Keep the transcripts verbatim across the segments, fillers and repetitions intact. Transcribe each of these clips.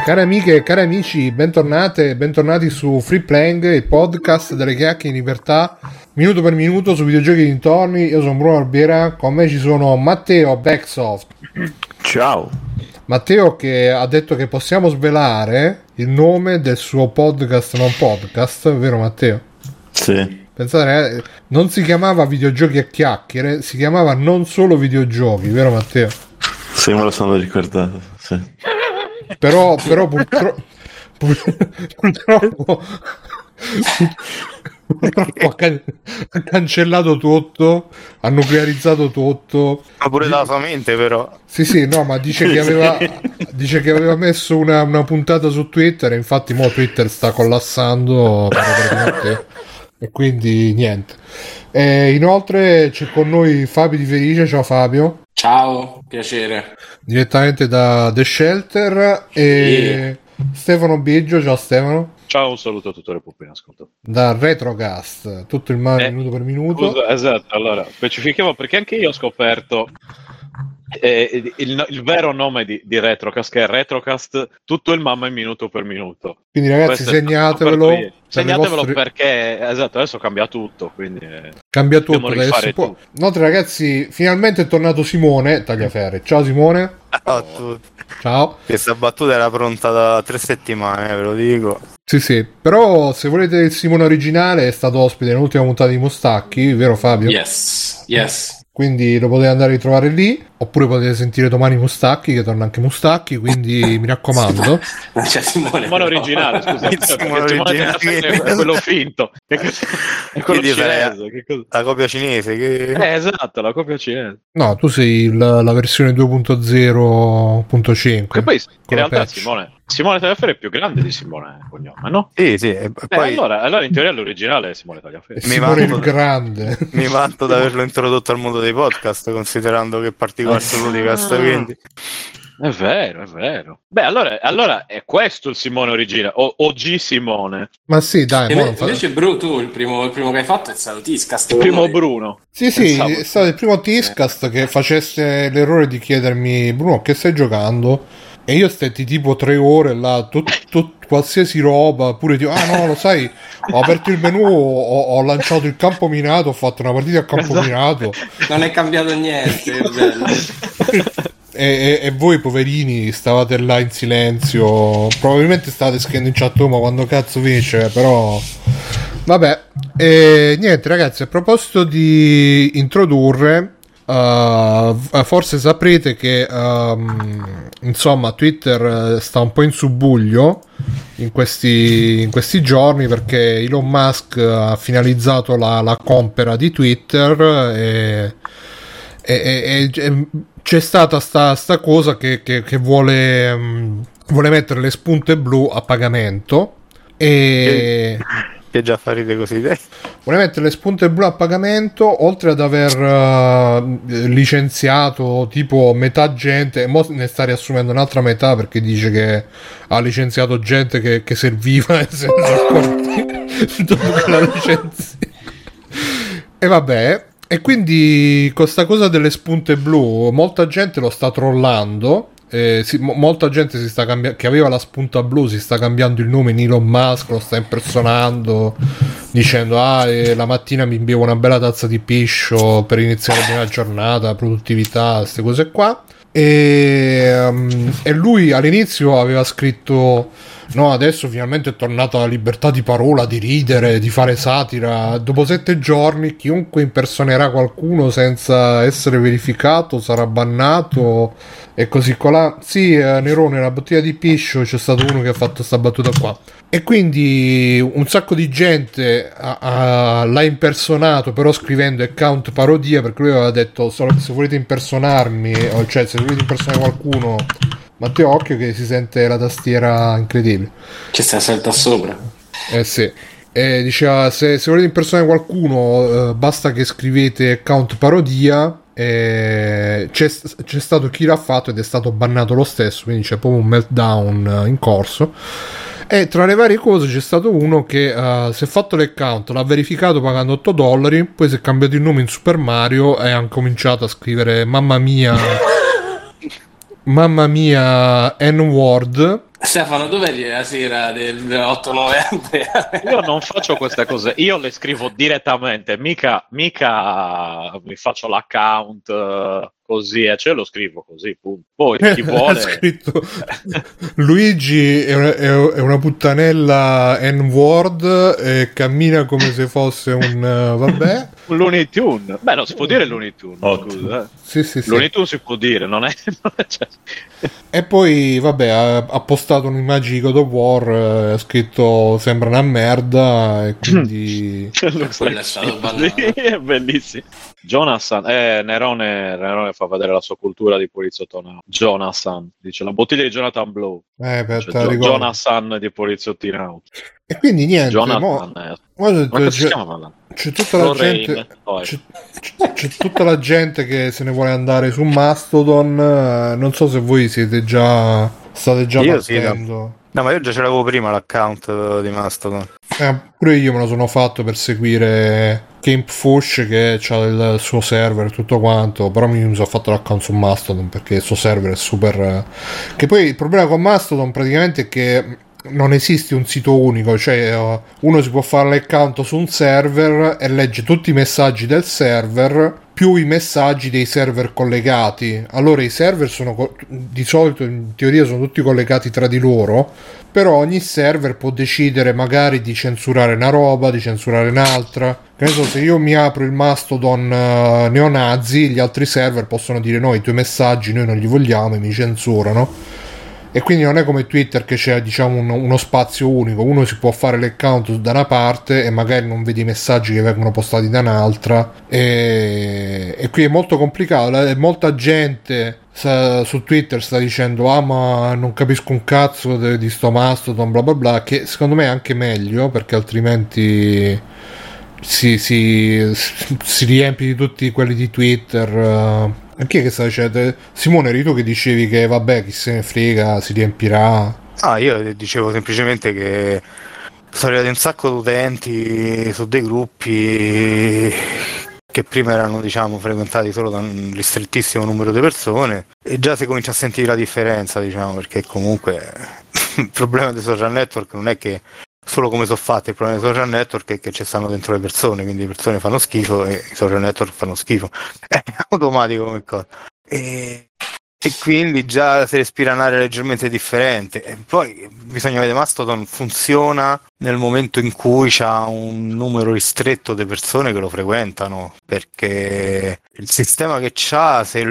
Cari amiche e cari amici, bentornate e bentornati su Free Playing, il podcast delle chiacchiere in libertà, minuto per minuto su videogiochi dintorni. Io sono Bruno Albiera, con me ci sono Matteo Backsoft. Ciao. Matteo che ha detto che possiamo svelare il nome del suo podcast non podcast, vero Matteo? Sì. Pensate, non si chiamava Videogiochi a chiacchiere, si chiamava Non Solo Videogiochi, vero Matteo? Sì, me lo sono ricordato, sì. Però, però purtro- pur- purtroppo purtroppo ha, can- ha cancellato tutto, ha nuclearizzato tutto. Ma pure la sua mente, però. Sì, sì, no, ma dice che aveva dice che aveva messo una, una puntata su Twitter, e infatti mo Twitter sta collassando praticamente, e quindi niente. E inoltre c'è con noi Fabio Di Felice. Ciao Fabio. Ciao, piacere. Direttamente da The Shelter. E sì. Stefano Biggio. Ciao Stefano. Ciao, un saluto a tutto il pubblico in ascolto. Da Retrocast, tutto il male eh, minuto per minuto. Scusa, esatto, allora specifichiamo perché anche io ho scoperto eh, il, il vero nome di, di Retrocast, che è Retrocast, tutto il mamma in minuto per minuto. Quindi ragazzi, Questo segnatevelo. Segnatevelo vostre... perché esatto, adesso cambia tutto, quindi eh, cambia tutto adesso può... Inoltre ragazzi, finalmente è tornato Simone Tagliaferri. Ciao Simone. Ciao a tutti. Ciao. Questa battuta era pronta da tre settimane, ve lo dico. Sì, sì, però se volete il Simone originale è stato ospite nell'ultima puntata di Mustacchi, vero Fabio? Yes, yes. Quindi lo potete andare a ritrovare lì, oppure potete sentire domani Mustacchi, che torna anche Mustacchi, quindi mi raccomando. C'è Simone, Simone originale, scusa, il Simone originale è quello finto, è quello cinese, che cosa... la copia cinese che... eh, esatto, la copia cinese. No, tu sei la, la versione due punto zero punto cinque. Che poi in realtà Simone Simone Tagliaferri è più grande di Simone Cognome, no? Sì, sì. E eh, poi... allora, allora in teoria l'originale è Simone Tagliaferri. Mi Simone il grande. Mi vanto di averlo introdotto al mondo dei podcast, considerando che particolare podcast, quindi... È vero, è vero. Beh, allora, allora è questo il Simone originale, o O G Simone. Ma sì, dai. Invece, fa... invece Bru, tu il primo, il primo che hai fatto è stato Tiscast. Il primo noi. Bruno. Sì, sì, Pensavo. È stato il primo Tiscast eh. che facesse l'errore di chiedermi: Bruno, che stai giocando? E io stetti tipo tre ore là, tut, tut, qualsiasi roba, pure tipo, ah no, lo sai, ho aperto il menu, ho, ho lanciato il campo minato, ho fatto una partita a campo esatto. minato. Non è cambiato niente, è bello. E, e, e voi poverini stavate là in silenzio, probabilmente stavate scrivendo in chat, ma quando cazzo vince, però vabbè. E niente ragazzi, a proposito di introdurre, uh, forse saprete che um, insomma Twitter sta un po' in subbuglio in questi, in questi giorni, perché Elon Musk ha finalizzato la, la compera di Twitter e, e, e, e c'è stata sta, sta cosa che, che, che vuole, um, vuole mettere le spunte blu a pagamento e che, che già fa ridere così te. Vuole mettere le spunte blu a pagamento, oltre ad aver uh, licenziato tipo metà gente, e mo ne sta riassumendo un'altra metà perché dice che ha licenziato gente che, che serviva e senza accorti dopo che la licenzi. E vabbè. E quindi con sta cosa delle spunte blu molta gente lo sta trollando, eh, si, mo- molta gente si sta cambiando, che aveva la spunta blu si sta cambiando il nome in Elon Musk, lo sta impersonando dicendo ah eh, la mattina mi bevo una bella tazza di piscio per iniziare bene la giornata, produttività, queste cose qua. E, um, e lui all'inizio aveva scritto no, adesso finalmente è tornata la libertà di parola, di ridere, di fare satira. Dopo sette giorni chiunque impersonerà qualcuno senza essere verificato sarà bannato e così colà. Sì, eh, Nerone, la bottiglia di piscio, c'è stato uno che ha fatto sta battuta qua. E quindi un sacco di gente ha, ha, l'ha impersonato, però scrivendo account parodia, perché lui aveva detto se volete impersonarmi, cioè se volete impersonare qualcuno, Matteo, occhio che si sente la tastiera incredibile. C'è sta salta sopra. Eh sì. E diceva se, se volete impersonare qualcuno eh, basta che scrivete account parodia. E c'è, c'è stato chi l'ha fatto ed è stato bannato lo stesso, quindi c'è proprio un meltdown in corso. E tra le varie cose c'è stato uno che uh, si è fatto l'account, l'ha verificato pagando otto dollari, poi si è cambiato il nome in Super Mario e ha cominciato a scrivere mamma mia mamma mia N-word Stefano, dov'eri la sera del otto novembre? Io non faccio queste cose, io le scrivo direttamente, mica, mica mi faccio l'account eh, così, e cioè lo scrivo così, punto. Poi chi Ha vuole... scritto Luigi è una, è una puttanella N-word e cammina come se fosse un uh, vabbè. Un Looney Tune. Beh, non si può dire Looney Tune, scusa. Eh. Sì, sì, sì. Looney Tune si può dire, non è... Non è cioè... E poi, vabbè, ha, ha postato un'immagine di God of War, eh, ha scritto sembra una merda, e quindi... Quello è stato banale. Sì, è bellissimo. Jonathan, eh, Nerone, Nerone fa vedere la sua cultura di poliziotto. Jonathan, dice la bottiglia di Jonathan Blow. Eh, per Cioè, te la Jo- ricordo. Jonathan di poliziottina. E quindi niente, Jonathan, mo, eh. mo Ma cosa si c'è, chiama? c'è tutta la Lorraine, gente poi. c'è, c'è- c'è tutta la gente che se ne vuole andare su Mastodon, eh, non so se voi siete già state già Io sì, partendo. No, ma io già ce l'avevo prima l'account eh, di Mastodon. Eh, pure io me lo sono fatto per seguire Camp Fush che ha il suo server e tutto quanto, però mi sono fatto l'account su Mastodon perché il suo server è super eh, che poi il problema con Mastodon praticamente è che non esiste un sito unico, cioè uh, uno si può fare l'account su un server e legge tutti i messaggi del server più i messaggi dei server collegati. Allora i server sono co- di solito in teoria sono tutti collegati tra di loro, però ogni server può decidere magari di censurare una roba, di censurare un'altra. Che ne so, se io mi apro il Mastodon uh, neonazi, gli altri server possono dire no, i tuoi messaggi noi non li vogliamo e mi censurano. E quindi non è come Twitter che c'è, diciamo, uno, uno spazio unico, uno si può fare l'account da una parte e magari non vede i messaggi che vengono postati da un'altra, e, e qui è molto complicato. Eh, molta gente sa, su Twitter sta dicendo ah ma non capisco un cazzo di, di sto Mastodon bla bla bla, che secondo me è anche meglio perché altrimenti si, si, si riempie di tutti quelli di Twitter. uh, E chi è che sta dicendo? Simone, eri tu che dicevi che vabbè, chi se ne frega, si riempirà. Ah, io dicevo semplicemente che sono arrivati un sacco di utenti su dei gruppi che prima erano, diciamo, frequentati solo da un ristrettissimo numero di persone, e già si comincia a sentire la differenza, diciamo, perché comunque il problema dei social network non è che solo come sono fatti, il problema dei social network è che ci stanno dentro le persone, quindi le persone fanno schifo e i social network fanno schifo, è automatico come cosa, e, e quindi già si respira un'aria leggermente differente. E poi bisogna vedere, Mastodon funziona nel momento in cui c'ha un numero ristretto di persone che lo frequentano, perché il sistema che c'ha, se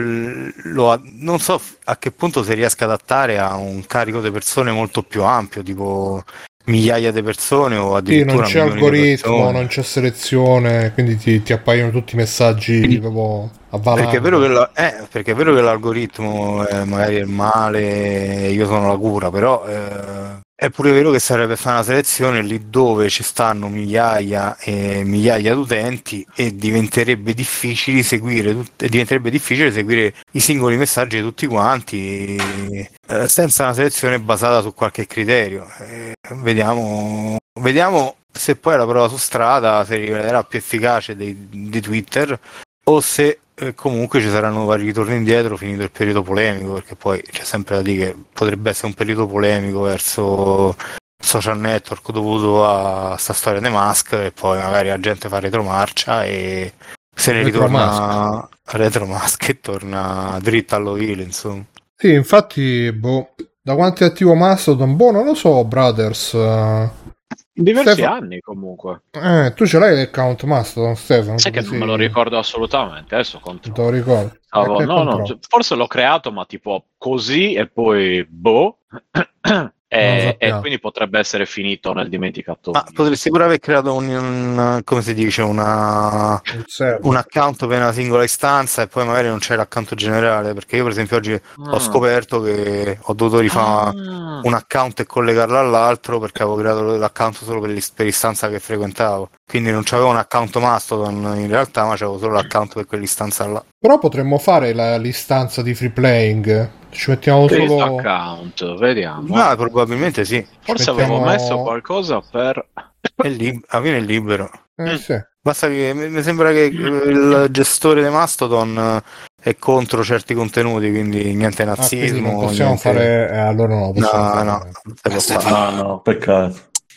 lo ha, non so a che punto si riesca ad adattare a un carico di persone molto più ampio, tipo migliaia di persone o Sì, addirittura non c'è milioni di algoritmo, persone. non c'è selezione, quindi ti, ti appaiono tutti i messaggi proprio a valanga. Perché è vero che, la- eh, perché è vero che l'algoritmo eh, magari è il male, io sono la cura, però eh, è pure vero che sarebbe fare una selezione lì dove ci stanno migliaia e migliaia di utenti, e diventerebbe difficile seguire tut- e diventerebbe difficile seguire i singoli messaggi di tutti quanti eh, senza una selezione basata su qualche criterio. Eh, vediamo, vediamo se poi la prova su strada si rivelerà più efficace dei- di Twitter, o se eh, comunque ci saranno vari ritorni indietro finito il periodo polemico, perché poi c'è sempre da dire che potrebbe essere un periodo polemico verso social network dovuto a sta storia dei Musk, e poi magari la gente fa retromarcia e se ne ritorna retromask e torna dritta all'ovile, insomma. Sì, infatti, boh, da quanto è attivo Mastodon? Boh, non lo so, Brothers. eh. Diversi Stefano- anni comunque. Eh, tu ce l'hai l'account Mastodon, Stefano? Sai che non Così me lo ricordo assolutamente, adesso non te controllo. lo ricordo. Stavo- Eh, che no, no, controllo? forse l'ho creato, ma tipo così e poi boh. Non lo e, e sappiamo. quindi potrebbe essere finito nel dimenticatoio. Ma potresti pure aver creato un, un- come si dice, una Il server. un account per una singola istanza, e poi magari non c'è l'account generale, perché io per esempio oggi ho Ah. scoperto che ho dovuto rifare Ah. un account e collegarlo all'altro, perché avevo creato l'account solo per, l'is- per l'istanza che frequentavo, quindi non c'avevo un account Mastodon in realtà, ma c'avevo solo l'account per quell'istanza là. Però potremmo fare la, l'istanza di free playing. Ci mettiamo Questo solo. account, vediamo. Ma probabilmente sì, Forse mettiamo- avevo messo qualcosa per... è lib- alla fine è libero. Eh, sì. Basta che mi sembra che il gestore di Mastodon è contro certi contenuti, quindi niente nazismo. Ah, quindi non possiamo niente... fare. Eh, allora no, possiamo no, fare. no, no, no, peccato.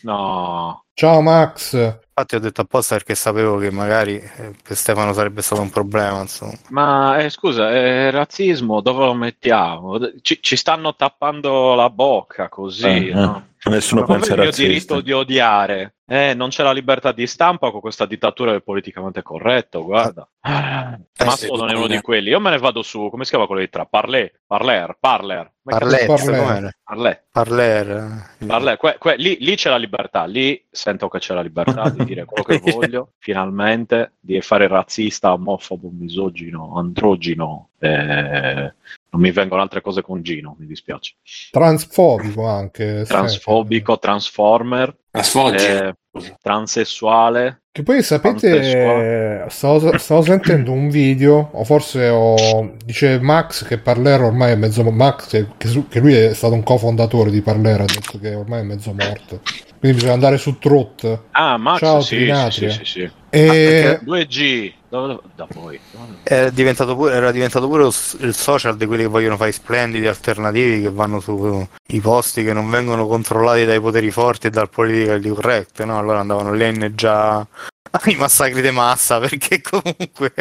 No. Ciao Max. Infatti ho detto apposta perché sapevo che magari per Stefano sarebbe stato un problema, insomma. Ma eh, scusa, eh, razzismo dove lo mettiamo? Ci, ci stanno tappando la bocca così, Eh, no? eh. Nessuno Ma come pensa il mio razzista. diritto di odiare? Eh, non c'è la libertà di stampa con questa dittatura del politicamente corretto, guarda. Eh, Mastodon sì, è uno di quelli. Io me ne vado su, come si chiama quello di tra? Parler, Parler, Parler. Parler, Parler. com'era? Parler. Parler. Parler. Que- que- lì, lì c'è la libertà, lì sento che c'è la libertà di dire quello che voglio, finalmente, di fare razzista, omofobo, misogino, androgino. Eh, non mi vengono altre cose con Gino, mi dispiace. Transfobico anche. Transfobico, transformer, Trasfoggi. eh, transessuale. Che poi sapete, stavo, stavo sentendo un video, o forse ho, dice Max che Parler ormai è mezzo Max, che, che lui è stato un cofondatore di Parler, ha detto che ormai è mezzo morto. Quindi bisogna andare su Trot. Ah, Max, Ciao, sì, Trinatria. sì, sì, sì, sì. E... Ah, due G, dove, da poi. Era diventato pure, era diventato pure il social di quelli che vogliono fare i splendidi alternativi, che vanno sui posti che non vengono controllati dai poteri forti e dal politically correct, no? Allora andavano lì a inneggiare ai massacri di massa, perché comunque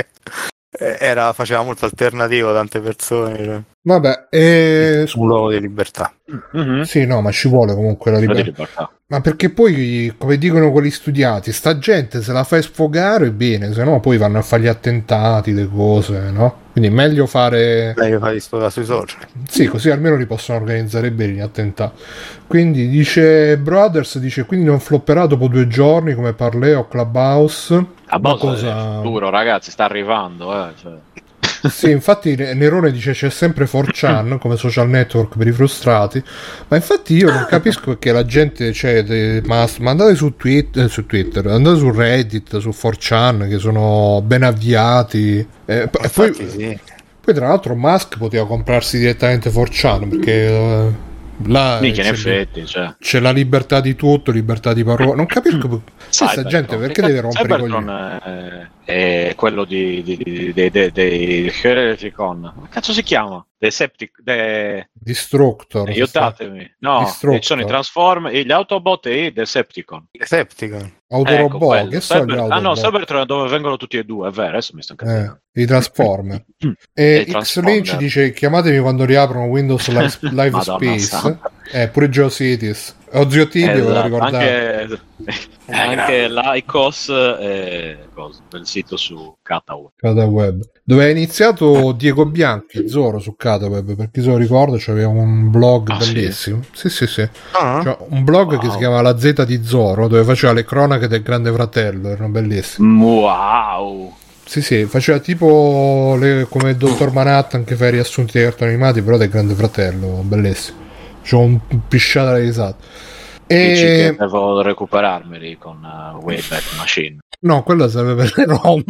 era, faceva molto alternativo a tante persone, cioè. Vabbè, e... un luogo di libertà. Mm-hmm. Sì, no, ma ci vuole comunque la libertà. libertà. Ma perché poi, come dicono quelli studiati, sta gente se la fai sfogare bene, se no poi vanno a fare gli attentati, le cose, no? Quindi è meglio fare... Meglio fare sfogare sui social. Sì, così almeno li possono organizzare bene gli attentati. Quindi dice Brothers, dice quindi non flopperà dopo due giorni come Parler o Clubhouse. A Ma cosa... è duro, ragazzi, sta arrivando, eh, cioè. Sì, infatti Nerone dice c'è sempre four chan come social network per i frustrati, ma infatti io non capisco perché la gente, cioè, de, ma, ma andate su Twitter, eh, su Twitter, andate su Reddit, su four chan che sono ben avviati, eh, e poi, sì. poi tra l'altro Musk poteva comprarsi direttamente four chan perché eh, là Mica, in c'è, effetti, cioè. c'è la libertà di tutto, libertà di parola, non capisco questa gente perché deve rompere i coglioni. Cybertron è, è quello di di di di di Hereticon. Come cazzo si chiama? Deceptic de... Destructor, aiutatemi. No, Destructor. ci sono i Transform, gli Autobot e i Decepticon. Decepticon. Autorobot, ecco, che sono gli Cyber... Ah no, Autobot? Cybertron è dove vengono tutti e due, è vero, adesso mi sto capendo. Eh, i Transformer. E X-Lynch dice chiamatemi quando riaprono Windows Live, Live Space. Eh, pure GeoCities. O Zio Tibio, esatto, ve lo ricordate? Anche, anche l'I C O S e cosa, del sito su Cataweb. Cataweb. Dove è iniziato Diego Bianchi, Zoro su Cataweb, per chi se lo ricorda, c'aveva un blog ah, bellissimo. Sì, sì, sì. sì. Ah. Cioè, un blog wow. che si chiama La Z di Zoro, dove faceva le cronache del Grande Fratello, erano bellissime. Wow! Sì, sì, faceva tipo le, come il Dottor Manhattan che fa i riassunti dei cartoni animati, però del Grande Fratello, bellissimo. C'ho un pisciata di risata. Dici E... che devo recuperarmeli con uh, Wayback Machine. No, quella serve per le ROM.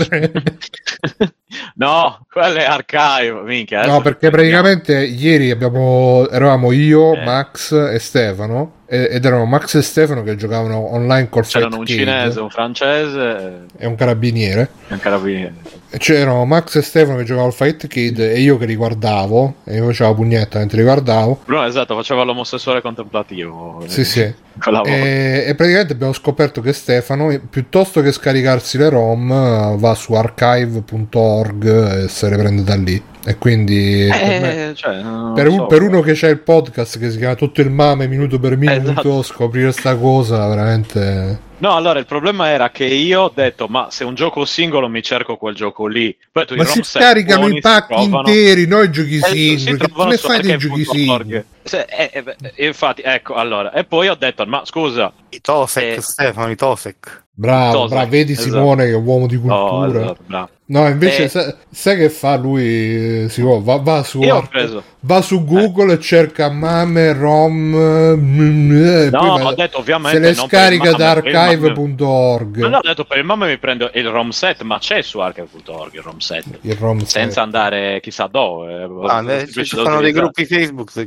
No, quelle archive, minchia. No, perché praticamente ieri abbiamo eravamo io, eh. Max e Stefano ed erano Max e Stefano che giocavano online col C'erano Fight un Kid cinese, un francese e un carabiniere. E un carabiniere. E c'erano Max e Stefano che giocavano al Fight Kid e io che li guardavo e io facevo la pugnetta mentre li guardavo. Bruno, esatto, faceva l'omosessuale contemplativo. Sì, sì. E, e praticamente abbiamo scoperto che Stefano, piuttosto che scaricarsi le ROM, va su archive punto org e se le prende da lì. E quindi eh, per, me, cioè, per, un, so, per uno che c'ha il podcast che si chiama Tutto il Mame minuto per minuto, esatto. Scoprire sta cosa veramente... No, allora il problema era che io ho detto ma se un gioco singolo mi cerco quel gioco lì. Poi tu ma si scaricano i pack interi, noi giochi eh, singoli, che ne fai dei giochi singoli? Se, eh, eh, infatti ecco, allora e poi ho detto ma scusa i Tosec, eh, Stefano, i Tosec. Bravo, Tosec, bravo, vedi esatto. Simone che è uomo di cultura. No, esatto, no invece eh, sai, sai che fa lui? Si va, va su io ho preso va su Google eh. e cerca mame rom e no ho detto ovviamente se le scarica da archive punto org. No, no, ho detto per il mame mi prendo il ROM set, ma c'è su archive punto org il ROM set, il ROM senza set. andare chissà dove ah, ci sono dei gruppi Facebook che ti danno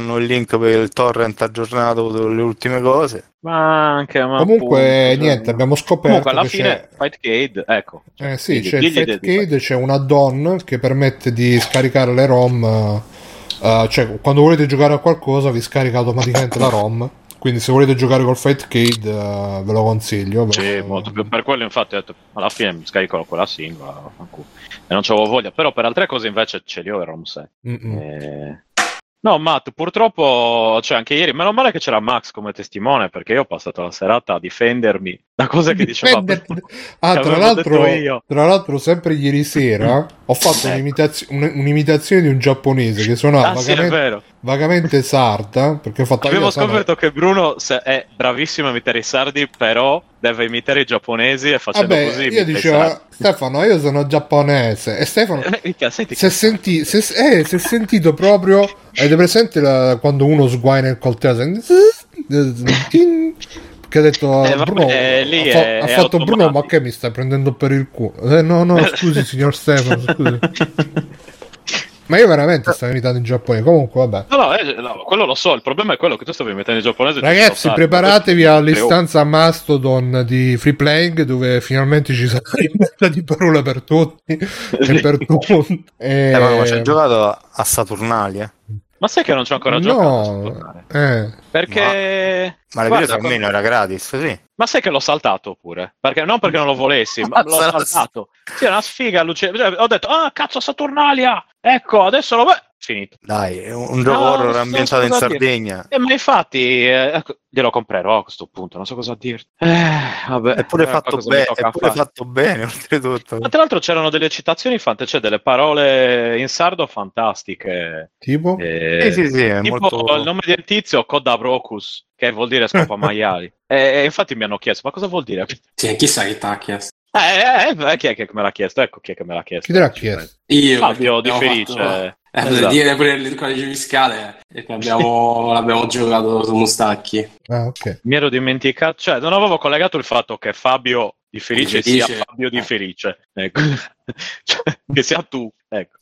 danno il link per il torrent aggiornato delle ultime cose. Ma anche ma Comunque appunto, niente, cioè, abbiamo scoperto comunque alla che fine c'è... Fightcade, ecco. Eh sì, Digli- c'è il digli di- Fightcade, c'è un add-on che permette di scaricare le ROM, uh, cioè quando volete giocare a qualcosa vi scarica automaticamente la ROM, quindi se volete giocare col Fightcade uh, ve lo consiglio. Ve Sì, lo- molto più. Per quello infatti ho detto, alla fine mi scarico quella singola e non c'avevo voglia, però per altre cose invece ce li ho il ROM set. Mm-mm. Eh... No, Matt, purtroppo, cioè anche ieri, meno male che c'era Max come testimone, perché io ho passato la serata a difendermi da cose che diceva Difenderti- Bruno, Ah, che tra avevo l'altro, detto io. tra l'altro, sempre ieri sera ho fatto Ecco. un'imitazio- un- un'imitazione di un giapponese che suonava Ah sì, è vagamente, vero. vagamente sarda. Perché ho fatto Abbiamo io sono- scoperto che Bruno se- è bravissimo a imitare i sardi, però deve imitare i giapponesi e facendo Vabbè, così io imita i dicevo, sardi. Stefano, io sono giapponese. E Stefano, Eh, minchia, senti si è, che- senti- si è- eh, si è sentito proprio. Avete presente la- quando uno sguaina il coltello? Senti- Che ha detto Eh, vabbè, Bruno, lì ha, fa- è- ha è fatto Bruno, automatico. ma che mi stai prendendo per il culo? Eh, no, no, scusi, signor Stefano, scusi. Ma io veramente stavo imitando in Giappone. Comunque, vabbè. No, no, eh, no, quello lo so, il problema è quello che tu stavi mettendo in giapponese. Ragazzi, preparatevi all'istanza Mastodon di Free Playing, dove finalmente ci sarà il meta di parole per tutti e per tutti. E... Eh, ma ci hai giocato a Saturnalia? Ma sai che non c'ho ancora giocato? No, eh. Perché... Ma le Guarda, video almeno era gratis, sì. Ma sai che l'ho saltato pure? Perché non perché non lo volessi, ma l'ho Sarà- saltato. Sì, è una sfiga allucinante. Cioè, ho detto, ah, cazzo, Saturnalia! Ecco, adesso lo... Beh, finito. Dai, è un gioco No, horror non so ambientato in cosa dire. Sardegna. Eh, ma infatti, eh, ecco, glielo comprerò a questo punto, non so cosa dirti. Eh, vabbè. È pure eh, fatto cosa mi bene, tocca è pure fare. fatto bene, oltretutto. Ma tra l'altro c'erano delle citazioni fantastiche, cioè delle parole in sardo fantastiche. Tipo? Eh, Sì, sì, sì, è tipo molto... il nome del tizio Codabrocus, che vuol dire scopa maiali. e, e infatti mi hanno chiesto, ma cosa vuol dire? Sì, chissà chi t'ha chiesto. Eh, eh, eh, chi è che me l'ha chiesto? Ecco chi è che me l'ha chiesto. Chi te l'ha chiesto? Io. Fabio di abbiamo Felice. fatto- Eh, Esatto. dire pure il codice fiscale perché abbiamo, l'abbiamo giocato su Mustacchi. Ah, ok. Mi ero dimenticato, cioè non avevo collegato il fatto che Fabio di Felice, Di Felice. sia Fabio di Felice, ecco. Cioè, che sia tu, ecco.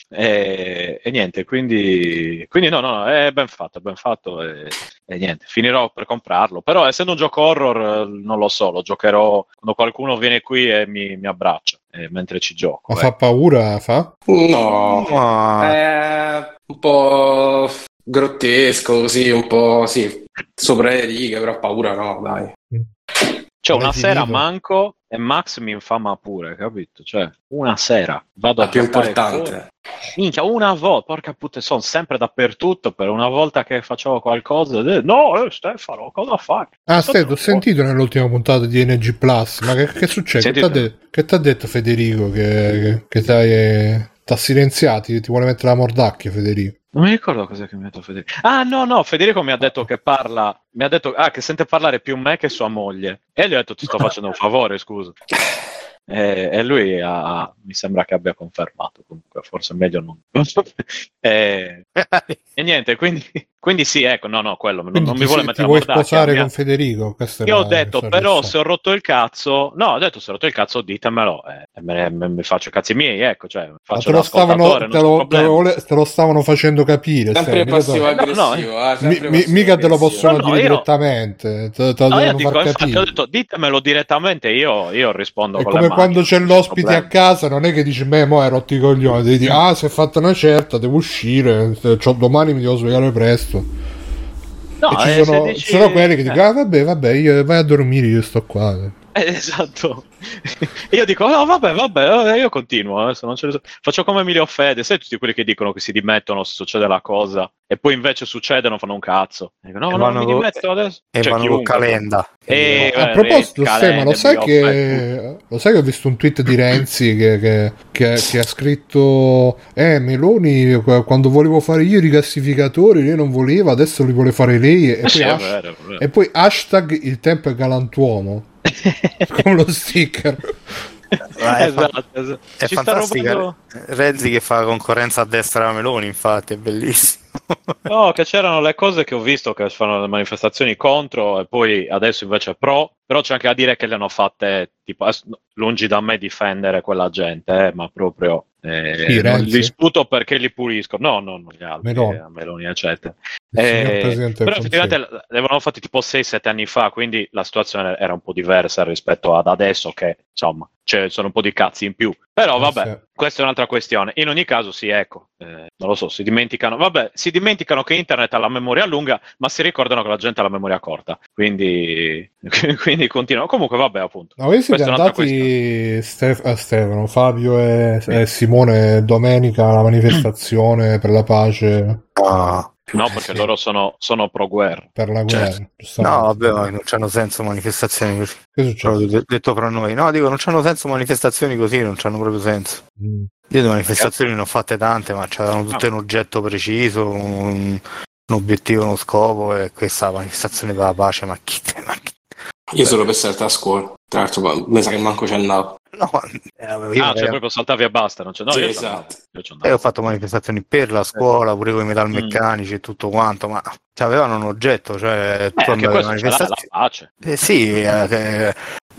E, e niente, quindi, quindi no, no, è ben fatto, è ben fatto e, e niente, finirò per comprarlo, però essendo un gioco horror eh, non lo so, lo giocherò quando qualcuno viene qui e mi, mi abbraccia eh, mentre ci gioco. Ma ecco. fa paura, fa? No, Ma- è un po' grottesco, così, un po' sì, sopra le righe, però paura no, dai. Cioè una Come ti sera dico? manco e Max mi infama pure, capito? Cioè una sera vado La a più giocare importante. fuori. Minchia, una volta, porca puttana, sono sempre dappertutto. Per una volta che facevo qualcosa, eh, no, eh, Stefano, cosa fai? Ah, Sto Ste, t'ho giocando. sentito nell'ultima puntata di N G Plus, ma che, che succede? Che Sentite. t'ha de- che t'ha detto Federico? Che, che, che t'hai t'ha silenziati? Ti vuole mettere la mordacchia, Federico? Non mi ricordo cos'è che mi ha detto Federico. Ah, no, no, Federico mi ha detto che parla, mi ha detto ah, che sente parlare più me che sua moglie. E gli ho detto ti sto facendo un favore, scusa. E, e lui ha, mi sembra che abbia confermato, comunque forse è meglio non. e, e niente, quindi, quindi sì, ecco, no, no, quello, non, Quindi non ti, mi vuole ti mettere vuoi la mordacchia. sposare mi ha- con Federico? Questa è Io la- ho detto, questa è la però risposta. se ho rotto il cazzo, no, ho detto se ho rotto il cazzo ditemelo eh, e me, ne- me- me faccio i cazzi miei, ecco, cioè Ma faccio te lo, stavano, l'ascoltatore, te, non c'è lo, te, problema. lo, vole- te lo stavano facendo capire. Sempre Ste, mica te- passivo aggressivo, No, no, eh, sempre mi- mi- mica te lo passivo-aggressivo. possono No, no, dire io- direttamente, te, te lo No, io devono dico, far infatti, capire. ho detto ditemelo direttamente, io, io rispondo È con come le quando mani, c'è non c'è l'ospite a problema. casa, non è che dici, beh, mo hai rotto i coglioni, devi dire, ah, si è fatta una certa, devo uscire, c'ho domani mi devo svegliare presto. No, e ci eh, sono, se dici- ci sono quelli che eh. dicono, ah, vabbè, vabbè, io, vai a dormire, io sto qua. Eh, esatto. Io dico, no, vabbè, vabbè, eh, io continuo. Adesso non ce ne so. Faccio come Emilio Fede, sai tutti quelli che dicono che si dimettono se succede la cosa e poi invece succede non fanno un cazzo. Dico, no, E no, vanno non mi con- dimetto adesso. E Cioè, vanno con chiunque. Calenda. Eh, A eh, proposito, Calenda, Ste, ma lo sai, Emilio Fede, che, lo sai che ho visto un tweet di Renzi che, che- che- che ha scritto eh Meloni qu- quando volevo fare io i rigassificatori lei non voleva, adesso li vuole fare lei e, Eh, sì, poi, è hash- vero, è vero. e poi hashtag il tempo è galantuomo con lo sticker. Ah, è fa- esatto, esatto. È Ci sta fantastica rubando- Renzi che fa concorrenza a destra a Meloni, infatti, è bellissimo. No, che c'erano le cose che ho visto che fanno le manifestazioni contro e poi adesso invece pro, però c'è anche da dire che le hanno fatte, tipo, lungi da me difendere quella gente, eh, ma proprio eh, Sì, non Renzi? li sputo perché li puliscono, no, no, non gli altri, Meloni. eh, Meloni eccetera. Il signor Eh, Presidente del però Consiglio. effettivamente le avevano fatti tipo sei sette anni fa, quindi la situazione era un po' diversa rispetto ad adesso che insomma c'è, sono un po' di cazzi in più, però Eh, vabbè, sì. questa è un'altra questione. In ogni caso sì, ecco, eh, non lo so, si dimenticano, vabbè, si dimenticano che internet ha la memoria lunga, ma si ricordano che la gente ha la memoria corta, quindi, quindi continuano. Comunque vabbè, appunto. Ma voi siete Questa è un'altra andati Stef- a Stefano, Fabio e, e Simone domenica alla manifestazione per la pace, No, No, eh, perché sì. loro sono, sono pro guerra. per la guerra. Certo. giustamente. No, vabbè, ma non c'hanno senso manifestazioni così. Che è successo? Proprio de- detto fra noi. No, dico, non c'hanno senso manifestazioni così, non c'hanno proprio senso. Mm. Io di manifestazioni ne ho fatte tante, ma c'erano tutte un oggetto preciso, un, un obiettivo, uno scopo, e questa è la manifestazione per la pace, ma chi te... Ma chi... Io solo per saltare a scuola. Tra l'altro, ma mi sa che manco ci andavo. No, eh, vabbè, io Ah, magari- cioè proprio saltavi e basta, non c'è... No, Sì, io ci andavo, esatto. io ci eh, andavo. ho fatto manifestazioni per la scuola, pure con i metalmeccanici e tutto quanto, ma cioè, avevano un oggetto, cioè Eh, tu anche andavi alle questo c'è la, la manifestazioni. pace. Eh, sì, eh, che-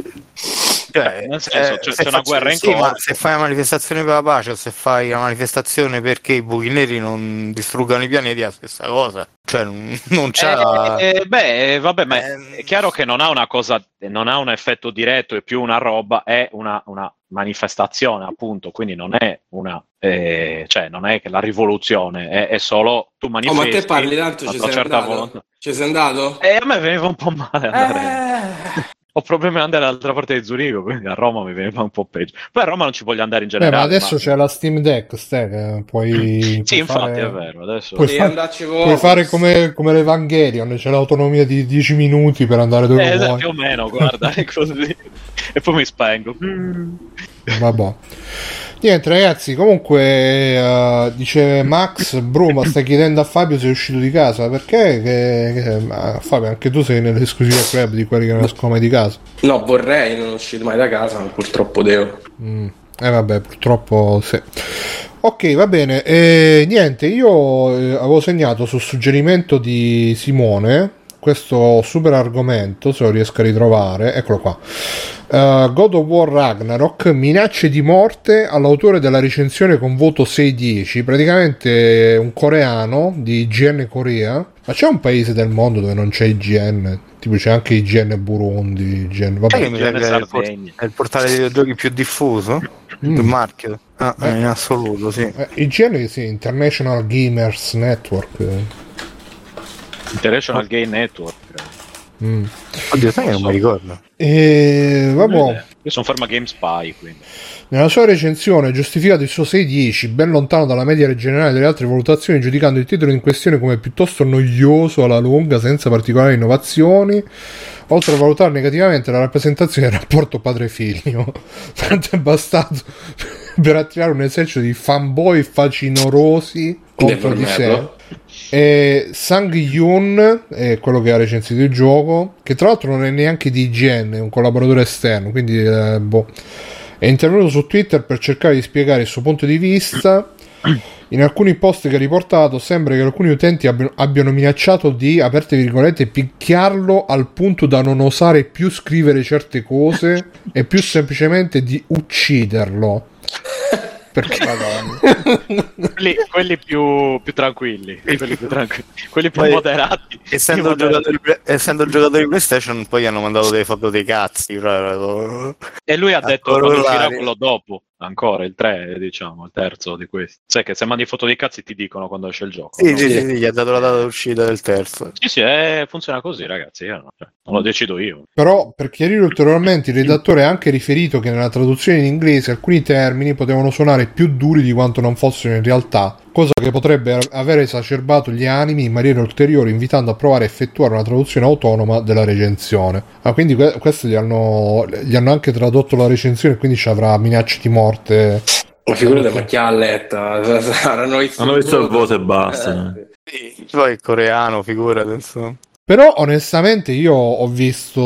cioè, Nel senso, eh, c'è- se c'è una faccio- guerra in sì, ma corso. se fai una manifestazione per la pace o se fai una manifestazione perché i buchi neri non distruggano i pianeti è la stessa cosa. Cioè, non, non c'ha... Eh, beh, vabbè, ma Ehm. è chiaro che non ha una cosa, non ha un effetto diretto, è più una roba, è una, una manifestazione, appunto, quindi non è una, eh, cioè non è che la rivoluzione, è, è solo tu Oh, manifesti. ma te parli tanto, la ci tua sei certa andato? volontà. Ci sei andato? E a me veniva un po' male andare. Eh. Ho problemi ad andare dall'altra parte di Zurigo, quindi a Roma mi veniva un po' peggio. Poi a Roma non ci voglio andare in Beh, generale. ma adesso ma- c'è la Steam Deck, ste, che puoi, Sì, puoi infatti fare... è vero. Adesso Puoi, Devi fare- andarci con puoi Hogwarts. fare come, come l'Evangelion, c'è l'autonomia di dieci minuti per andare dove Eh, vuoi. più o meno, guarda, è così. E poi mi spengo. Vabbè. Niente ragazzi, comunque eh, dice Max Bruma, stai chiedendo a Fabio se è uscito di casa, perché che, che- ma Fabio anche tu sei nell'esclusiva club di quelli che non escono mai di casa. No, vorrei, non uscito mai da casa, ma purtroppo devo. Mm. Eh vabbè, purtroppo sì. Ok, va bene. E niente, io eh, avevo segnato sul suggerimento di Simone questo super argomento, se lo riesco a ritrovare, eccolo qua. Uh, God of War Ragnarok, minacce di morte all'autore della recensione con voto sei dieci, praticamente un coreano di I G N Corea. Ma c'è un paese del mondo dove non c'è I G N? Tipo c'è anche I G N Burundi, I G N... Sai Vabbè. che mi sa che è il, por- Sardegna. è il portale dei videogiochi più diffuso? Mm. Il marchio? Ah, Eh. in assoluto, sì. Eh, I G N sì, International Gamers Network. International Game Network. credo. Mm. Oddio, sai che non mi ricordo. E vabbè. Io sono ferma Game Spy, quindi. Nella sua recensione ha giustificato il suo sei dieci, ben lontano dalla media generale delle altre valutazioni, giudicando il titolo in questione come piuttosto noioso alla lunga, senza particolari innovazioni, oltre a valutare negativamente la rappresentazione del rapporto padre-figlio. Tanto è bastato per attirare un esercito di fanboy facinorosi contro di sé. Deformarlo. E Sang Yoon è quello che ha recensito il gioco, che tra l'altro non è neanche di I G N, è un collaboratore esterno, quindi eh, boh. È intervenuto su Twitter per cercare di spiegare il suo punto di vista. In alcuni post che ha riportato sembra che alcuni utenti abbiano, abbiano minacciato di, aperte virgolette, picchiarlo al punto da non osare più scrivere certe cose e più semplicemente di ucciderlo. Perché quelli, quelli più, più tranquilli, quelli più tranquilli, quelli più Poi, moderati. Essendo Più moderati. giocatori, essendo giocatori PlayStation, poi hanno mandato delle foto dei cazzi. Però... E lui ha a detto quando uscirà corollare. quello dopo, ancora il tre, diciamo, il terzo di questi. Sai che se mandi foto di cazzi ti dicono quando esce il gioco. Sì, no? sì, sì, sì, gli ha dato la data d'uscita del terzo. Sì, sì, eh, funziona così, ragazzi. Io no, cioè, non lo decido io. Però, per chiarire ulteriormente, il redattore ha anche riferito che nella traduzione in inglese alcuni termini potevano suonare più duri di quanto non fossero in realtà, cosa che potrebbe aver esacerbato gli animi in maniera ulteriore, invitando a provare a effettuare una traduzione autonoma della recensione. Ah, quindi que- questo gli hanno, gli hanno anche tradotto la recensione, quindi ci avrà minacce di morte. Ma figurate, ma chi ha letta? Saranno visto Hanno visto il voto e basta. Eh, Sì, poi è coreano, figurati, insomma. Però onestamente io ho visto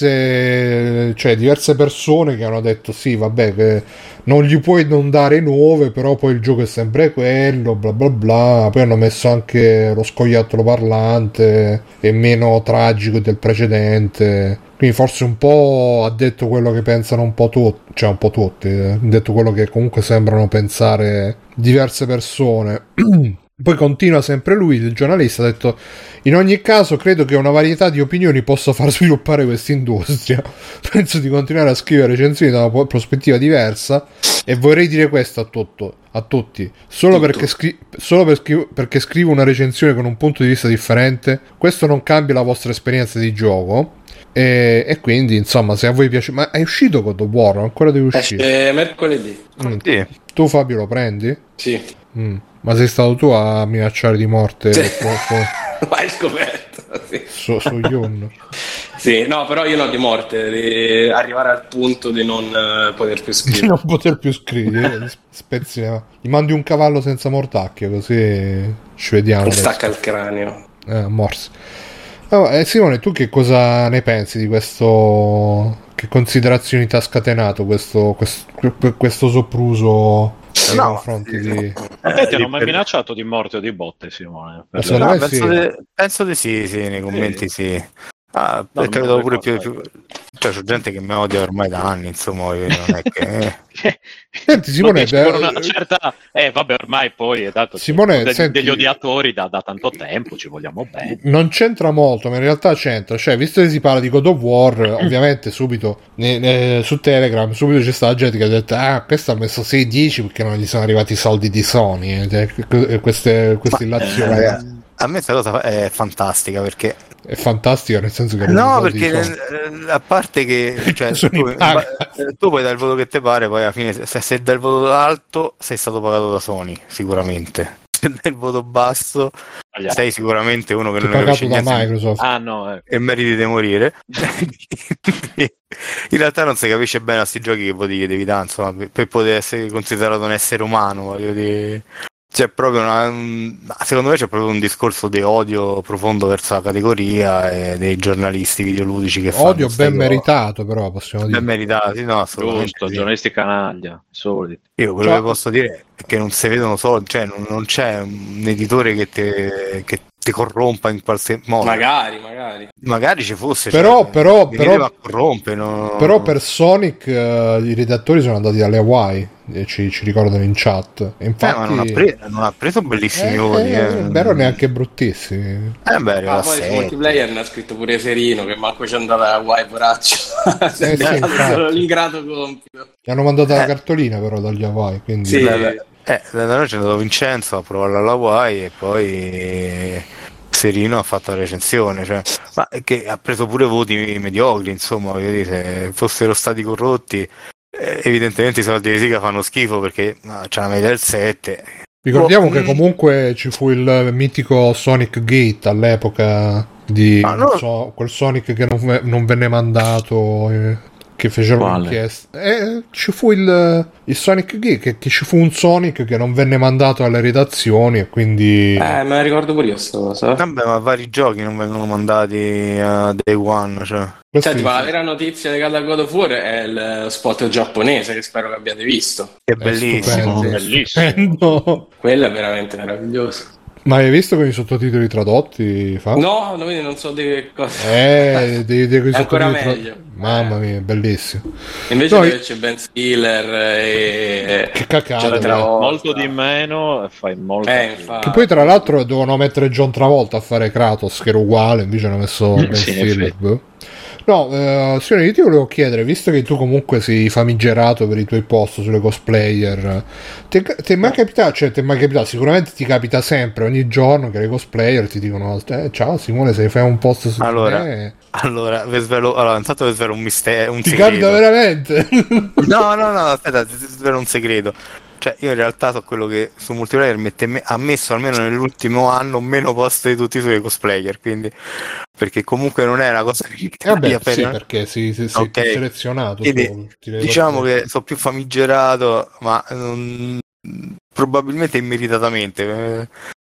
diverse, cioè diverse persone che hanno detto sì, vabbè, che non gli puoi non dare nove, però poi il gioco è sempre quello, bla bla bla. Poi hanno messo anche lo scoiattolo parlante, è meno tragico del precedente. Quindi forse un po' ha detto quello che pensano un po' tutti, cioè un po' tutti, eh. Ha detto quello che comunque sembrano pensare diverse persone. Poi continua sempre lui, il giornalista, ha detto: in ogni caso credo che una varietà di opinioni possa far sviluppare questa industria. Penso di continuare a scrivere recensioni da una prospettiva diversa e vorrei dire questo a, tutto, a tutti. Solo, Tutto. perché, scri- solo per scri- perché scrivo una recensione con un punto di vista differente, questo non cambia la vostra esperienza di gioco. E, e quindi, insomma, se a voi piace... Ma è uscito God of War? Ancora deve uscire? Esce mercoledì. Mm. Sì. Tu Fabio lo prendi? Sì. Mm. Ma sei stato tu a minacciare di morte Sì. fu- fu- L'hai scoperto. Sì. su, su Yun? Sì, no, però io no di morte, di arrivare al punto di non eh, poter più Di scrivere. non poter più scrivere. Spezzi le- Gli mandi un cavallo senza mortacchio, così ci vediamo. Mi adesso. stacca il cranio. Eh, morse. Oh, eh, Simone, tu che cosa ne pensi di questo? Che considerazioni ti ha scatenato questo, questo, questo sopruso nei No, confronti di... A te ti hanno Eh, mai per- minacciato di morte o di botte, Simone? Per Secondo No, me penso, sì. di, penso di sì, sì, nei commenti sì. Ah, No, è non me capitato lo pure più, ricordo. più- Cioè, c'è gente che mi odia ormai da anni, insomma, voglio dire, non è che... Senti, Simone, Lo dici con beh, una certa... Eh, vabbè, ormai poi è dato... Simone, de- senti- degli odiatori da, da tanto tempo, ci vogliamo bene. non c'entra molto, ma in realtà c'entra. Cioè, visto che si parla di God of War, ovviamente subito ne- ne- su Telegram subito c'è stata gente che ha detto: ah, questo ha messo sei dieci perché non gli sono arrivati i soldi di Sony. eh, cioè, que- queste, queste illazioni. Ragazzi, a me questa cosa è fantastica perché... È fantastica, nel senso che non No, i soldi perché sono- eh, a parte che cioè, Sono tu, in paga. eh, tu puoi dare il voto che ti pare, poi alla fine se, se dai il voto alto sei stato pagato da Sony, sicuramente. Se dai il voto basso Sbagliato. sei sicuramente uno che Sei non ne pagato capisce da niente Microsoft. Ah, no, eh. e meriti di morire. In realtà non si capisce bene a questi giochi che voti gli devi dare, insomma, per, per poter essere considerato un essere umano, voglio dire. C'è proprio una, un- secondo me c'è proprio un discorso di odio profondo verso la categoria e dei giornalisti videoludici che fanno Odio queste ben cose. meritato, però possiamo dire. Ben meritati, no, assolutamente Giusto, sì. giornalisti canaglia, soliti. Io quello Ciao. che posso dire è che non si vedono soldi, cioè non, non c'è un editore che te, che ti corrompa in qualsiasi modo. Magari, magari. Magari ci fosse, Però- cioè, però- mi però- vedeva corrompe, no? Però per Sonic eh, i redattori sono andati alle Hawaii, e ci, ci ricordano in chat. E Eh, infatti, ma non ha, pre- non ha preso bellissimi eh, voti, eh, eh. però neanche bruttissimi. Eh beh, arriva Ah, a poi su sette. multiplayer ne ha scritto pure Serino che manco ci è andata a Hawaii, poraccio. Eh, sì, È stato infatti. solo l'ingrato compito. Gli hanno mandato la Eh. cartolina però dagli Hawaii, quindi... Sì. Eh, beh, eh, da noi c'è andato Vincenzo a provarla alla Hawaii e poi Serino ha fatto la recensione, cioè, ma che ha preso pure voti mediocri, insomma, voglio dire, se fossero stati corrotti, eh, evidentemente i soldi di Siga fanno schifo perché no, c'è una media del sette. Ricordiamo Boh, che mm. comunque ci fu il mitico Sonic Gate all'epoca di Ah, no. non so, quel Sonic che non, ve- non venne mandato, eh, che fecero Quale? un'inchiesta. Eh, ci fu il, il Sonic Gate, che, che ci fu un Sonic che non venne mandato alle redazioni e quindi... Eh, me la ricordo pure io sta cosa. Vabbè, ma vari giochi non vengono mandati a Day One, cioè. questo Senti, è- ma la vera notizia legata a God of War è il spot giapponese che spero che abbiate visto. È è bellissimo. stupendo, Bellissimo. stupendo. Quello è veramente meraviglioso. Ma hai visto con i sottotitoli tradotti? Fa? No, no, quindi non so di che cosa. Eh, dei, dei, quei È ancora sottotitoli tra- meglio. Mamma mia, bellissimo. Invece No, dove c'è Ben Stiller e... Che cacata, c'è la eh. Travolta. Molto di meno e fai molto Eh, più. infatti. Che poi tra l'altro dovevano mettere John Travolta a fare Kratos, che era uguale, invece hanno messo Ben Sì, in Stiller. effetti. boh. No, eh, signore, io ti volevo chiedere, visto che tu comunque sei famigerato per i tuoi post sulle cosplayer, ti è- ti è mai capitato, cioè ti è mai capitato, sicuramente ti capita sempre, ogni giorno che le cosplayer ti dicono eh, ciao Simone, se fai un post su Allora, me, Allora, vi svelo, allora, intanto vi svelo un mistero, un ti segreto. capita veramente? No, no, no, aspetta, ti svelo un segreto. Cioè, io in realtà so quello che su multiplayer mette me- ha messo almeno nell'ultimo anno meno post di tutti i suoi cosplayer, quindi perché comunque non è una cosa che Eh Vabbè, abbia sì, appena- perché sei, sei, sei Ok. selezionato Quindi, solo, ti devi diciamo cosplay. che sono più famigerato, ma non- probabilmente immeritatamente. eh,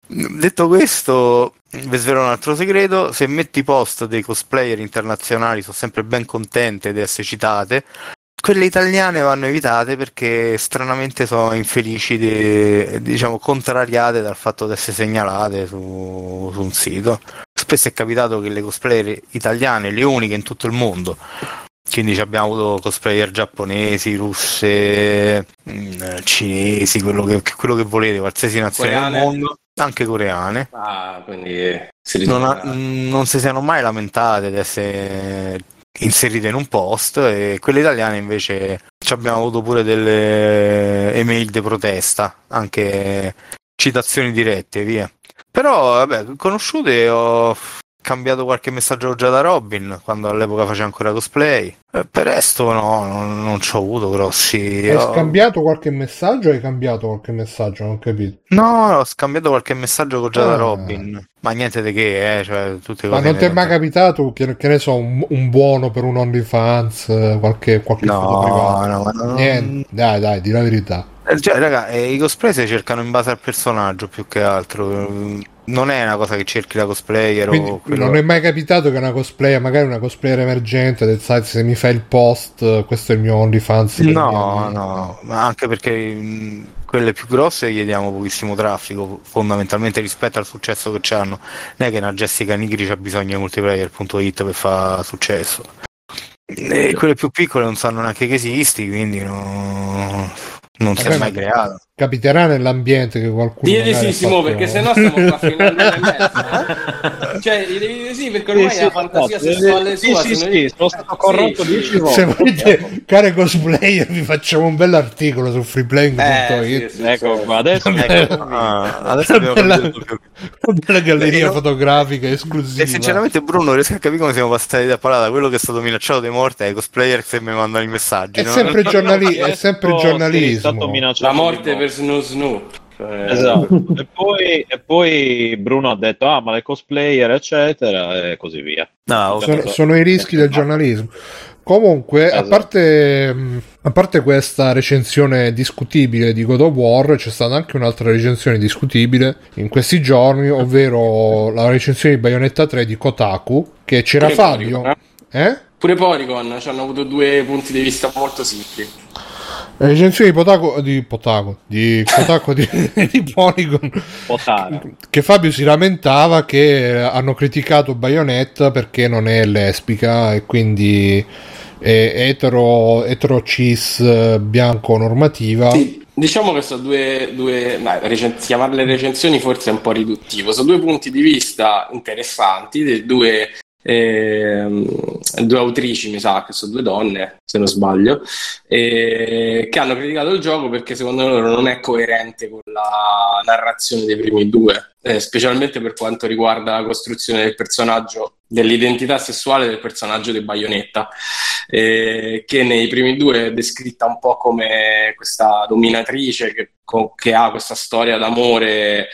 Detto questo, vi svelo un altro segreto: se metti post dei cosplayer internazionali sono sempre ben contente di essere citate, quelle italiane vanno evitate perché stranamente sono infelici, di, diciamo contrariate dal fatto di essere segnalate su, su un sito. Spesso è capitato che le cosplayer italiane, le uniche in tutto il mondo, quindi abbiamo avuto cosplayer giapponesi, russe, cinesi, quello che, quello che volete, qualsiasi nazione Coreane. del mondo, anche coreane, Ah, quindi si non, ha- ritorna. non si siano mai lamentate di essere inserite in un post, e quelle italiane invece ci abbiamo avuto pure delle email di protesta, anche citazioni dirette, via. Però vabbè, conosciute, ho cambiato qualche messaggio già da Robin quando all'epoca faceva ancora cosplay. Eh, per resto no, non, non ci ho avuto grossi. Hai ho- scambiato qualche messaggio o hai cambiato qualche messaggio? Non ho capito. No, ho scambiato qualche messaggio con già da Ah. Robin, ma niente di che, eh, cioè tutte Ma cose non ti è mai inerenti. capitato, che, che ne so, un, un buono per un OnlyFans, eh, qualche, qualche foto privata? No, no, ma non- Niente, dai, dai, di la verità. Eh, Cioè, raga, eh, i cosplay si cercano in base al personaggio più che altro. Non è una cosa che cerchi da cosplayer Quindi o quello. non è mai capitato che una cosplayer, magari una cosplayer emergente, del sai, se mi fai il post, eh, questo è il mio OnlyFans. per No, mia- no, ma anche perché mh, quelle più grosse chiediamo pochissimo traffico, fondamentalmente rispetto al successo che hanno. Non è che una Jessica Nigri c'ha bisogno di multiplayer punto it per fare successo. E quelle più piccole non sanno neanche che esisti, quindi no- non si Vabbè, è mai ma creato. capiterà nell'ambiente che qualcuno Dire magari sì, ha Simo, fatto- perché sennò stiamo qua fino alle due e mezza. Cioè, gli devi dire sì, perché ormai Sì, la sì, fantasia esatto. sessuale Sì, sua. sì, se sì, noi- sono stato Sì, corrotto sì. dieci volte. Se volete, care cosplayer, vi facciamo un bell'articolo su freeplaying punto it. Eh, sì, sì, Ecco sì. qua, adesso mi Vabbè. hai convinto. Ah, adesso abbiamo Bella- capito più. Una bella galleria Beh, io- fotografica esclusiva. E sinceramente Bruno non riesco a capire come siamo passati da parlare da quello che è stato minacciato di morte ai cosplayer che mi mandano i messaggi. È no? sempre, giornali- è Questo, sempre sì, è stato giornalismo. minacciato La di morte per Snow Snoop. Cioè, Esatto. e, poi, e poi Bruno ha detto ah ma le cosplayer eccetera e così via. No, ok. sono, sono i rischi del giornalismo. Comunque, a Esatto. parte, mh, a parte questa recensione discutibile di God of War, c'è stata anche un'altra recensione discutibile in questi giorni, ovvero la recensione di Bayonetta tre di Kotaku, che c'era Pure Fabio. Polygon, Eh? Pure Polygon ci hanno avuto due punti di vista molto simili. La recensione di Potaco, di Potaco, di Kotaku di, di Polygon, Potara. che Fabio si lamentava che hanno criticato Bayonetta perché non è lesbica e quindi è etero, etero cis bianco normativa. Sì, diciamo che sono due, due dai, recen- chiamarle recensioni forse è un po' riduttivo, sono due punti di vista interessanti, di due, ehm, due autrici, mi sa che sono due donne, se non sbaglio, eh, che hanno criticato il gioco perché secondo loro non è coerente con la narrazione dei primi due, eh, specialmente per quanto riguarda la costruzione del personaggio, dell'identità sessuale del personaggio di Bayonetta, eh, che nei primi due è descritta un po' come questa dominatrice che, co- che ha questa storia d'amore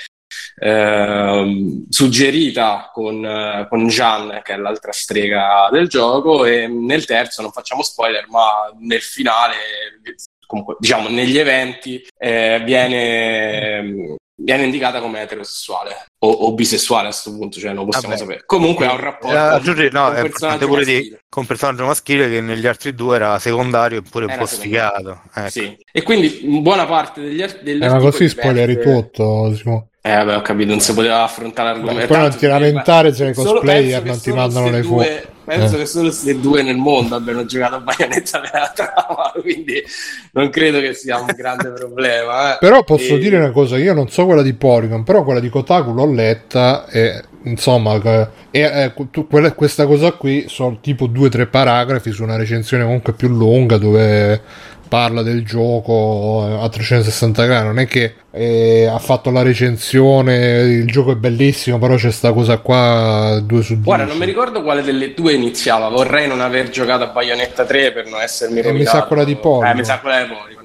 ehm, suggerita con, eh, con Jeanne, che è l'altra strega del gioco, e nel terzo, non facciamo spoiler, ma nel finale, comunque diciamo negli eventi, eh, viene, viene indicata come eterosessuale o, o bisessuale a questo punto, cioè non lo possiamo Vabbè. sapere. Comunque ha un rapporto Eh, aggiungi- no, con è un importante personaggio pure di, maschile. con un personaggio maschile che negli altri due era secondario eppure un Era po' secondario. sfigato. Ecco. Sì. E quindi buona parte degli, art- degli Eh, ma articoli così spoileri dipende- tutto, Simo. Eh vabbè, ho capito, non si poteva affrontare l'argomento. Poi non Tanto ti lamentare se i solo- cosplayer penso che non ti solo mandano ste le due- foto. Penso Eh. che solo queste due nel mondo abbiano giocato a Bayonetta per la trama, quindi non credo che sia un grande problema. eh. Però posso E- dire una cosa, io non so quella di Polygon, però quella di Kotaku l'ho letta e insomma eh, e, eh, tu- quella- questa cosa qui sono tipo due o tre paragrafi su una recensione comunque più lunga dove parla del gioco eh, a trecentosessanta gradi, non è che eh, ha fatto la recensione, il gioco è bellissimo, però c'è sta cosa qua due su dieci. Guarda, non mi ricordo quale delle due iniziava. Vorrei non aver giocato a Bayonetta tre per non essermi Eh, mi rovinato. sa quella di Polygon. Eh, mi sa quella di Polygon.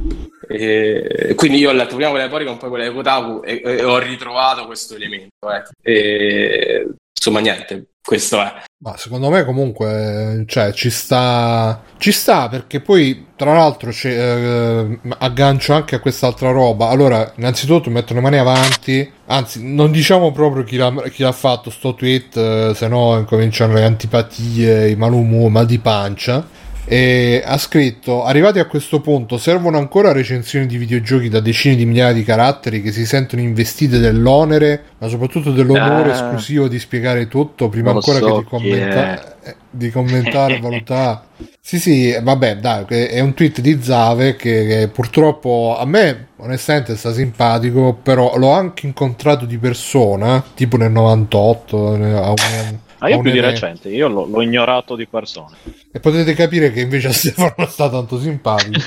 eh. E quindi io ho letto prima quella di Polygon, poi quella di Kotaku e, e ho ritrovato questo elemento. eh. E, insomma, niente. Questo è. Ma secondo me comunque, cioè, ci sta, ci sta perché poi tra l'altro eh, aggancio anche a quest'altra roba. Allora, innanzitutto metto le mani avanti, anzi non diciamo proprio chi l'ha, chi l'ha fatto sto tweet, eh, se no incominciano le antipatie, i malumori, mal di pancia. E ha scritto: arrivati a questo punto servono ancora recensioni di videogiochi da decine di migliaia di caratteri che si sentono investite dell'onere, ma soprattutto dell'onore ah, esclusivo di spiegare tutto prima ancora so che di, commenta- è. di commentare e valutare. Sì sì, vabbè, dai, è un tweet di Zave che, che purtroppo a me onestamente sta simpatico, però l'ho anche incontrato di persona tipo nel novantotto a un Ah, io più di recente, io l'ho, l'ho ignorato di persona. E potete capire che invece a Stefano non sta tanto simpatico.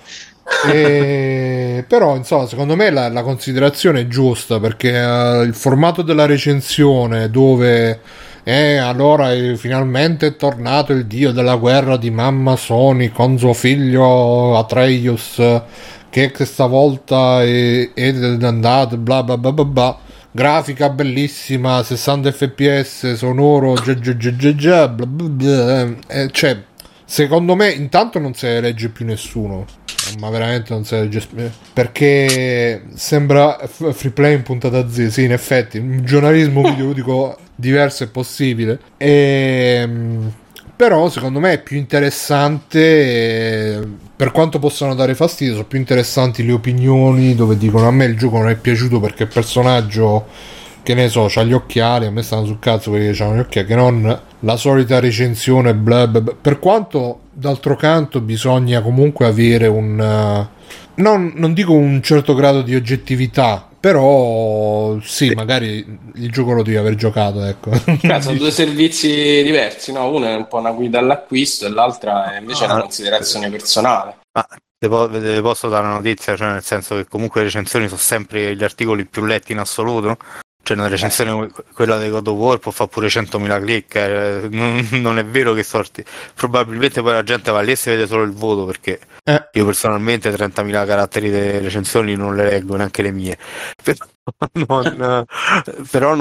e... Però, insomma, secondo me la, la considerazione è giusta, perché uh, il formato della recensione dove eh, allora è finalmente tornato il dio della guerra di mamma Sony con suo figlio Atreus, che questa volta è, è andato bla bla bla bla bla. Grafica bellissima, sessanta fps, sonoro, già, già, già, già, già, bla, bla, bla. Eh, cioè, secondo me intanto non se ne legge più nessuno, ma veramente non se ne legge più, perché sembra free play in puntata Z. Sì, in effetti un giornalismo videoludico diverso è possibile, e però secondo me è più interessante, eh, per quanto possano dare fastidio, sono più interessanti le opinioni dove dicono: a me il gioco non è piaciuto perché il personaggio, che ne so, c'ha gli occhiali, a me stanno sul cazzo perché c'hanno gli occhiali, che non la solita recensione bla bla bla. Per quanto d'altro canto bisogna comunque avere un uh, non, non dico un certo grado di oggettività, però sì, magari il gioco lo devi aver giocato, ecco. Beh, sono due servizi diversi, no? Uno è un po' una guida all'acquisto e l'altra è invece una considerazione personale. Ma te, po- te posso dare una notizia, cioè nel senso che comunque le recensioni sono sempre gli articoli più letti in assoluto. Cioè una recensione, quella di God of War, può fare pure centomila click, eh. non, non è vero che sorti. Probabilmente poi la gente va lì e si vede solo il voto, perché eh. io personalmente trentamila caratteri di recensioni non le leggo, neanche le mie. Però non, però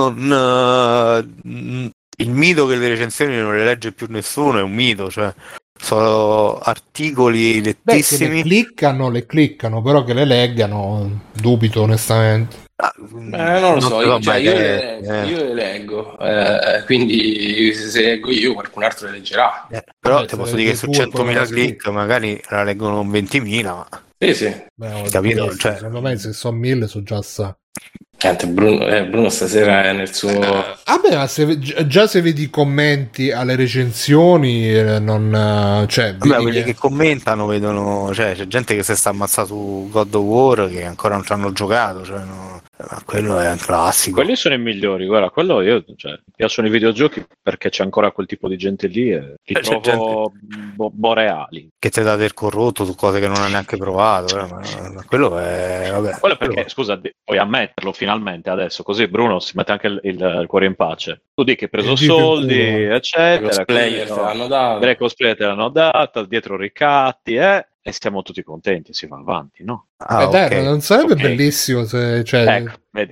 non il mito che le recensioni non le legge più nessuno è un mito, cioè sono articoli lettissimi. Beh, che le cliccano, le cliccano, però che le leggano dubito onestamente. Ah, eh, non lo so, io, cioè, io, le, eh. io le leggo, eh, quindi se leggo io qualcun altro le leggerà. Eh, però ti posso dire che su centomila click magari la leggono ventimila. Ma... Sì, sì. Beh, capito? Detto, cioè... secondo me se sono mille sono già assai. Bruno, eh, Bruno stasera è nel suo... Ah beh, ma se, già se vedi i commenti alle recensioni, eh, non... Cioè, vabbè, quelli che... che commentano vedono... Cioè, c'è gente che si sta ammazzando su God of War che ancora non ci hanno giocato, cioè, no... Ma quello è un classico. Quelli sono i migliori, guarda, quello io, cioè, mi piacciono i videogiochi perché c'è ancora quel tipo di gente lì e li c'è trovo bo- boreali. Che ti dà del corrotto su cose che non hai neanche provato, eh, ma, ma quello è... Vabbè, quello è perché, quello... scusa, puoi ammetterlo finalmente adesso, così Bruno si mette anche il, il, il cuore in pace. Tu dici che hai preso soldi, eccetera, cosplayer te l'hanno dato. Le cosplayer te l'hanno data, dietro ricatti, eh? E siamo tutti contenti, si va avanti, no? Ah, eh, dai, okay. non sarebbe okay. bellissimo se... Cioè... Ecco, vedi.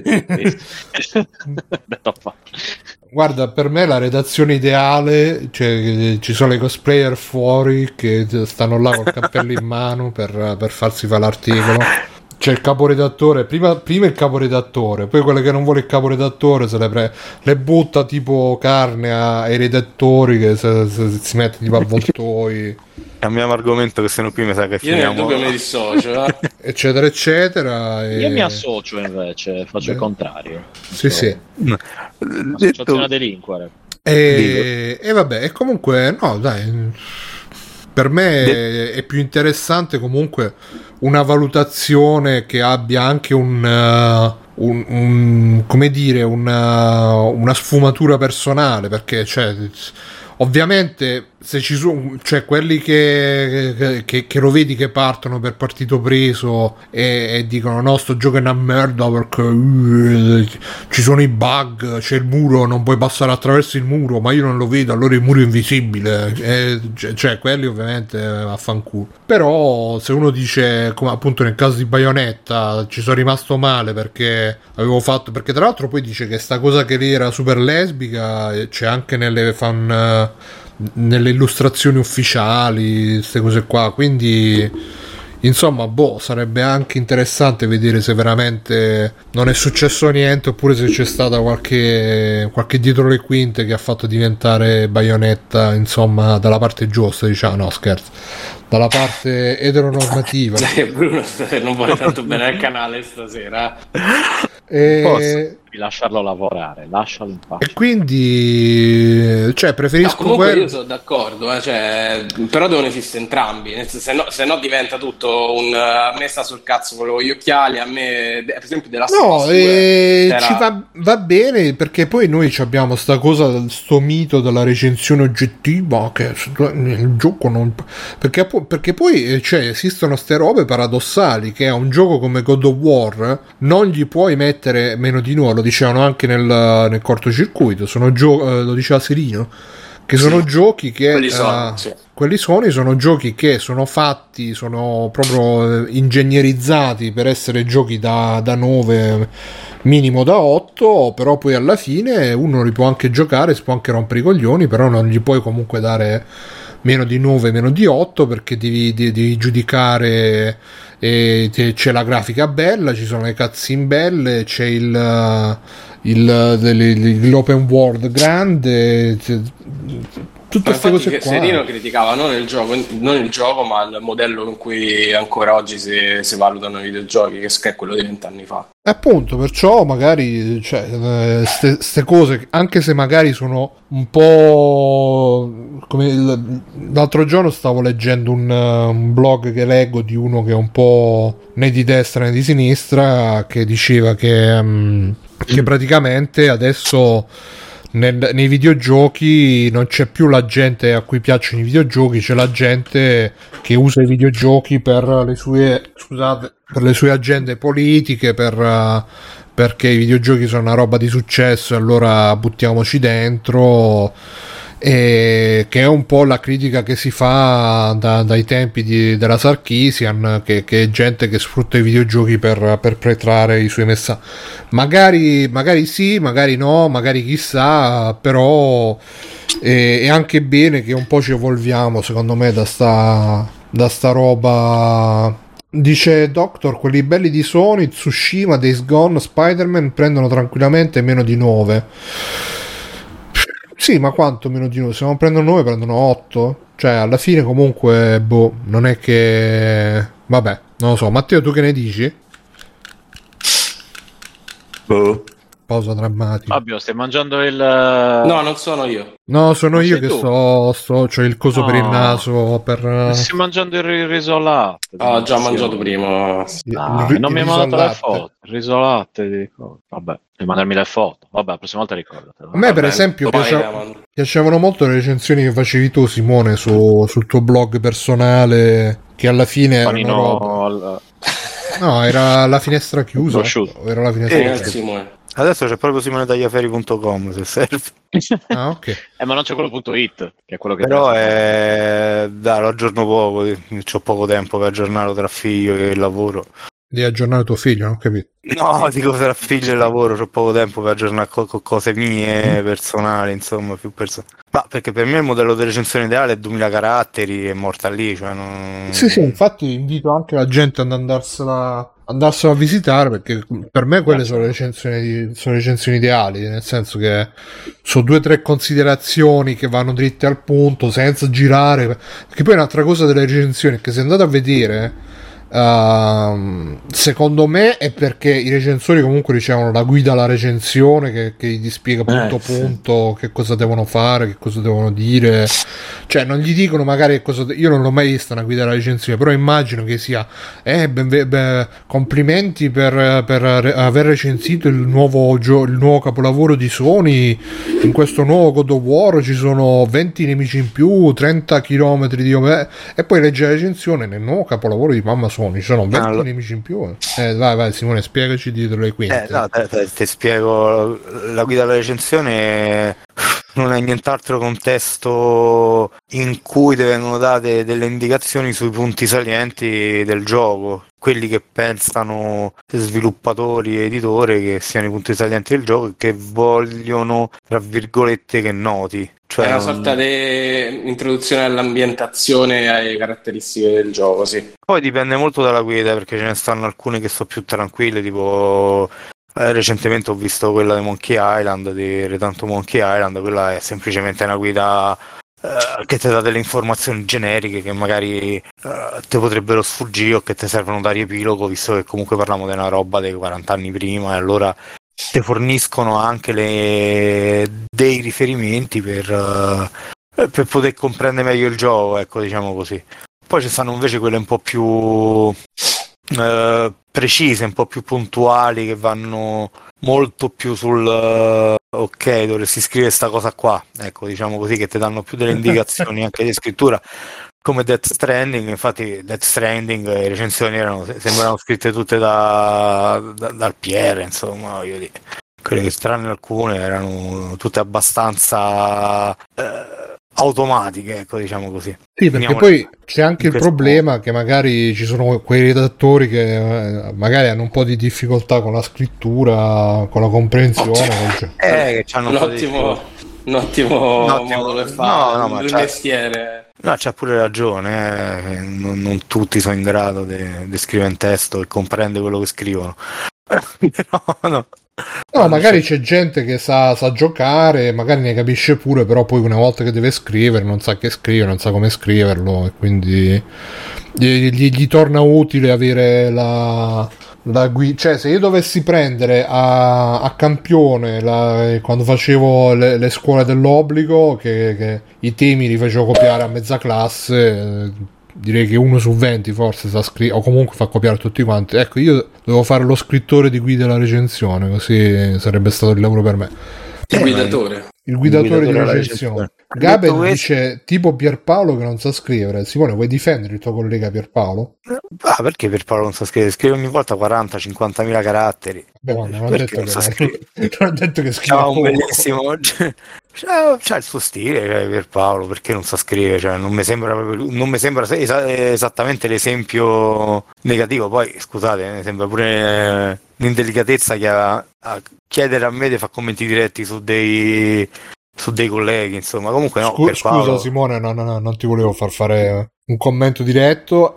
Guarda, per me la redazione ideale, cioè, ci sono le cosplayer fuori che stanno là col cappello in mano per, per farsi fare l'articolo. C'è il caporedattore, prima, prima il caporedattore, poi quelle che non vuole il caporedattore se le, pre- le butta tipo carne a- ai redattori che se, se, se si mette tipo avvoltoi. Cambiamo argomento che se no qui mi sa che io finiamo... Io nel dubbio mi dissocio, eh? eccetera eccetera. E... Io mi associo invece, faccio Beh. il contrario. Sì, sì. Associazione a delinquere. E... e vabbè, e comunque no, dai... Per me De- è più interessante comunque una valutazione che abbia anche un, uh, un, un come dire, una, una sfumatura personale, perché cioè, ovviamente se ci sono, cioè quelli che, che, che lo vedi che partono per partito preso e, e dicono no, sto gioco è una merda perché uh, ci sono i bug, c'è il muro, non puoi passare attraverso il muro, ma io non lo vedo, allora il muro è invisibile, e, cioè quelli ovviamente affanculo. Però se uno dice, come appunto nel caso di Bayonetta, ci sono rimasto male perché avevo fatto, perché tra l'altro poi dice che sta cosa che lei era super lesbica c'è anche nelle fan, nelle illustrazioni ufficiali, queste cose qua, quindi insomma boh, sarebbe anche interessante vedere se veramente non è successo niente oppure se c'è stata qualche qualche dietro le quinte che ha fatto diventare Bayonetta insomma dalla parte giusta, diciamo, no scherzo, dalla parte eteronormativa. Bruno non vuole tanto bene al canale stasera. E... lasciarlo lavorare, lascialo in pace. E quindi, cioè, preferisco. No, comunque quel... io sono d'accordo, eh, cioè, però devono esistere entrambi. Nel senso, se, no, se no diventa tutto un. A me sta sul cazzo con gli occhiali. A me, per esempio, della No, eh, era... ci va, va bene perché poi noi abbiamo sta cosa, sto mito della recensione oggettiva che il gioco non. Perché, perché poi cioè, esistono ste robe paradossali che a un gioco come God of War non gli puoi mettere meno di nuovo, lo dicevano anche nel, nel cortocircuito, sono gio- eh, lo diceva Serino, che sono sì. giochi che quelli sono, uh, sì. quelli sono, sono giochi che sono fatti, sono proprio ingegnerizzati per essere giochi da, da nove, minimo da otto, però poi alla fine uno li può anche giocare, si può anche rompere i coglioni, però non gli puoi comunque dare meno di nove, meno di otto perché devi, devi, devi giudicare. E c'è la grafica bella, ci sono le cutscene belle, c'è il, il l'open world grande, tutte queste cose qua. Serino criticava non il gioco, non il gioco, ma il modello con cui ancora oggi si, si valutano i videogiochi, che è quello di vent'anni fa. Appunto, perciò magari cioè, ste, ste cose, anche se magari sono un po' come il, l'altro giorno stavo leggendo un, un blog che leggo di uno che è un po' né di destra né di sinistra, che diceva che, um, che praticamente adesso nel, nei videogiochi non c'è più la gente a cui piacciono i videogiochi, c'è la gente che usa i videogiochi per le sue scusate per le sue agende politiche, per uh, perché i videogiochi sono una roba di successo e allora buttiamoci dentro, e che è un po' la critica che si fa da, dai tempi di, della Sarkeesian, che, che è gente che sfrutta i videogiochi per perpetrare i suoi messaggi. Magari, magari sì, magari no, magari chissà, però è, è anche bene che un po' ci evolviamo, secondo me, da sta, da sta roba. Dice Doctor, quelli belli di Sony, Tsushima, Days Gone, Spider-Man prendono tranquillamente meno di nove. Sì, ma quanto meno di nove? Se non prendono nove prendono otto. Cioè alla fine comunque boh, non è che vabbè, non lo so. Matteo, tu che ne dici? Boh. Pausa drammatica. Fabio, stai mangiando il... No, non sono io. No, sono non io che sto, sto c'ho il coso no. per il naso per... Stai mangiando il riso latte. Ah, ho già mangiato prima. Ah, il, non il mi hai mandato le foto. Il riso latte, dico. Vabbè, devi mandarmi le foto. Vabbè, la prossima volta ricordatelo. A me per esempio piaceva, piacevano molto le recensioni che facevi tu, Simone, su, sul tuo blog personale, che alla fine Panino era roba... al... No, era la finestra chiusa. Era la finestra eh, chiusa. Simone. Adesso c'è proprio simone tagliaferri punto com se serve. Ah, ok. Eh, ma non c'è quello punto it, che è quello che però è... Dai, lo aggiorno poco, c'ho poco tempo per aggiornarlo tra figlio e lavoro. Devi aggiornare tuo figlio, non ho capito. No, dico tra figlio e lavoro, c'ho poco tempo per aggiornare con co- cose mie, personali, insomma, più personali. Ma perché per me il modello di recensione ideale è duemila caratteri e morta lì, cioè non... Sì, sì, infatti invito anche la gente ad andarsela, andarsela a visitare, perché per me quelle sono le recensioni, di, sono le recensioni ideali, nel senso che sono due o tre considerazioni che vanno dritte al punto, senza girare, perché poi un'altra cosa delle recensioni è che se andate a vedere Uh, secondo me è perché i recensori comunque ricevono la guida alla recensione che, che gli spiega punto Eh, sì. punto che cosa devono fare, che cosa devono dire, cioè non gli dicono magari che cosa de- io non l'ho mai vista una guida alla recensione, però immagino che sia eh, benve- be- complimenti per, per re- aver recensito il nuovo, gio- il nuovo capolavoro di Sony. In questo nuovo God of War ci sono venti nemici in più, trenta chilometri di ome- e poi legge la recensione nel nuovo capolavoro di mamma Sony ci sono venti Allora- nemici in più. Eh, vai, vai, Simone, spiegaci dietro le quinte. Eh, no, te, te- ti spiego, la guida alla recensione non è nient'altro che un testo in cui ti vengono date delle indicazioni sui punti salienti del gioco, quelli che pensano sviluppatori e editori che siano i punti salienti del gioco e che vogliono, tra virgolette, che noti. Cioè, È una non- sorta di introduzione all'ambientazione e alle caratteristiche del gioco, sì. Poi dipende molto dalla guida, perché ce ne stanno alcune che sono più tranquille, tipo eh, recentemente ho visto quella di Monkey Island, di Return to Monkey Island, quella è semplicemente una guida eh, che ti dà delle informazioni generiche che magari eh, ti potrebbero sfuggire o che ti servono da riepilogo, visto che comunque parliamo di una roba dei quaranta anni prima, e allora ti forniscono anche le... dei riferimenti per, eh, per poter comprendere meglio il gioco, ecco, diciamo così. Poi ci stanno invece quelle un po' più eh, precise, un po' più puntuali, che vanno molto più sul eh, ok, dovresti scrivere sta cosa qua, ecco, diciamo così, che ti danno più delle indicazioni anche di scrittura, come Death Stranding. Infatti Death Stranding, le recensioni erano, sembravano scritte tutte da, da- dal Pierre, insomma, voglio dire. Quelle che, tranne alcune, erano tutte abbastanza eh, automatiche, ecco, diciamo così. Sì, perché Finiamo poi c'è anche in il questo problema che magari ci sono quei redattori che eh, magari hanno un po' di difficoltà con la scrittura, con la comprensione. con- cioè- Eh, che c'hanno Un un po' di ottimo, un ottimo Un ottimo- modo per no, fare no, ma il c'è- mestiere. No, c'ha pure ragione, eh, non, non tutti sono in grado di scrivere un testo e comprendere quello che scrivono. Però, no. No, magari c'è gente che sa, sa giocare, magari ne capisce pure, però poi una volta che deve scrivere non sa che scrivere, non sa come scriverlo e quindi gli, gli- gli torna utile avere la, la guida. Cioè, se io dovessi prendere a, a campione la- quando facevo le, le scuole dell'obbligo, che, che i temi li facevo copiare a mezza classe, eh, direi che uno su venti forse sa scrivere, o comunque fa copiare tutti quanti. Ecco, io dovevo fare lo scrittore di guida alla recensione, così sarebbe stato il lavoro per me. Il Eh, guidatore. Il guidatore, guidatore di alla recensione. recensione. Gaben Detto questo- dice tipo Pierpaolo che non sa scrivere. Simone, vuoi difendere il tuo collega Pierpaolo? Ah, perché per Paolo non sa scrivere? Scrive ogni volta quaranta cinquanta mila caratteri. Beh, no, non ho Perché detto non che sa scrivere? non ho detto che scrive C'ha un poco. bellissimo. C'ha, c'ha il suo stile, cioè, per Paolo, perché non sa scrivere? Cioè, non mi sembra proprio- non mi sembra esa- esattamente l'esempio negativo. Poi scusate, mi sembra pure eh, l'indelicatezza che ha a chiedere a me di fare commenti diretti su dei su dei colleghi, insomma. Comunque no, Scu- per scusa Paolo. Simone, no, no, no, non ti volevo far fare un commento diretto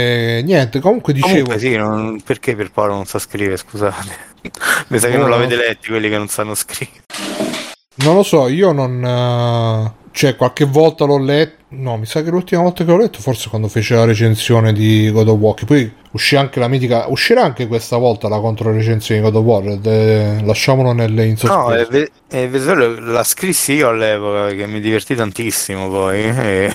e niente, comunque dicevo Comunque sì, non- perché per Paolo non sa scrivere, scusate. Mi sa che non No. l'avete letti quelli che non sanno scrivere. non lo so, io non eh, cioè qualche volta l'ho letto, no, mi sa che l'ultima volta che l'ho letto forse quando fece la recensione di God of War, che poi uscì anche la mitica, uscirà anche questa volta la controrecensione di God of War, de- lasciamolo nelle in No, è, sospeso. ve- è ve- la scrissi io all'epoca, che mi divertì tantissimo poi. E,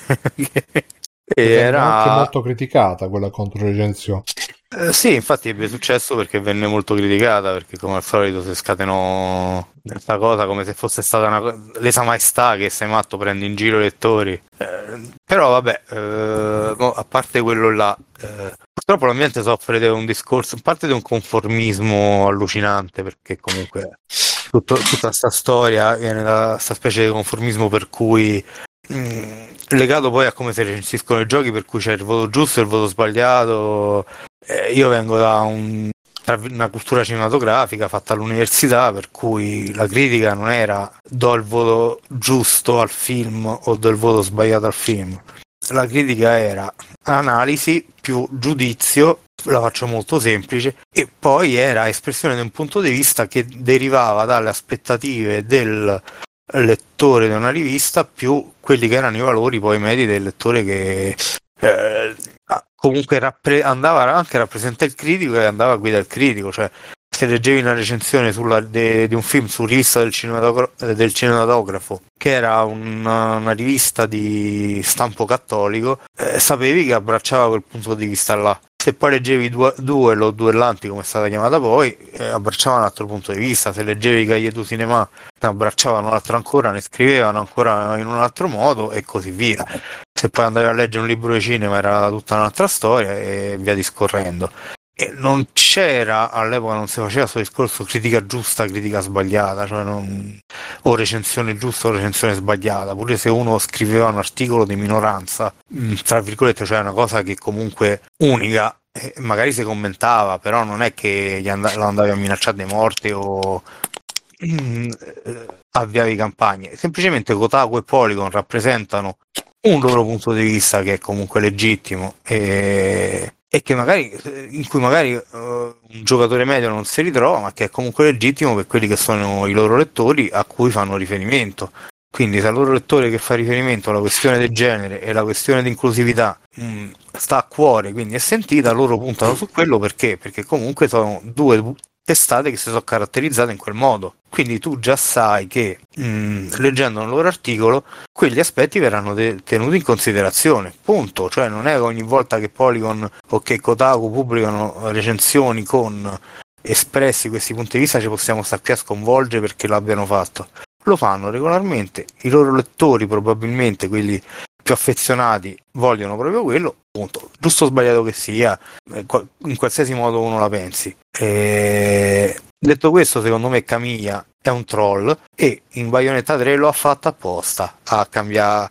e Venne era... anche molto criticata quella controrecensione. Eh, sì, infatti ebbe successo perché venne molto criticata, perché come al solito si scatenò questa cosa come se fosse stata una co- lesa maestà, che sei matto, prendi in giro i lettori. Eh, però vabbè, eh, mo, a parte quello là, eh, purtroppo l'ambiente soffre di un discorso, a parte di un conformismo allucinante, perché comunque tutto- tutta sta storia viene da questa specie di conformismo per cui mh, legato poi a come si recensiscono i giochi, per cui c'è il voto giusto e il voto sbagliato. Eh, io vengo da un- tra- una cultura cinematografica fatta all'università, per cui la critica non era do il voto giusto al film o do il voto sbagliato al film. La critica era analisi più giudizio, la faccio molto semplice, e poi era espressione di un punto di vista che derivava dalle aspettative del lettore di una rivista più quelli che erano i valori poi medi del lettore che eh, comunque rappre- andava anche a rappresentare il critico e andava a guidare il critico, cioè se leggevi una recensione sulla, de, di un film su Rivista del, cinematogra- del cinematografo, che era una, una rivista di stampo cattolico, eh, sapevi che abbracciava quel punto di vista là. Se poi leggevi du- Duel o Duellanti, come è stata chiamata poi, eh, abbracciava un altro punto di vista. Se leggevi Cahiers du Cinema, ne abbracciavano un altro ancora, ne scrivevano ancora in un altro modo e così via. Se poi andavi a leggere un libro di cinema era tutta un'altra storia e via discorrendo. E non c'era, all'epoca non si faceva questo discorso critica giusta, critica sbagliata, cioè non, o recensione giusta o recensione sbagliata. Pure se uno scriveva un articolo di minoranza, tra virgolette, cioè una cosa che comunque unica, eh, magari si commentava, però non è che gli and- lo andavi a minacciare di morte o mm, avviavi campagne. Semplicemente Kotaku e Polygon rappresentano un loro punto di vista che è comunque legittimo e e che magari in cui magari uh, un giocatore medio non si ritrova, ma che è comunque legittimo per quelli che sono i loro lettori a cui fanno riferimento. Quindi se il loro lettore che fa riferimento alla questione del genere e la questione di inclusività mh, sta a cuore, quindi è sentita, loro puntano su quello perché? Perché comunque sono due testate che si sono caratterizzate in quel modo. Quindi tu già sai che mh, leggendo un loro articolo quegli aspetti verranno de- tenuti in considerazione, punto. Cioè non è ogni volta che Polygon o che Kotaku pubblicano recensioni con espressi questi punti di vista ci possiamo stare qui a sconvolgere perché l'abbiano fatto. Lo fanno regolarmente, i loro lettori probabilmente, quelli più affezionati, vogliono proprio quello, punto. Giusto o sbagliato che sia, in qualsiasi modo uno la pensi. E... detto questo, secondo me Camilla è un troll e in Bayonetta tre lo ha fatto apposta a cambiare,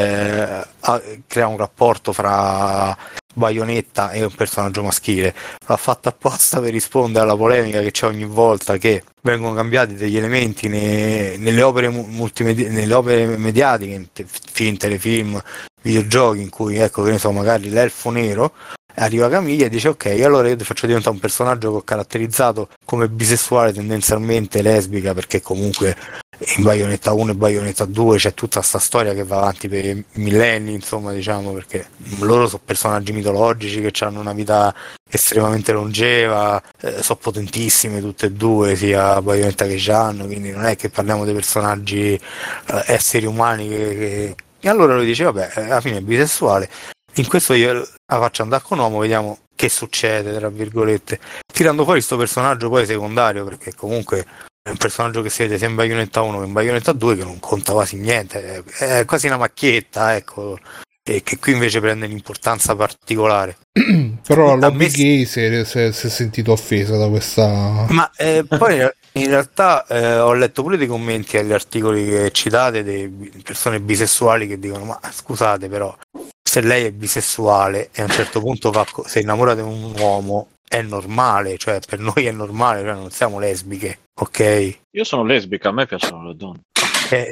eh, a creare un rapporto fra Bayonetta e un personaggio maschile. L'ha fatto apposta per rispondere alla polemica che c'è ogni volta che vengono cambiati degli elementi ne, nelle opere multimedi- nelle opere mediatiche, in te- film, telefilm, videogiochi, in cui ecco che ne so, magari l'elfo nero. Arriva Camilla e dice ok, allora io ti faccio diventare un personaggio che ho caratterizzato come bisessuale, tendenzialmente lesbica, perché comunque in Bayonetta uno e Bayonetta due c'è tutta sta storia che va avanti per millenni, insomma, diciamo, perché loro sono personaggi mitologici che hanno una vita estremamente longeva, eh, sono potentissime tutte e due, sia Bayonetta che Jeanne, quindi non è che parliamo dei personaggi eh, esseri umani che, che... E allora lui dice vabbè, alla fine è bisessuale. In questo io la faccio andare con uomo, vediamo che succede, tra virgolette, tirando fuori questo personaggio poi secondario, perché comunque è un personaggio che si vede sia in Bayonetta uno che in Bayonetta due, che non conta quasi niente, è quasi una macchietta, ecco, e che qui invece prende un'importanza particolare. Però la lobby gay si è, si è sentito offesa da questa... Ma eh, poi in realtà eh, ho letto pure dei commenti agli articoli che citate di persone bisessuali che dicono ma scusate però se lei è bisessuale e a un certo punto va, si innamora di un uomo è normale, cioè per noi è normale, cioè non siamo lesbiche, ok? Io sono lesbica, a me piacciono le donne. Eh,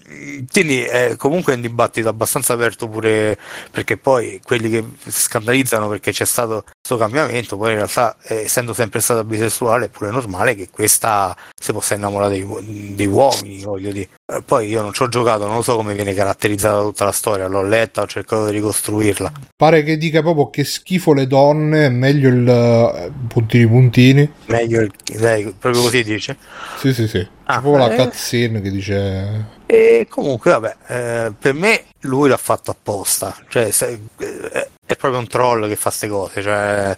quindi eh, comunque è un dibattito abbastanza aperto pure perché poi quelli che si scandalizzano perché c'è stato questo cambiamento, poi in realtà eh, essendo sempre stata bisessuale è pure normale che questa si possa innamorare dei, dei uomini, voglio dire. Eh, poi io non ci ho giocato, non lo so come viene caratterizzata tutta la storia, l'ho letta, ho cercato di ricostruirla. Pare che dica proprio che schifo le donne, meglio il puntini puntini. Meglio il, lei proprio così dice? Sì sì sì. Ah, c'è proprio eh. la cutscene che dice... E comunque vabbè, eh, per me lui l'ha fatto apposta, cioè se, eh, è proprio un troll che fa ste cose, cioè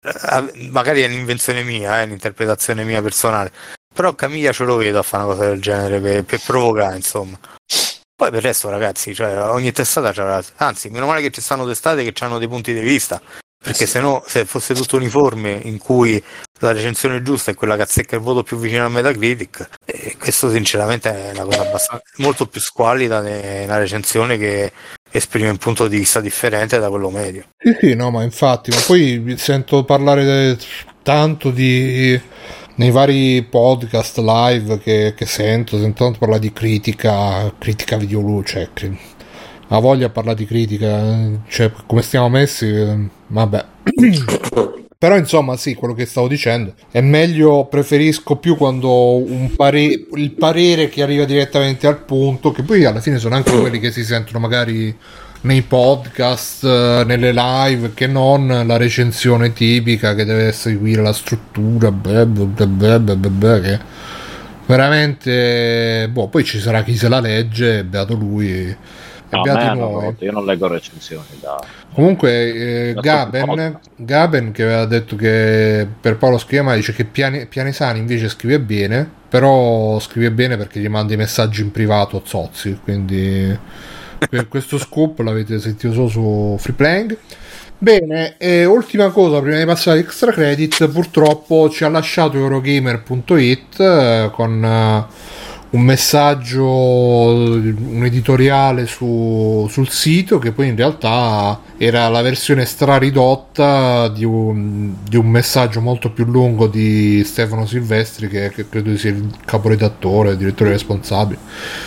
eh, magari è un'invenzione mia, è eh, un'interpretazione mia personale, però Camilla ce lo vedo a fare una cosa del genere per, per provocare, insomma. Poi per il resto ragazzi, cioè ogni testata c'ha, anzi meno male che ci stanno testate che hanno dei punti di vista, perché se no se fosse tutto uniforme in cui la recensione giusta è quella che azzecca il voto più vicino al Metacritic, e questo sinceramente è una cosa abbastanza molto più squallida di una recensione che esprime un punto di vista differente da quello medio. Sì sì, no, ma infatti, ma poi sento parlare de... tanto di... nei vari podcast live che, che sento, sento tanto parlare di critica, critica videoluce, cioè, ha voglia a parlare di critica, cioè come stiamo messi, vabbè. Però insomma sì, quello che stavo dicendo è meglio, preferisco più quando un pare- il parere che arriva direttamente al punto, che poi alla fine sono anche quelli che si sentono magari nei podcast, nelle live, che non la recensione tipica che deve seguire la struttura, beh, beh, beh, beh, beh, che veramente, boh, poi ci sarà chi se la legge, beato lui. No, beati no, noi. no, io non leggo recensioni da... Comunque eh, da Gaben, Gaben che aveva detto che per Paolo scrive male, dice che Piane, Pianesani invece scrive bene, però scrive bene perché gli manda i messaggi in privato zozzi, quindi per questo scoop l'avete sentito solo su Free Playing. Bene, e ultima cosa prima di passare all'extra credit, purtroppo ci ha lasciato Eurogamer punto it eh, con eh, un messaggio, un editoriale su, sul sito, che poi in realtà era la versione straridotta di un, di un messaggio molto più lungo di Stefano Silvestri, che, che credo sia il caporedattore, il direttore responsabile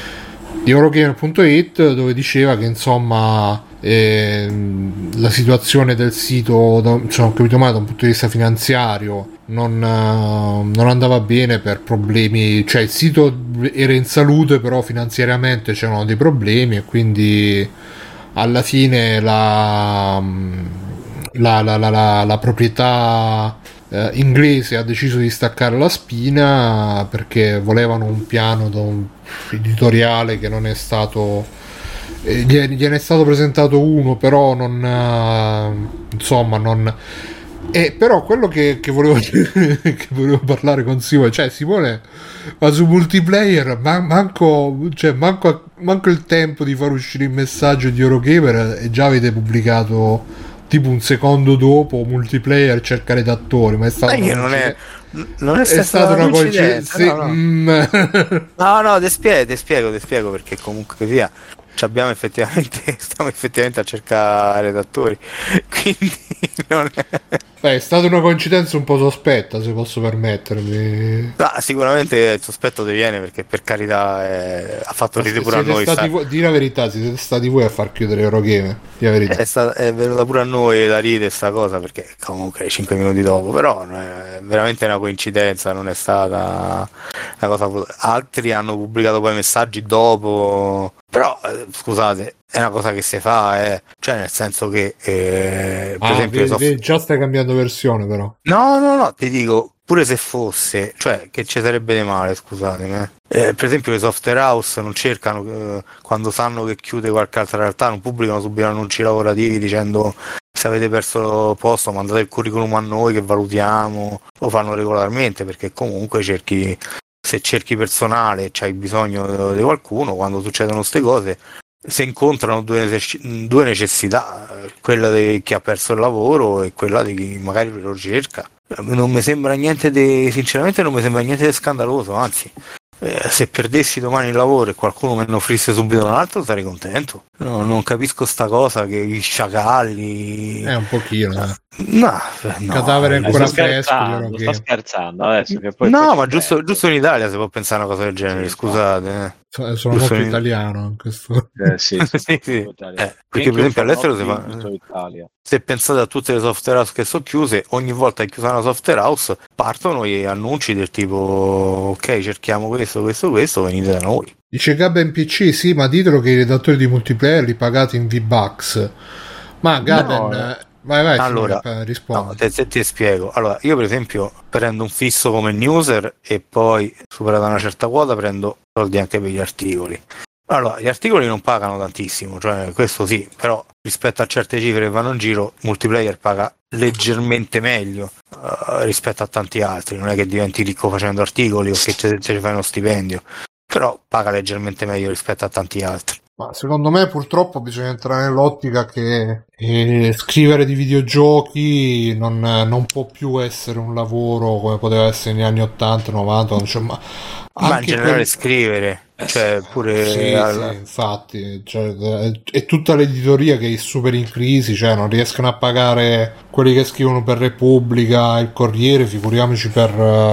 di Eurogamer punto it, dove diceva che insomma eh, la situazione del sito, da, se non ho capito male, da un punto di vista finanziario non, uh, non andava bene per problemi, cioè il sito era in salute però finanziariamente c'erano dei problemi e quindi alla fine la, la, la, la, la, la proprietà eh, inglese ha deciso di staccare la spina perché volevano un piano da un editoriale che non è stato, eh, gliene è stato presentato uno però non uh, insomma non. E però quello che, che, volevo, che volevo parlare con Simone, cioè Simone, ma su multiplayer man, manco, cioè, manco, manco il tempo di far uscire il messaggio di Eurogamer e già avete pubblicato tipo un secondo dopo multiplayer cerca redattori, ma è stato che non è non è, è stata una coincidenza, no, no. Mm. no no ti spiego, ti spiego ti spiego perché comunque sia abbiamo effettivamente stiamo effettivamente a cercare redattori, quindi non è... Beh, è stata una coincidenza un po' sospetta, se posso permettermi. No, sicuramente il sospetto ti viene perché per carità è... ha fatto ridere pure a noi. Stati vo- di la verità, siete stati voi a far chiudere Eurogamer. Di la verità. È, stata, è venuta pure a noi da ridere sta cosa perché comunque cinque minuti dopo, però è veramente una coincidenza, non è stata una cosa. Altri hanno pubblicato poi messaggi dopo, però eh, scusate, è una cosa che si fa, eh. Cioè nel senso che eh, per ah, esempio vedi, soft... vedi, già stai cambiando versione però. No, no, no, ti dico, pure se fosse, cioè che ci sarebbe di male, scusatemi. Eh. Eh, per esempio le software house non cercano, eh, quando sanno che chiude qualche altra realtà, non pubblicano subito annunci lavorativi dicendo se avete perso posto mandate il curriculum a noi che valutiamo, lo fanno regolarmente perché comunque cerchi, se cerchi personale e c'hai bisogno di qualcuno, quando succedono queste cose se incontrano due, due necessità, quella di chi ha perso il lavoro e quella di chi magari lo cerca. Non mi sembra niente di, sinceramente non mi sembra niente di scandaloso, anzi eh, se perdessi domani il lavoro e qualcuno me ne offrisse subito un altro sarei contento. No, non capisco sta cosa che i sciacalli è un pochino eh. no, no, cadavere ancora sto fresco, scherzando, sto scherzando adesso che poi no, ma giusto, giusto in Italia si può pensare a una cosa del genere, sì, scusate eh. Sono giusto molto in... italiano in questo. Eh, sì, sì, sì, sì. Eh, perché per esempio all'estero si fa Italia. Se pensate a tutte le software house che sono chiuse, ogni volta che è chiusa una software house partono gli annunci del tipo ok, cerchiamo questo, questo, questo, venite da noi. Dice Gaben P C, sì, ma ditelo che i redattori di multiplayer li pagate in V-Bucks. Ma Gaben, no, eh, vai vai, allora, rispondi. No, te, te, ti spiego. Allora, io per esempio prendo un fisso come newser e poi, superata una certa quota, prendo soldi anche per gli articoli. Allora, gli articoli non pagano tantissimo, cioè questo sì, però rispetto a certe cifre che vanno in giro, multiplayer paga leggermente meglio uh, rispetto a tanti altri. Non è che diventi ricco facendo articoli o che ce, ce fai uno stipendio, però paga leggermente meglio rispetto a tanti altri. Ma secondo me purtroppo bisogna entrare nell'ottica che eh, scrivere di videogiochi non, non può più essere un lavoro come poteva essere negli anni ottanta novanta, cioè, ma, ma in generale quel... scrivere, cioè pure sì, alla... sì, infatti, cioè, è tutta l'editoria che è super in crisi, cioè non riescono a pagare quelli che scrivono per Repubblica, il Corriere, figuriamoci per,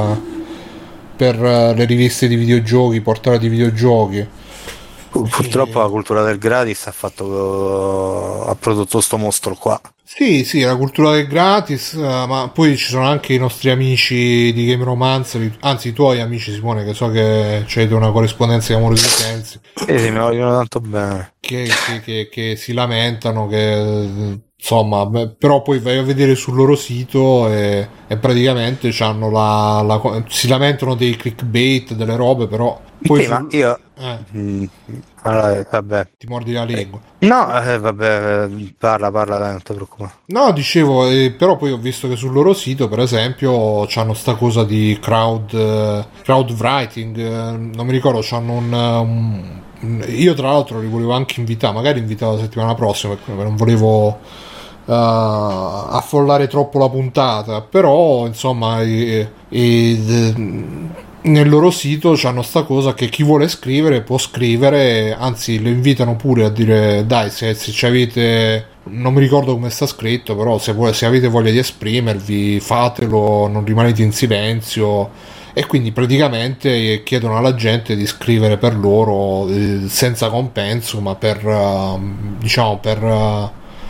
per le riviste di videogiochi, portali di videogiochi. Purtroppo la cultura del gratis ha fatto ha prodotto sto mostro qua. Sì, sì, la cultura del gratis, uh, ma poi ci sono anche i nostri amici di Game Romance, anzi i tuoi amici, Simone, che so che c'è una corrispondenza di amore di sensi. Sì, sì, mi vogliono tanto bene. che, che, che, che si lamentano che insomma, però poi vai a vedere sul loro sito e, e praticamente c'hanno la, la si lamentano dei clickbait, delle robe, però poi sì, sul... ma io eh. mm, allora, vabbè, ti mordi la lingua. No, eh, vabbè, parla, parla, dai, non ti preoccupare. No, dicevo, eh, però poi ho visto che sul loro sito, per esempio, c'hanno sta cosa di crowd, eh, crowd writing, eh, non mi ricordo, c'hanno un, un, un... Io tra l'altro li volevo anche invitare, magari invitavo la settimana prossima, perché non volevo uh, affollare troppo la puntata, però, insomma, e, e, nel loro sito c'hanno sta cosa che chi vuole scrivere può scrivere, anzi lo invitano pure a dire dai, se, se ci avete, non mi ricordo come sta scritto, però se, vuole, se avete voglia di esprimervi fatelo, non rimanete in silenzio, e quindi praticamente chiedono alla gente di scrivere per loro eh, senza compenso, ma per uh, diciamo per uh,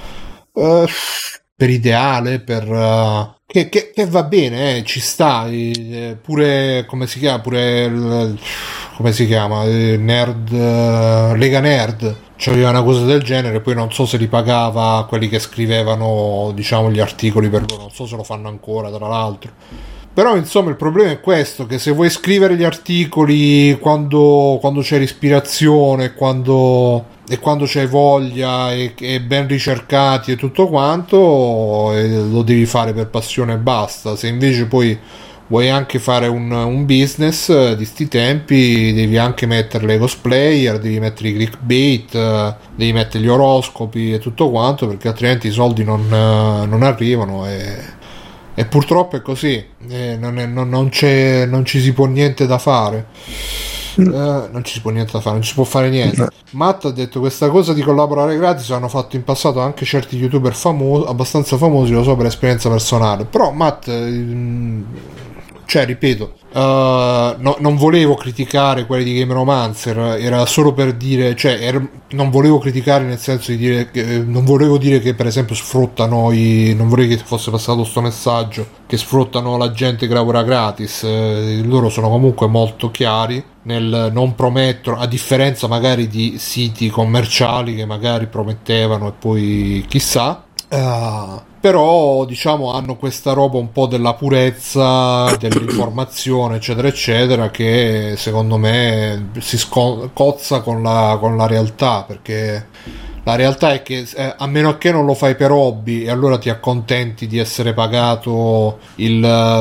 uh, per ideale, per uh, Che, che, che va bene, eh, ci sta, eh, pure come si chiama, pure il, come si chiama, eh, Nerd, eh, Lega Nerd, c'aveva una cosa del genere, poi non so se li pagava quelli che scrivevano, diciamo, gli articoli per loro, non so se lo fanno ancora, tra l'altro. Però insomma il problema è questo, che se vuoi scrivere gli articoli quando, quando c'è l'ispirazione, quando, e quando c'hai voglia e, e ben ricercati e tutto quanto, e lo devi fare per passione e basta. Se invece poi vuoi anche fare un, un business di sti tempi, devi anche mettere le cosplayer, devi mettere i clickbait, devi mettere gli oroscopi e tutto quanto, perché altrimenti i soldi non, non arrivano e... E purtroppo è così, eh, non, è, non, non, c'è, non ci si può niente da fare, eh, non ci si può niente da fare, non ci si può fare niente. Matt ha detto questa cosa di collaborare gratis hanno fatto in passato anche certi youtuber famosi, abbastanza famosi, lo so per esperienza personale. Però Matt, ehm, cioè ripeto, uh, no, non volevo criticare quelli di Game Romancer, era solo per dire, cioè er, non volevo criticare nel senso di dire che, eh, non volevo dire che per esempio sfruttano i, non vorrei che fosse passato sto messaggio che sfruttano la gente che lavora gratis, eh, loro sono comunque molto chiari nel non promettono, a differenza magari di siti commerciali che magari promettevano e poi chissà. Uh, però diciamo hanno questa roba un po' della purezza dell'informazione eccetera eccetera, che secondo me si sco- cozza con la, con la realtà, perché la realtà è che eh, a meno che non lo fai per hobby e allora ti accontenti di essere pagato il,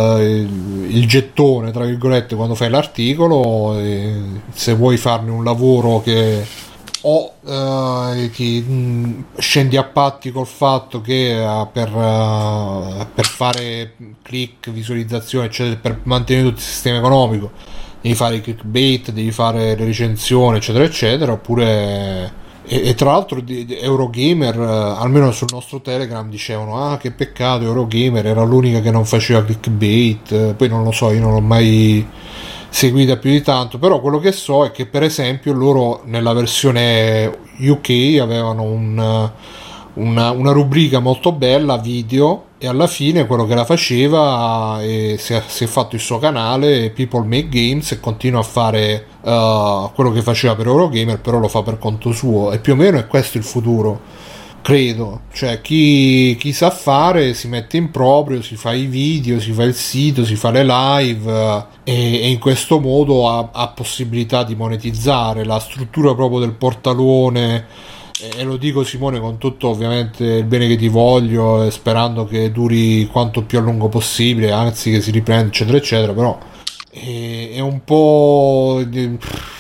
il, il gettone tra virgolette quando fai l'articolo, e se vuoi farne un lavoro che o uh, ti mh, scendi a patti col fatto che uh, per, uh, per fare click, visualizzazione eccetera, per mantenere tutto il sistema economico devi fare i clickbait, devi fare le recensioni eccetera eccetera, oppure e, e tra l'altro di, di Eurogamer, uh, almeno sul nostro Telegram dicevano ah che peccato, Eurogamer era l'unica che non faceva clickbait, uh, poi non lo so, io non l'ho mai seguita più di tanto, però quello che so è che per esempio loro nella versione U K avevano un, una, una rubrica molto bella video, e alla fine quello che la faceva e si, è, si è fatto il suo canale People Make Games e continua a fare uh, quello che faceva per Eurogamer, però lo fa per conto suo, e più o meno è questo il futuro, credo. Cioè chi, chi sa fare si mette in proprio, si fa i video, si fa il sito, si fa le live, eh, e, e in questo modo ha, ha possibilità di monetizzare. La struttura proprio del portalone, e, e lo dico Simone con tutto ovviamente il bene che ti voglio, e sperando che duri quanto più a lungo possibile, anzi che si riprenda eccetera eccetera, però è, è un po' di,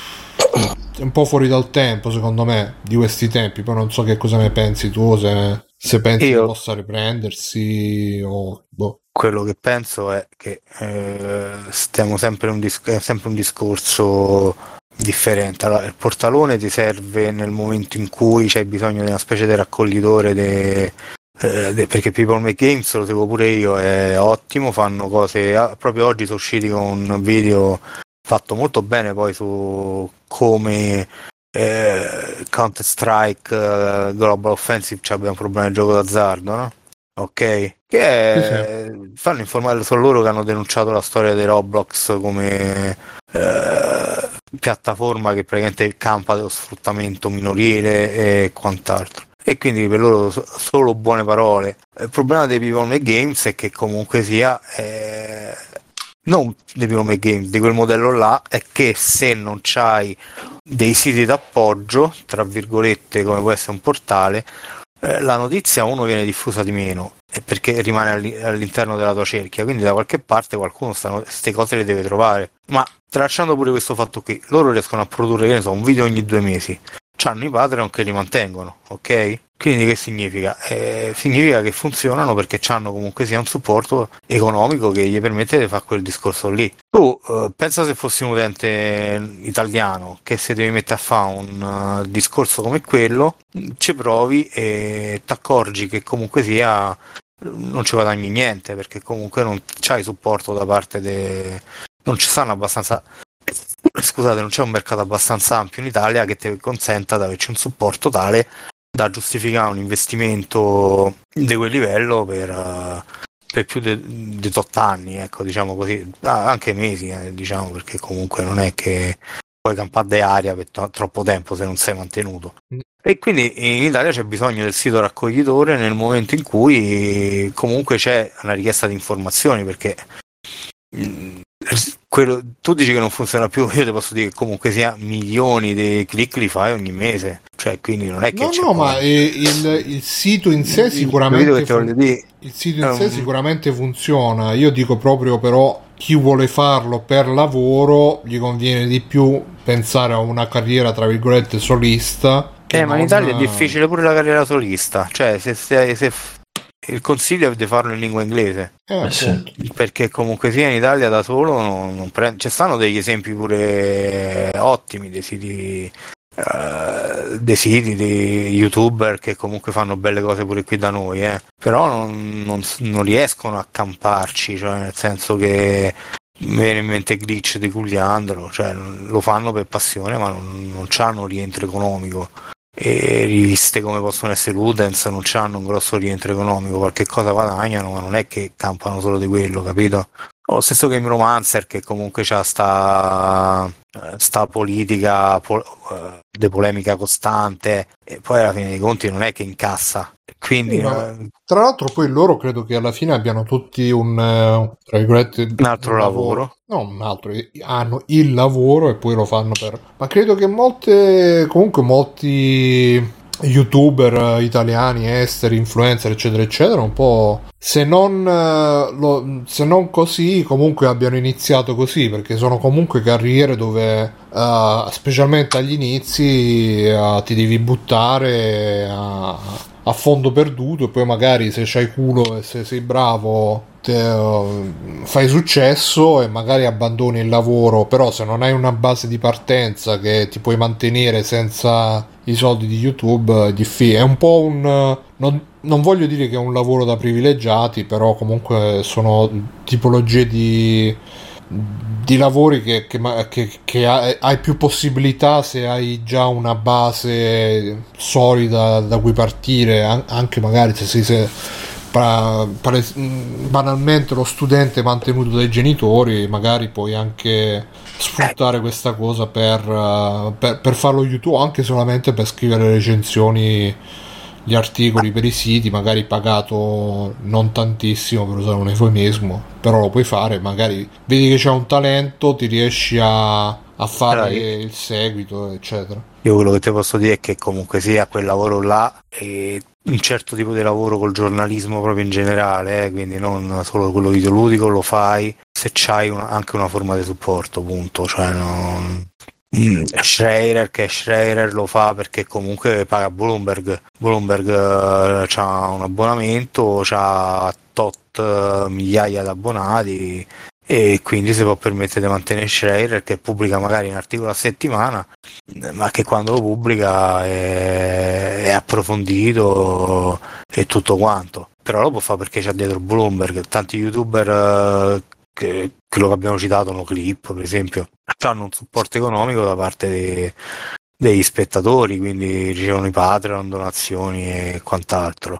è un po' fuori dal tempo secondo me di questi tempi. Poi non so che cosa ne pensi tu, se, se pensi Io, che possa riprendersi o boh. Quello che penso è che eh, stiamo sempre in un, dis- è sempre un discorso differente. Allora, il portalone ti serve nel momento in cui c'hai bisogno di una specie di raccoglitore de, eh, de, perché People Make Games, lo seguo pure io, è ottimo, fanno cose, ah, proprio oggi sono usciti con un video fatto molto bene poi su come eh, Counter Strike uh, Global Offensive c'abbia un problema di gioco d'azzardo, no? Ok, che è, sì, sì. Fanno informare, sono loro che hanno denunciato la storia dei Roblox come eh, piattaforma che praticamente campa dello sfruttamento minorile e quant'altro. E quindi per loro so- solo buone parole. Il problema dei People Make Games è che comunque sia eh, non dei People Make Games, di quel modello là, è che se non c'hai dei siti d'appoggio, tra virgolette, come può essere un portale, eh, la notizia uno viene diffusa di meno, e perché rimane alli- all'interno della tua cerchia, quindi da qualche parte qualcuno queste cose le deve trovare. Ma tralasciando pure questo fatto qui, loro riescono a produrre, che ne so, un video ogni due mesi. C'hanno i Patreon che li mantengono, ok? Quindi che significa? Eh, significa che funzionano perché c'hanno comunque sia un supporto economico che gli permette di fare quel discorso lì. Tu eh, pensa se fossi un utente italiano che se devi mettere a fare un uh, discorso come quello, ci provi e ti accorgi che comunque sia non ci guadagni niente, perché comunque non c'hai supporto da parte de... non ci stanno abbastanza... Scusate, non c'è un mercato abbastanza ampio in Italia che ti consenta di averci un supporto tale da giustificare un investimento di quel livello per, uh, per più di otto anni, ecco, diciamo così, ah, anche mesi, eh, diciamo, perché comunque non è che puoi campare di aria per to- troppo tempo se non sei mantenuto. E quindi in Italia c'è bisogno del sito raccoglitore nel momento in cui comunque c'è una richiesta di informazioni, perché mh, quello, tu dici che non funziona più, io ti posso dire che comunque sia milioni di click li fai ogni mese, cioè quindi non è che no c'è no poi... ma il, il sito in sé sicuramente fun- il sito in sé um... sicuramente funziona. Io dico proprio, però, chi vuole farlo per lavoro gli conviene di più pensare a una carriera tra virgolette solista. Eh, ma in Italia è difficile pure la carriera solista, cioè se, se, se il consiglio è di farlo in lingua inglese, eh, sì. Perché comunque sia in Italia da solo non, non prende. Ci stanno degli esempi pure ottimi dei siti uh, dei siti di youtuber che comunque fanno belle cose pure qui da noi, eh. Però non, non, non riescono a camparci, cioè nel senso che mi viene in mente Glitch di Cugliandro, cioè lo fanno per passione ma non, non c'hanno rientro economico. E riviste come possono essere Ludens non c'hanno un grosso rientro economico, qualche cosa guadagnano ma non è che campano solo di quello, capito? Lo stesso Game Romancer che comunque c'ha sta, sta politica po- de polemica costante e poi alla fine dei conti non è che incassa, quindi sì, no. Tra l'altro poi loro credo che alla fine abbiano tutti un tra virgolette un altro un lavoro. lavoro no un altro hanno il lavoro e poi lo fanno per ma credo che molte comunque molti youtuber italiani, esteri, influencer eccetera eccetera un po' se non lo, se non così comunque abbiano iniziato così, perché sono comunque carriere dove uh, specialmente agli inizi uh, ti devi buttare a, a fondo perduto e poi magari se c'hai culo e se sei bravo te, uh, fai successo e magari abbandoni il lavoro, però se non hai una base di partenza che ti puoi mantenere senza i soldi di YouTube è difficile. È un po' un non, non voglio dire che è un lavoro da privilegiati, però comunque sono tipologie di di lavori che, che, che, che hai più possibilità se hai già una base solida da cui partire, anche magari se sei se, pra, pra, banalmente lo studente mantenuto dai genitori, magari puoi anche sfruttare questa cosa per, per, per farlo YouTube, anche solamente per scrivere recensioni, gli articoli per i siti, magari pagato non tantissimo per usare un eufemismo, però lo puoi fare, magari vedi che c'è un talento, ti riesci a, a fare allora, il seguito eccetera. Io quello che ti posso dire è che comunque sia quel lavoro là e un certo tipo di lavoro col giornalismo proprio in generale, eh, quindi non solo quello videoludico, lo fai se c'hai una, anche una forma di supporto, punto, cioè non... Mm, Schreier che Schreier lo fa perché comunque paga Bloomberg Bloomberg uh, c'ha un abbonamento, c'ha tot uh, migliaia di abbonati e quindi si può permettere di mantenere Schreier che pubblica magari un articolo a settimana ma che quando lo pubblica è, è approfondito e tutto quanto, però lo può fare perché c'ha dietro Bloomberg. Tanti youtuber uh, che quello che abbiamo citato, no clip per esempio, hanno un supporto economico da parte dei, degli spettatori, quindi ricevono i Patreon, donazioni e quant'altro.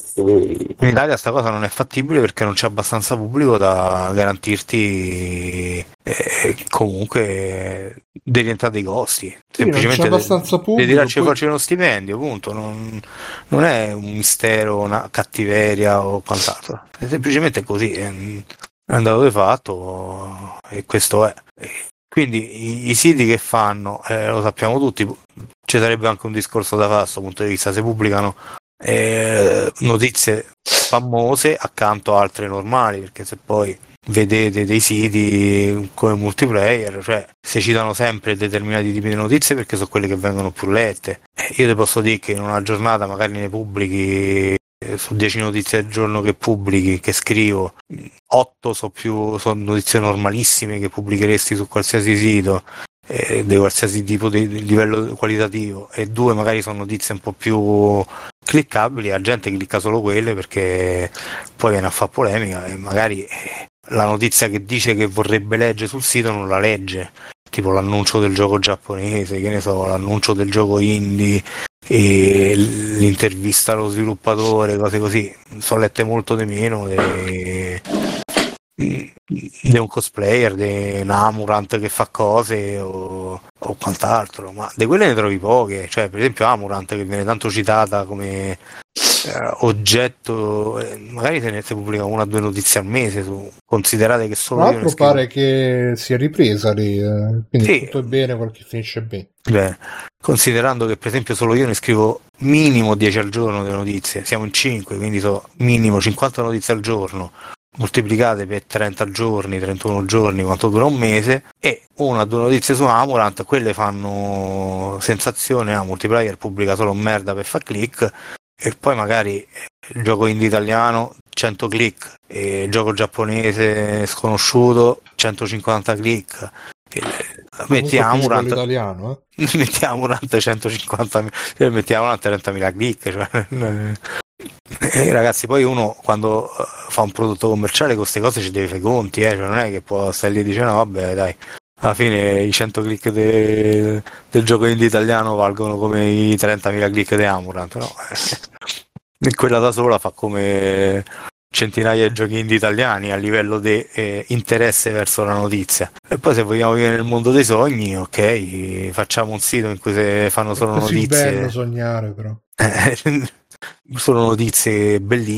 In Italia sta cosa non è fattibile perché non c'è abbastanza pubblico da garantirti eh, comunque devi entrare dei costi, sì, semplicemente abbastanza pubblico, devi tirarci poi... fuori uno stipendio, punto. Non, non è un mistero, una cattiveria o quant'altro, è semplicemente così, è, è andato di fatto e questo è. Quindi i, i siti che fanno, eh, lo sappiamo tutti, ci sarebbe anche un discorso da fare da questo punto di vista, se pubblicano eh, notizie famose accanto a altre normali, perché se poi vedete dei siti come multiplayer, cioè si citano sempre determinati tipi di notizie perché sono quelle che vengono più lette. Eh, io ti posso dire che in una giornata magari ne pubblichi eh, su dieci notizie al giorno che pubblichi, che scrivo, otto sono più sono notizie normalissime che pubblicheresti su qualsiasi sito eh, di qualsiasi tipo di, di livello qualitativo, e due magari sono notizie un po' più cliccabili, la gente clicca solo quelle perché poi viene a fare polemica e magari eh, la notizia che dice che vorrebbe leggere sul sito non la legge, tipo l'annuncio del gioco giapponese, che ne so, l'annuncio del gioco indie e l'intervista allo sviluppatore, cose così, sono lette molto di meno di, di un cosplayer, di un Amurant che fa cose o, o quant'altro, ma di quelle ne trovi poche, cioè per esempio Amurant che viene tanto citata come eh, oggetto, eh, magari se ne si pubblica una o due notizie al mese, su, considerate che solo tra io ne l'altro scrivo. pare che sia ripresa lì, eh, quindi Sì. tutto è bene quel che finisce bene. Beh, considerando che per esempio solo io ne scrivo minimo dieci al giorno delle notizie, siamo in cinque, quindi so minimo cinquanta notizie al giorno, moltiplicate per trenta giorni, trentuno giorni, quanto dura un mese, e una o due notizie su Amurant, quelle fanno sensazione, a multiplayer pubblica solo merda per far click, e poi magari il gioco indie italiano cento click, e il gioco giapponese sconosciuto centocinquanta click. Metti Amurant italiano, eh? metti Amurant centocinquanta, cioè metti Amurant trentamila click, cioè, eh, ragazzi, poi uno quando fa un prodotto commerciale con queste cose ci deve fare i conti, eh, cioè non è che può stare lì e dire no vabbè dai, alla fine i cento click de, del gioco indie italiano valgono come i trentamila click di Amurant, no? E quella da sola fa come centinaia di giochi indie italiani a livello di eh, interesse verso la notizia. E poi se vogliamo vivere nel mondo dei sogni, ok, facciamo un sito in cui si fanno solo è così notizie. bello sognare, però. Sono notizie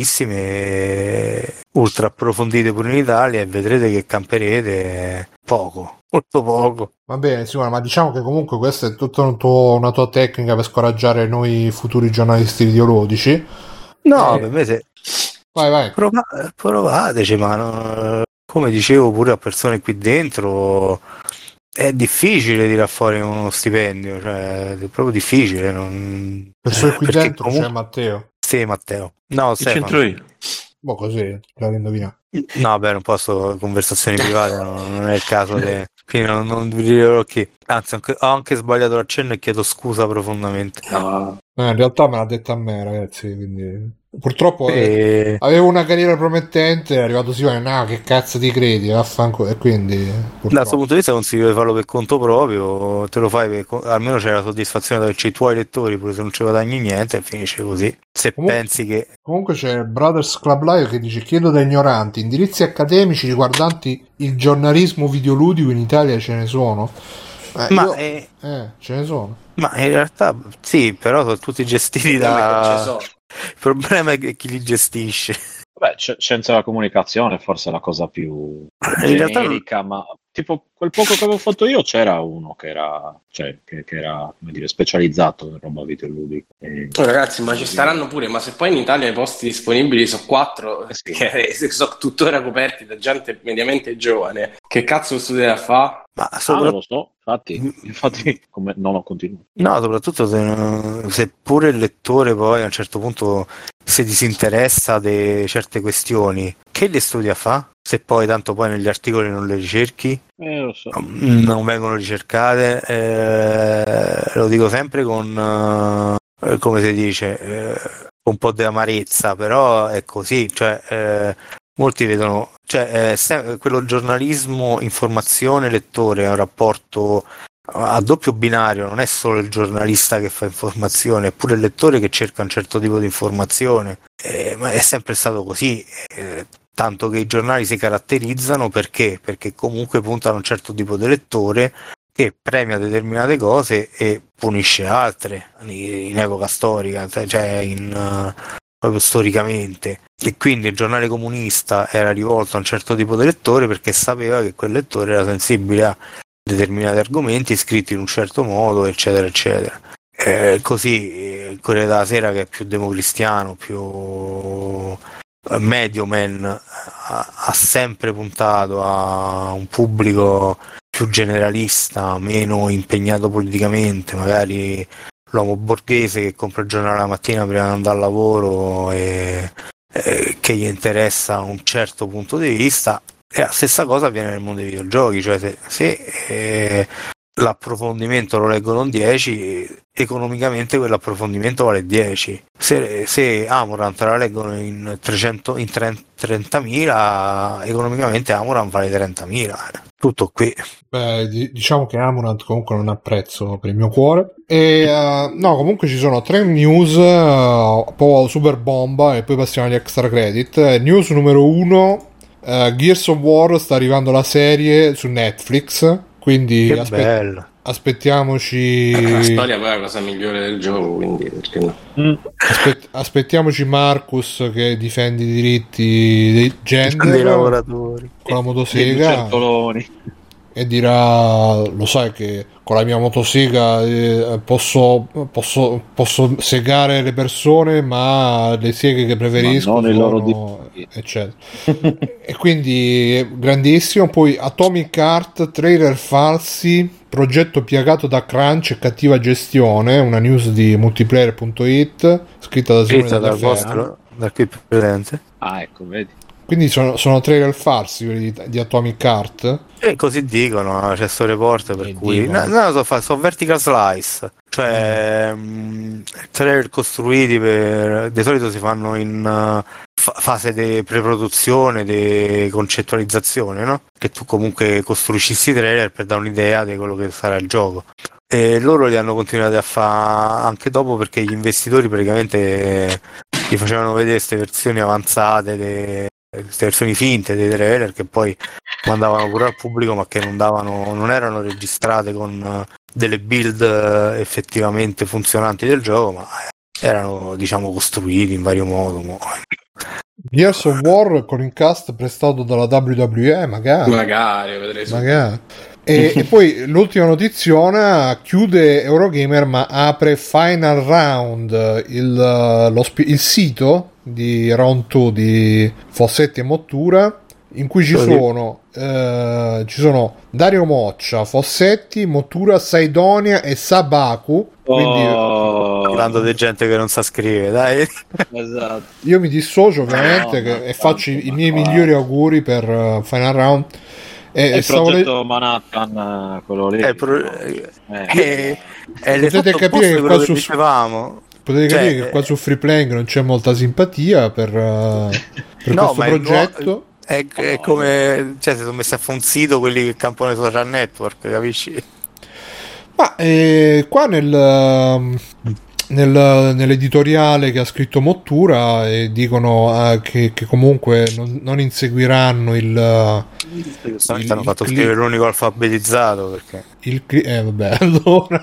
bellissime, ultra approfondite pure in Italia, e vedrete che camperete poco, molto poco. Va bene, Simone, ma diciamo che comunque questa è tutta un tuo, una tua tecnica per scoraggiare noi futuri giornalisti videoludici. No, eh... per me se... Vai, vai. Prova... provateci, ma no... come dicevo pure a persone qui dentro, è difficile tirare fuori uno stipendio, cioè è proprio difficile. Non... Persone qui Perché dentro comunque... c'è Matteo. Sì, Matteo. No, che c'entro io? Boh, così, la indovina. No, beh, non posso, conversazioni private, no, non è il caso de... quindi non, non vi dirò chi. Anzi, anche, ho anche sbagliato l'accenno e chiedo scusa profondamente. No. Eh, in realtà me l'ha detta a me, ragazzi, quindi... Purtroppo E... eh, avevo una carriera promettente, è arrivato Simone, no, che cazzo ti credi, vaffanculo, e quindi... Purtroppo. Da questo punto di vista consiglio di farlo per conto proprio, te lo fai per, almeno c'è la soddisfazione di averci i tuoi lettori, pure se non ci guadagni niente, e finisce così. Se comunque, pensi che... Comunque c'è Brothers Club Live che dice: chiedo da ignoranti, indirizzi accademici riguardanti il giornalismo videoludico in Italia ce ne sono? Eh, Ma io... è... eh, ce ne sono. Ma in realtà sì, però sono tutti gestiti da... Il problema è che chi li gestisce. Beh, c- scienza della comunicazione forse è la cosa più in realtà generica, ma tipo quel poco che avevo fatto io c'era uno che era, cioè, che, che era come dire, specializzato in roba videoludica. E... Oh, ragazzi, ma ci staranno pure, ma se poi in Italia i posti disponibili sono quattro, sì, che sono tuttora coperti da gente mediamente giovane, che cazzo studia a fa? Ma sopra... ah, non lo so, infatti, infatti come... no, no, continuo. No, soprattutto se, se pure il lettore poi a un certo punto si disinteressa di certe questioni, che le studia a fa? Se poi tanto poi negli articoli non le ricerchi, eh, lo so. non vengono ricercate, eh, lo dico sempre con, eh, come si dice, eh, un po' di amarezza, però è così, cioè eh, molti vedono, cioè eh, se, quello giornalismo, informazione, lettore è un rapporto a doppio binario, non è solo il giornalista che fa informazione, è pure il lettore che cerca un certo tipo di informazione, eh, ma è sempre stato così. Eh, tanto che i giornali si caratterizzano perché? Perché comunque puntano a un certo tipo di lettore che premia determinate cose e punisce altre in epoca storica, cioè in, uh, proprio storicamente. E quindi il giornale comunista era rivolto a un certo tipo di lettore perché sapeva che quel lettore era sensibile a determinati argomenti scritti in un certo modo, eccetera, eccetera. Eh, così il Corriere della Sera, che è più democristiano, più medio man, ha, ha sempre puntato a un pubblico più generalista, meno impegnato politicamente, magari l'uomo borghese che compra il giornale la mattina prima di andare al lavoro e, e che gli interessa un certo punto di vista. E la stessa cosa avviene nel mondo dei videogiochi, cioè se, se eh, l'approfondimento lo leggono in dieci, economicamente quell'approfondimento vale dieci. Se, se Amorant la leggono in trecento, in trentamila, economicamente Amorant vale trentamila. Tutto qui. Beh, diciamo che Amorant comunque non ha prezzo per il mio cuore. E uh, no, comunque ci sono tre news, uh, un po' super bomba, e poi passiamo agli extra credit. News numero uno: uh, Gears of War sta arrivando la serie su Netflix, quindi che aspe- bello. aspettiamoci. La storia poi è la cosa migliore del gioco, quindi perché no? Mm. Aspet- aspettiamoci Marcus che difende i diritti dei gender dei lavoratori con la motosega e dirà: lo sai che con la mia motosega eh, posso, posso, posso segare le persone, ma le seghe che preferisco ma non sono... loro di... eccetera. E quindi grandissimo. Poi Atomic Heart, trailer falsi, progetto piagato da crunch e cattiva gestione, una news di multiplayer punto it scritta da Simone dal Tagliaferro. vostro, dal qui presente. Ah, ecco, vedi. Quindi sono, sono trailer falsi quelli di, di Atomic Heart. E così dicono, c'è sto report per E cui dicono. no, no, so, fa, so vertical slice, cioè mm. mh, trailer costruiti per, di solito si fanno in uh, fa- fase di preproduzione, di concettualizzazione, no? Che tu comunque costruisci questi trailer per dare un'idea di quello che sarà il gioco. E loro li hanno continuati a fare anche dopo perché gli investitori praticamente gli facevano vedere queste versioni avanzate, de, queste versioni finte dei trailer che poi mandavano pure al pubblico, ma che non davano, non erano registrate con delle build effettivamente funzionanti del gioco, ma erano, diciamo, costruiti in vario modo. Gears of War con il cast prestato dalla W W E, magari. Magari, vedrei. Magari. E, e poi l'ultima notiziona: chiude Eurogamer ma apre Final Round, il, lo, il sito di Round due di Fossetti e Mottura, in cui ci sono eh, ci sono Dario Moccia, Fossetti, Mottura, Saidonia e Sabaku. Quindi oh. Parlando di gente che non sa scrivere, dai. Esatto. Io mi dissocio ovviamente no, no, che, e faccio i, i miei qua. migliori auguri per uh, Final Round. E, è il progetto le... Manhattan, quello lì. È pro... eh. è, è potete capire che qua su dicevamo. potete cioè, capire che qua su Free Playing non c'è molta simpatia per, uh, per no, questo progetto. È, è come, cioè, si sono messi a fare un sito quelli che campano i social network, capisci? Ma eh, qua nel, nel, nell'editoriale che ha scritto Mottura eh, dicono eh, che, che comunque non, non inseguiranno il. Giustamente hanno fatto scrivere l'unico alfabetizzato perché il eh vabbè allora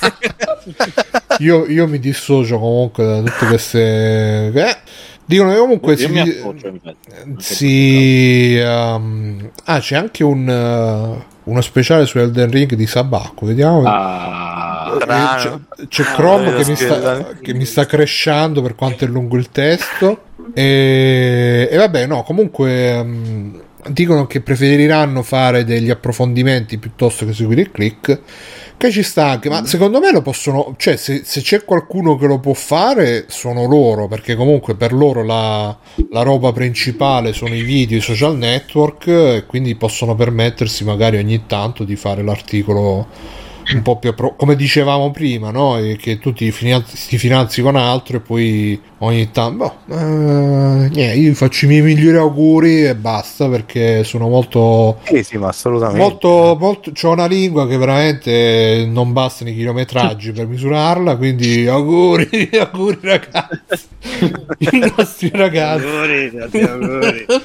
io, io mi dissocio comunque da tutte queste eh. Dicono che comunque si, appoggio, si um, ah c'è anche un uh, uno speciale su Elden Ring di Sabaku, vediamo. Ah, c'è, c'è Chrome ah, che, mi sta, che mi sta crashando per quanto è lungo il testo e, e vabbè no comunque um, dicono che preferiranno fare degli approfondimenti piuttosto che seguire il click, che ci sta anche, ma secondo me lo possono, cioè se, se c'è qualcuno che lo può fare sono loro, perché comunque per loro la, la roba principale sono i video, i social network, e quindi possono permettersi magari ogni tanto di fare l'articolo un po' più appro- come dicevamo prima, no? E che tu ti finanzi, ti finanzi con altro e poi ogni tanto boh, eh, niente, io faccio i miei migliori auguri e basta, perché sono molto sì, sì, ma assolutamente molto, molto c'ho una lingua che veramente non bastano i chilometraggi per misurarla, quindi auguri auguri ragazzi i nostri ragazzi auguri, auguri.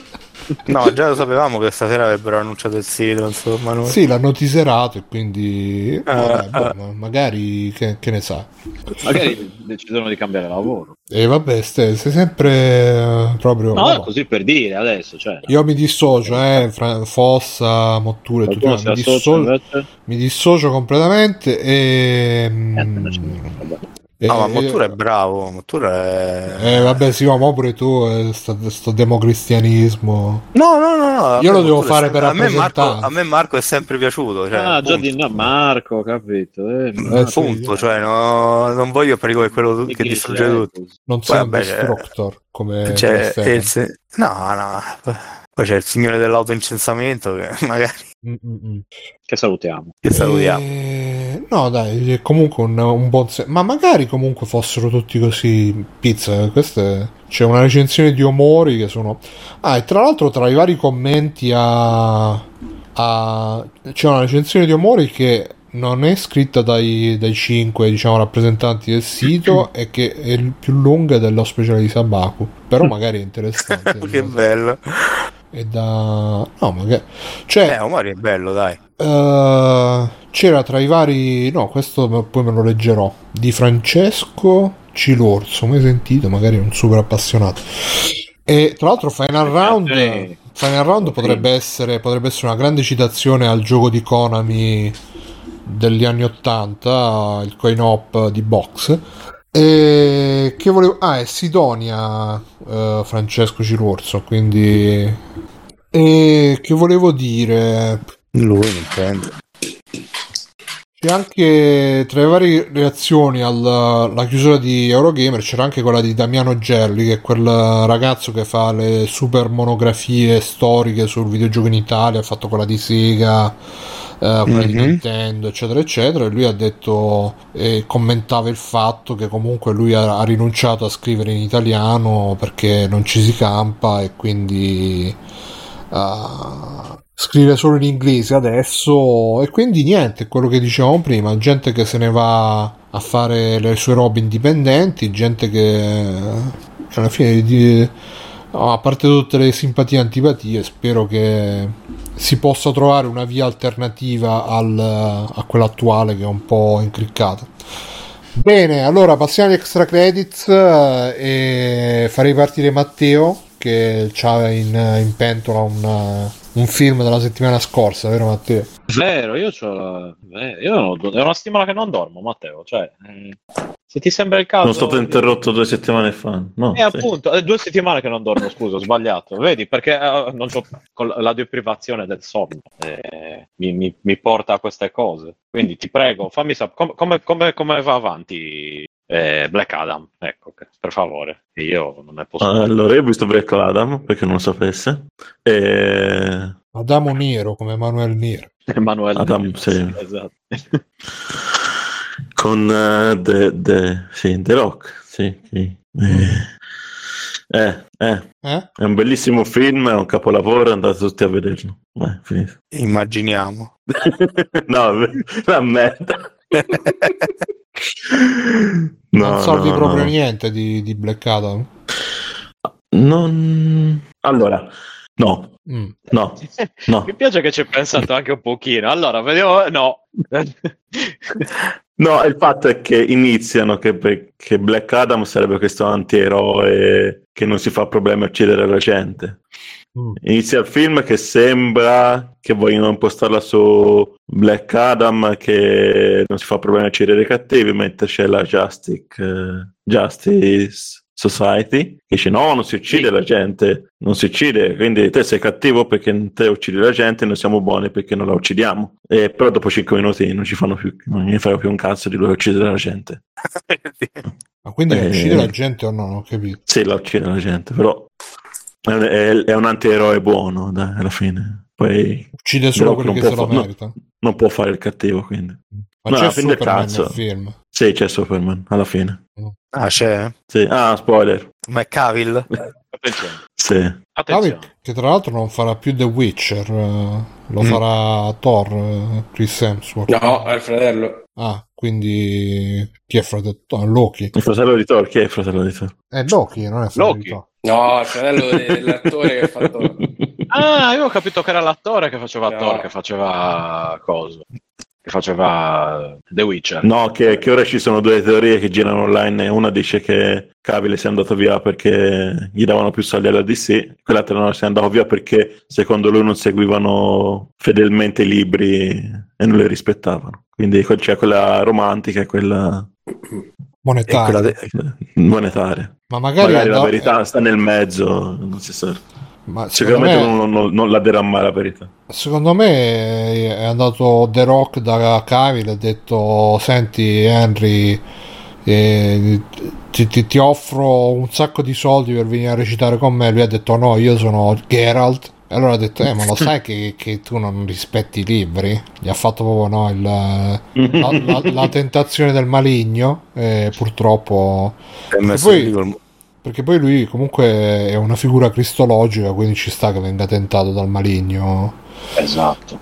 No, già lo sapevamo che stasera avrebbero annunciato il sito, insomma. Noi. Sì, l'hanno teaserato e quindi vabbè, Uh, uh. boh, magari che, che ne sa. Magari decidono di cambiare lavoro. E vabbè, ste- sei sempre eh, proprio... No, vabbè. è così per dire adesso. Cioè, Io mi dissocio, eh, fra- Fossa, Mottura e tutti. qualcuno si Mi, associa disso- invece? mi dissocio completamente e... Eh, vabbè. e- No, ma Mottura è bravo. Mottura è. Eh, vabbè, sì, ma mo pure tu, eh, sto, sto democristianismo. No, no, no, no. Io lo devo Mottura fare è- per a me, Marco, rappresentare. a me Marco è sempre piaciuto. Cioè, Ah, già punto. di no, Marco, capito? Eh, Eh, Marco. sì. Punto, cioè, no, non voglio appare come quello che distrugge tutto. Non Poi, sei un vabbè, c'è- destructor come C'è come il se- no, no. Poi c'è il signore dell'autoincensamento che magari Mm-mm. Che salutiamo. che salutiamo. Eh, no, dai, è comunque un, un buon se- ma magari comunque fossero tutti così pizza. Queste... C'è una recensione di Omori che sono. Ah, e tra l'altro, tra i vari commenti a. a... c'è una recensione di Omori che non è scritta dai, dai cinque, diciamo, rappresentanti del sito e che è il più lunga della speciale di Sabaku. Però magari è interessante. Che bello. È da. No, magari. Cioè. Eh, Omari è bello, dai. Uh, c'era tra i vari, no, questo poi me lo leggerò, di Francesco Cilorzo, mai sentito, magari è un super appassionato. E tra l'altro Final Round, Eh, Final Round potrebbe essere, potrebbe essere una grande citazione al gioco di Konami degli anni ottanta, il coin op di box. E che volevo, ah, è Sidonia, uh, Francesco Cilorzo, quindi. E che volevo dire. Lui non prende. C'è anche tra le varie reazioni alla, alla chiusura di Eurogamer c'era anche quella di Damiano Gelli, che è quel ragazzo che fa le super monografie storiche sul videogioco in Italia, ha fatto quella di Sega, eh, quella mm-hmm. di Nintendo, eccetera eccetera, e lui ha detto e commentava il fatto che comunque lui ha, ha rinunciato a scrivere in italiano perché non ci si campa e quindi uh, scrive solo in inglese adesso, e quindi niente, quello che dicevamo prima, gente che se ne va a fare le sue robe indipendenti, gente che alla fine di, a parte tutte le simpatie e antipatie, spero che si possa trovare una via alternativa al, a quella attuale che è un po' incriccata. Bene, allora passiamo agli extra credits e farei partire Matteo che c'ha in, in pentola un, un film della settimana scorsa, vero Matteo? Vero, io c'ho la... io non ho... è una settimana che non dormo, Matteo, cioè se ti sembra il caso... Sono stato interrotto due settimane fa. No, e sì. Appunto, è due settimane che non dormo, scusa, ho sbagliato, vedi, perché uh, non c'ho con la deprivazione del sonno eh, mi, mi, mi porta a queste cose, quindi ti prego, fammi sapere come, come, come va avanti eh, Black Adam, ecco, per favore, io non ne posso... Allora, io ho visto Black Adam, perché non lo sapesse, e... Adamo Nero, come Emanuele Nero. Emanuele Adam, Nero, sì. sì, esatto. Con uh, The, the, sì, The Rock, sì, sì. Eh, eh, eh? È un bellissimo film, è un capolavoro, andate tutti a vederlo. Eh, finito. Immaginiamo. No, la merda. No, non salvi no, proprio no. niente di, di Black Adam? Non... Allora, no. Mm. No, no. Mi piace che ci hai pensato anche un pochino. Allora, vediamo. No, no, il fatto è che iniziano che, che Black Adam sarebbe questo antieroe che non si fa problemi a uccidere la gente. Mm. Inizia il film che sembra che vogliono impostarla su Black Adam che non si fa problemi a uccidere i cattivi, mentre c'è la Justice, uh, Justice Society che dice no, non si uccide sì. la gente, non si uccide, quindi te sei cattivo perché te uccidi la gente, noi siamo buoni perché non la uccidiamo. E però dopo cinque minuti non ci fanno più, non gli fanno più un cazzo di lui uccidere la gente. Ma quindi eh, uccide la gente o no? Non ho capito. Sì, la uccide la gente, però è, è, è un antieroe buono, dai, alla fine. Poi uccide solo quelli che se lo fa- meritano. No, non può fare il cattivo, quindi. Ma no, c'è fin del Superman cazzo. nel film? Sì, c'è Superman alla fine. Ah, c'è? Sì. Ah, spoiler. McCavill. Attenzione. Sì. Attenzione. Che tra l'altro non farà più The Witcher, lo mm. farà Thor, Chris Hemsworth. No, è il fratello. Ah, quindi chi è fratello? Oh, Loki. Il fratello di Thor, chi è il fratello di Thor? È Loki, non è fratello Loki. di Thor. No, il fratello dell'attore che ha fatto... Ah, io ho capito che era l'attore che faceva No. Thor, che faceva coso, che faceva The Witcher. No, che, che ora ci sono due teorie che girano online, e una dice che Cavill sia andato via perché gli davano più soldi alla D C, quell'altra no, sia andato via perché secondo lui non seguivano fedelmente i libri e non li rispettavano. Quindi c'è quella romantica e quella, monetaria. e quella de- monetaria. Ma magari, Magari la andò- verità sta nel mezzo, non si sa. ma secondo Sicuramente me, non, non, non la dirà mai la verità. secondo me è andato The Rock da Cavill e ha detto: senti Henry, eh, ti, ti- ti offro un sacco di soldi per venire a recitare con me. Lui ha detto: no, io sono Geralt. E allora ha detto: eh, ma lo sai che, che tu non rispetti i libri? Gli ha fatto proprio no, il, la, la- la tentazione del maligno, e purtroppo È perché messo poi, lì col- perché poi lui comunque è una figura cristologica, quindi ci sta che venga tentato dal maligno. Esatto.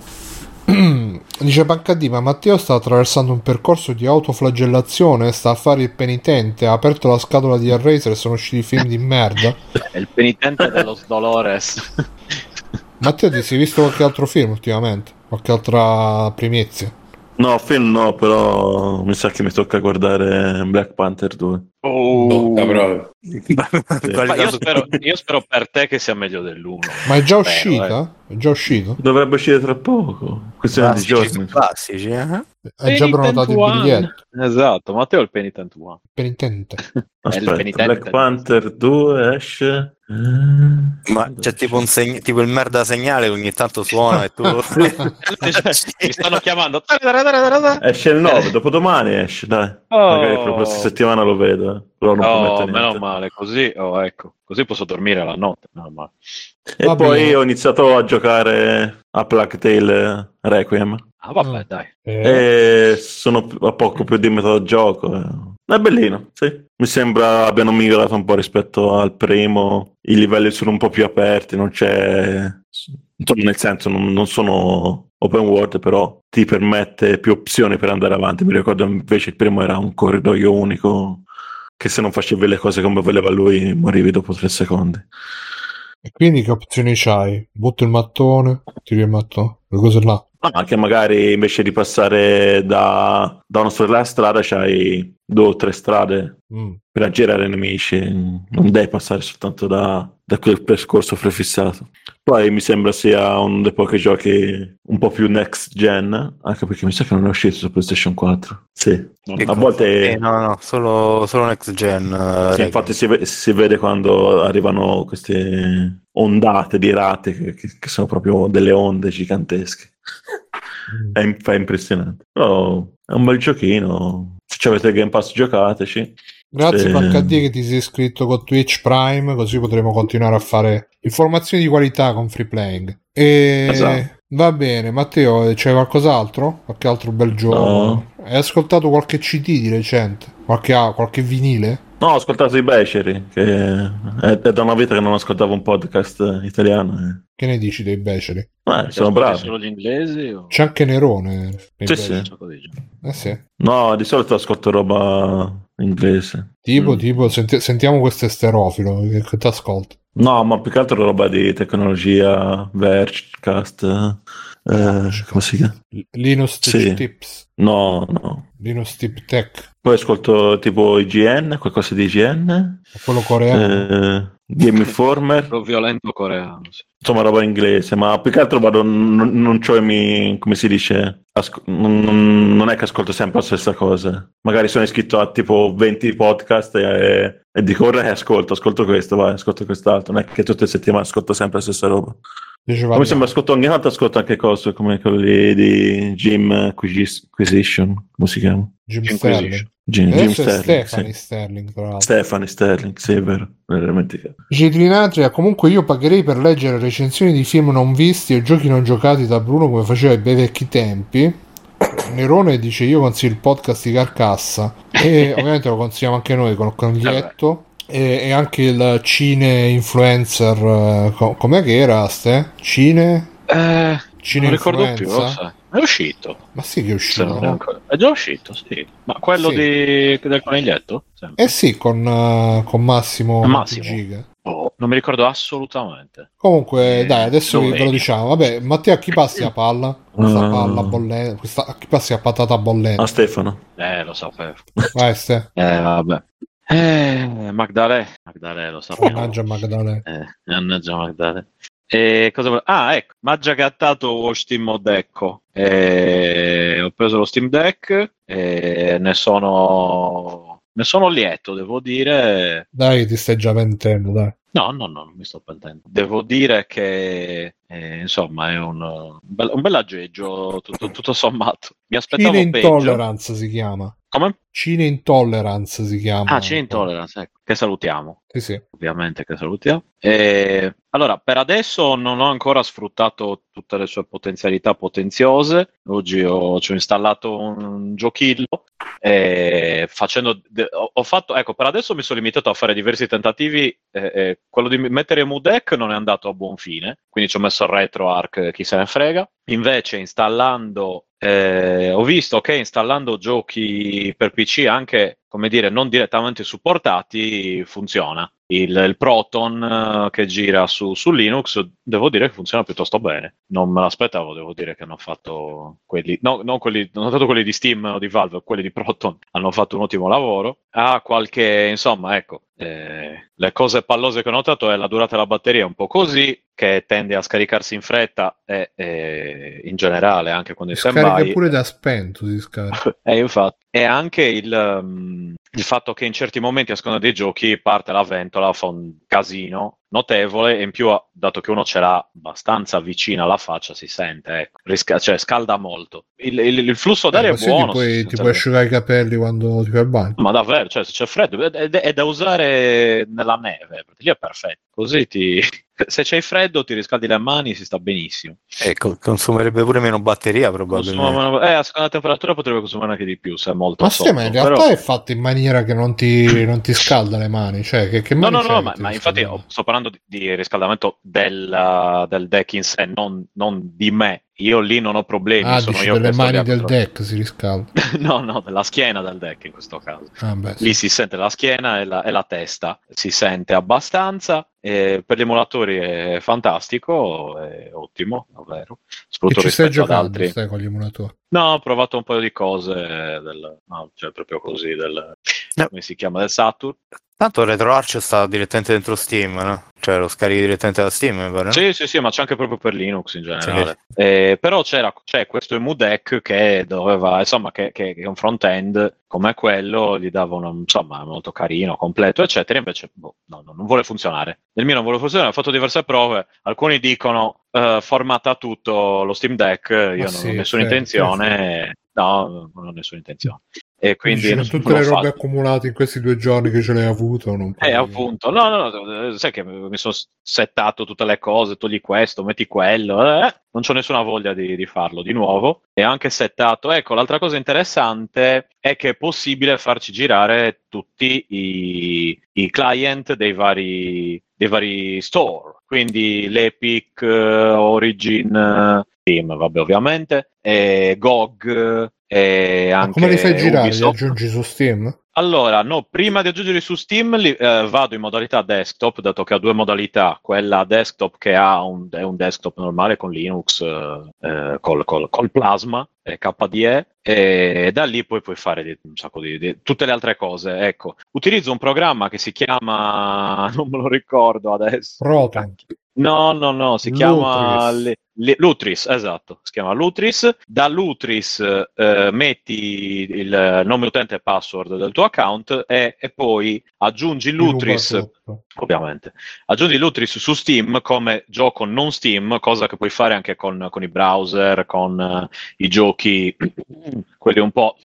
Dice Pancadì, ma Matteo sta attraversando un percorso di autoflagellazione, sta a fare il penitente, ha aperto la scatola di Hellraiser e sono usciti film di merda. È il penitente dello Dolores. Matteo, ti sei visto qualche altro film ultimamente? Qualche altra primizia? No, film no, però mi sa che mi tocca guardare Black Panther due. Oh. Tocca proprio. Ma io spero, io spero per te che sia meglio dell'uno. Ma è già Spero, uscita? È già uscito? Dovrebbe uscire tra poco. Questione di classici, giorni. classici, eh? È già prenotato il One. biglietto. Esatto, Matteo è il Penitent One. Penitente. Aspetta, penitente. Black Panther due esce. Ma c'è tipo un seg- tipo il merda segnale che ogni tanto suona e tu Mi stanno chiamando. Esce il nove, dopodomani esce, dai. Oh. Magari per la prossima settimana lo vedo, eh. Però non Oh, prometto meno niente. male, così, oh, ecco, così posso dormire la notte. Meno male. E Va poi bene. ho iniziato a giocare a Plague Tale Requiem. Ah, vabbè, Mm. dai. Eh, E sono a poco più di metà del gioco. eh. È bellino, sì. Mi sembra abbiano migliorato un po' rispetto al primo. I livelli sono un po' più aperti, non c'è... insomma, nel senso, non, non sono open world, però ti permette più opzioni per andare avanti. Mi ricordo invece il primo era un corridoio unico, che se non facevi le cose come voleva lui, morivi dopo tre secondi. E quindi che opzioni c'hai? Butto il mattone, tiri il mattone, quelle cose là. No, anche magari invece di passare da, da una sola strada c'hai due o tre strade Mm. per aggirare i nemici, non devi passare soltanto da, da quel percorso prefissato. Poi mi sembra sia uno dei pochi giochi un po' più next gen, anche perché mi sa che non è uscito su PlayStation quattro. Sì, Non a volte... Eh, no, no, solo, solo next gen. eh, Sì, infatti si, ve- si vede quando arrivano queste ondate di rate che, che- che sono proprio delle onde gigantesche. Mm. È, im- è impressionante. Però è un bel giochino. Se avete il Game Pass, giocateci. Grazie Sì. Pancadì che ti sei iscritto con Twitch Prime, così potremo continuare a fare informazioni di qualità con Free Playing. E Esatto. va bene, Matteo, c'è qualcos'altro? Qualche altro bel gioco? No. Hai ascoltato qualche C D di recente? Qualche, ah, qualche vinile? No, ho ascoltato i Beceri, che è, è da una vita che non ascoltavo un podcast italiano. e- Che ne dici dei beceri? Eh, sono Ascolti bravi. solo gli inglesi o... C'è anche Nerone nei Sì, beceri. sì. Un sacco di gente. Eh sì. No, di solito ascolto roba inglese. Tipo, Mm. tipo, senti- sentiamo questo esterofilo che, che ti ascolta. No, ma più che altro roba di tecnologia, Vergecast, eh, come si chiama? Linus Tech Sì. Tips. No, no. Linus Tip Tech. Poi ascolto tipo I G N, qualcosa di I G N, Quello coreano. eh, Game Informer, Lo violento coreano, sì. insomma roba inglese, ma più che altro vado, non, non c'ho i miei, come si dice, asco- non, non- non è che ascolto sempre la stessa cosa. Magari sono iscritto a tipo venti podcast e, e dico ora ascolto, ascolto questo, vai, ascolto quest'altro, non è che tutte le settimane ascolto sempre la stessa roba. Diceva, Come sembra ascolto ogni tanto ascolto anche cose come quelli di Jim Acquis- Acquisition, come si chiama? Jim Inquisition. Sterling. Jim, Jim Adesso è Sterling, Stephanie sì. Sterling, tra l'altro. Stephanie Sterling, sì, è vero, me l'ero dimenticato. Gitrinatria, comunque io pagherei per leggere recensioni di film non visti e giochi non giocati da Bruno come faceva ai bei vecchi tempi. Nerone dice io consiglio il podcast di Carcassa e ovviamente lo consigliamo anche noi con Coniglietto e, e anche il Cine Influencer, eh, co- com'è che era Ste? Cine? Eh, Cine non ricordo più, lo Influenza? sai. È uscito. Ma sì che è Se non è, uscito. ancora... è già uscito, sì. Ma quello Sì. di... del coniglietto? Sempre. Eh sì, con, eh, con Massimo, Massimo. Giga. Oh, non mi ricordo assolutamente. Comunque, eh, dai, adesso ve lo diciamo. Vabbè, Matteo, a chi passi a palla? Questa palla bollente. Questa... A chi passi a patata bollente? A Stefano. Eh, lo sapevo. Vai, Ste. Eh, vabbè. Eh, Magdalè. Magdalè, lo sapevo. Mannaggia Magdalè. Eh, mannaggia Magdalè. E cosa volevo... Ah, ecco, mi ha già gattato lo Steam Deck. E... Ho preso lo Steam Deck e ne sono... Ne sono lieto, devo dire. Dai, ti stai già pentendo, dai. No, no, no, non mi sto pentendo. Devo dire che, eh, insomma, è un, un, bel, un bel aggeggio, tutto, tutto sommato. Mi aspettavo Cine peggio. Intolerance si chiama. Come? Cine Intolerance si chiama. Ah, Cine Intolerance, ecco. Che salutiamo. Sì, sì. Ovviamente che salutiamo. E, allora, per adesso non ho ancora sfruttato tutte le sue potenzialità potenziose. Oggi ho, ci ho installato un giochillo. E facendo de- ho fatto, ecco, per adesso mi sono limitato a fare diversi tentativi. Eh, eh, quello di mettere Mudeck non è andato a buon fine, quindi ci ho messo il RetroArch, chi se ne frega. Invece installando eh, ho visto che installando giochi per P C anche, come dire, non direttamente supportati funziona. Il, il Proton uh, che gira su, su Linux, devo dire che funziona piuttosto bene. Non me l'aspettavo, devo dire che hanno fatto quelli, no, non quelli, non ho dato quelli di Steam o di Valve, quelli di Proton hanno fatto un ottimo lavoro. Ha qualche, insomma, ecco, eh, le cose pallose che ho notato è la durata della batteria è un po' così, che tende a scaricarsi in fretta e, e in generale anche quando in stand-by. Scarica pure da spento, si scarica. E infatti, e anche il, um, il fatto che in certi momenti a seconda dei giochi parte la ventola, fa un casino notevole, e in più, dato che uno ce l'ha abbastanza vicina alla faccia, si sente, ecco, risca- cioè scalda molto. Il, il, il flusso d'aria eh, è buono. Ti puoi, se, ti se puoi asciugare i capelli quando ti fai il bagno. Ma davvero, cioè se c'è freddo, è, è, è da usare nella neve, lì è perfetto. Così ti... se c'hai freddo ti riscaldi le mani, si sta benissimo. Ecco, consumerebbe pure meno batteria probabilmente. Consuma, eh, a seconda temperatura potrebbe consumare anche di più se è molto ma sotto. Ma in realtà però... è fatto in maniera che non ti, non ti scalda le mani, cioè che, che No, mani no, no, ma, ti ma infatti riscalda? sto parlando di, di riscaldamento del, del deck in sé, non, non di me. Io lì non ho problemi. Ah, sono dici io delle che sto mani del dietro. deck si riscalda. No, no, della schiena del deck in questo caso. Ah, beh, Lì sì. si sente la schiena e la, e la testa, si sente abbastanza. E per gli emulatori è fantastico, è ottimo, davvero. Soprattutto E ci stai rispetto ad giocando, altri. stai con gli emulatori? No, ho provato un paio di cose del, no, cioè proprio così, del, No. come si chiama, del Saturn. Tanto il RetroArch sta direttamente dentro Steam, no? Cioè lo scarichi direttamente da Steam, mi pare, no? Sì, sì, sì, ma c'è anche proprio per Linux in generale. Sì. Eh, però c'era, c'è questo EmuDeck che doveva, insomma, che, che, che un front-end come quello gli dava un, insomma, molto carino, completo, eccetera. Invece, boh, no, no, non vuole funzionare. Nel mio non vuole funzionare, ho fatto diverse prove. Alcuni dicono uh, formata tutto lo Steam Deck, io Ma non sì, ho nessuna sì, intenzione. Sì. No, non ho nessuna intenzione. E quindi con tutte le robe accumulate in questi due giorni che ce l'hai avuto, non puoi... Eh, appunto, no, no, no, sai che mi sono settato tutte le cose, togli questo, metti quello, eh, non c'ho nessuna voglia di, di farlo di nuovo. E anche settato, ecco, l'altra cosa interessante è che è possibile farci girare tutti i, i client dei vari, dei vari store, quindi l'Epic, Origin, Steam, vabbè, ovviamente, e G O G, e anche ma come li fai girare? Ubisoft. Li aggiungi su Steam? Allora, no, prima di aggiungerli su Steam li, eh, vado in modalità desktop, dato che ha due modalità, quella desktop che ha un, è un desktop normale con Linux, eh, col, col, col Plasma, eh, K D E, e da lì poi puoi fare di, un sacco di, di tutte le altre cose. Ecco, utilizzo un programma che si chiama, non me lo ricordo adesso. Proton. No, no, no, si Lutris. chiama le, le, Lutris, esatto, si chiama Lutris. Da Lutris eh, metti il nome utente e password del tuo account e, e poi aggiungi Lutris, ovviamente, aggiungi Lutris su Steam come gioco non Steam, cosa che puoi fare anche con, con i browser, con uh, i giochi, quelli un po',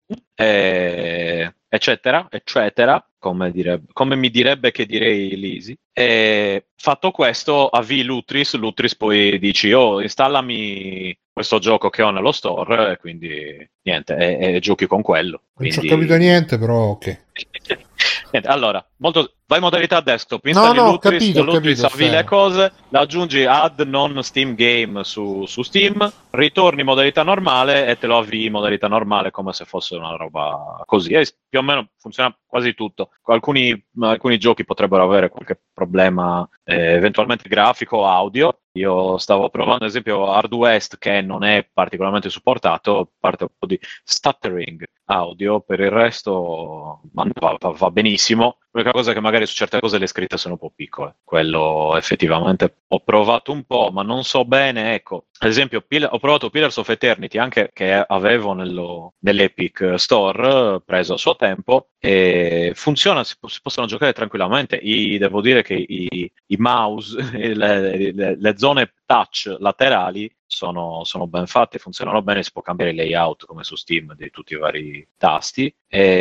eh, eccetera, eccetera. Come, direbbe, come mi direbbe che direi Lisi. E fatto questo, avvii Lutris, Lutris poi dici, oh, installami questo gioco che ho nello store, e quindi niente, e, e giochi con quello. Quindi... Non ci ho capito niente, però ok. Niente, allora, molto... vai in modalità desktop, No, installi no, Lutris, capito, Lutris capito, avvii sì. le cose, la aggiungi add non Steam Game su, su Steam, ritorni in modalità normale e te lo avvii in modalità normale come se fosse una roba così. E più o meno funziona quasi tutto. Alcuni, alcuni giochi potrebbero avere qualche problema eh, eventualmente grafico o audio. Io stavo provando ad esempio Hard West, che non è particolarmente supportato, parte un po' di stuttering audio, per il resto va, va, va benissimo. L'unica cosa è che magari su certe cose le scritte sono un po' piccole, quello effettivamente ho provato un po', ma non so bene, ecco, ad esempio Pill- ho provato Pillars of Eternity, anche che avevo nello, nell'Epic Store, preso a suo tempo, e funziona, si, si possono giocare tranquillamente. I, devo dire che i, i mouse, le, le, le zone touch laterali sono, sono ben fatte, funzionano bene, si può cambiare il layout come su Steam di tutti i vari tasti.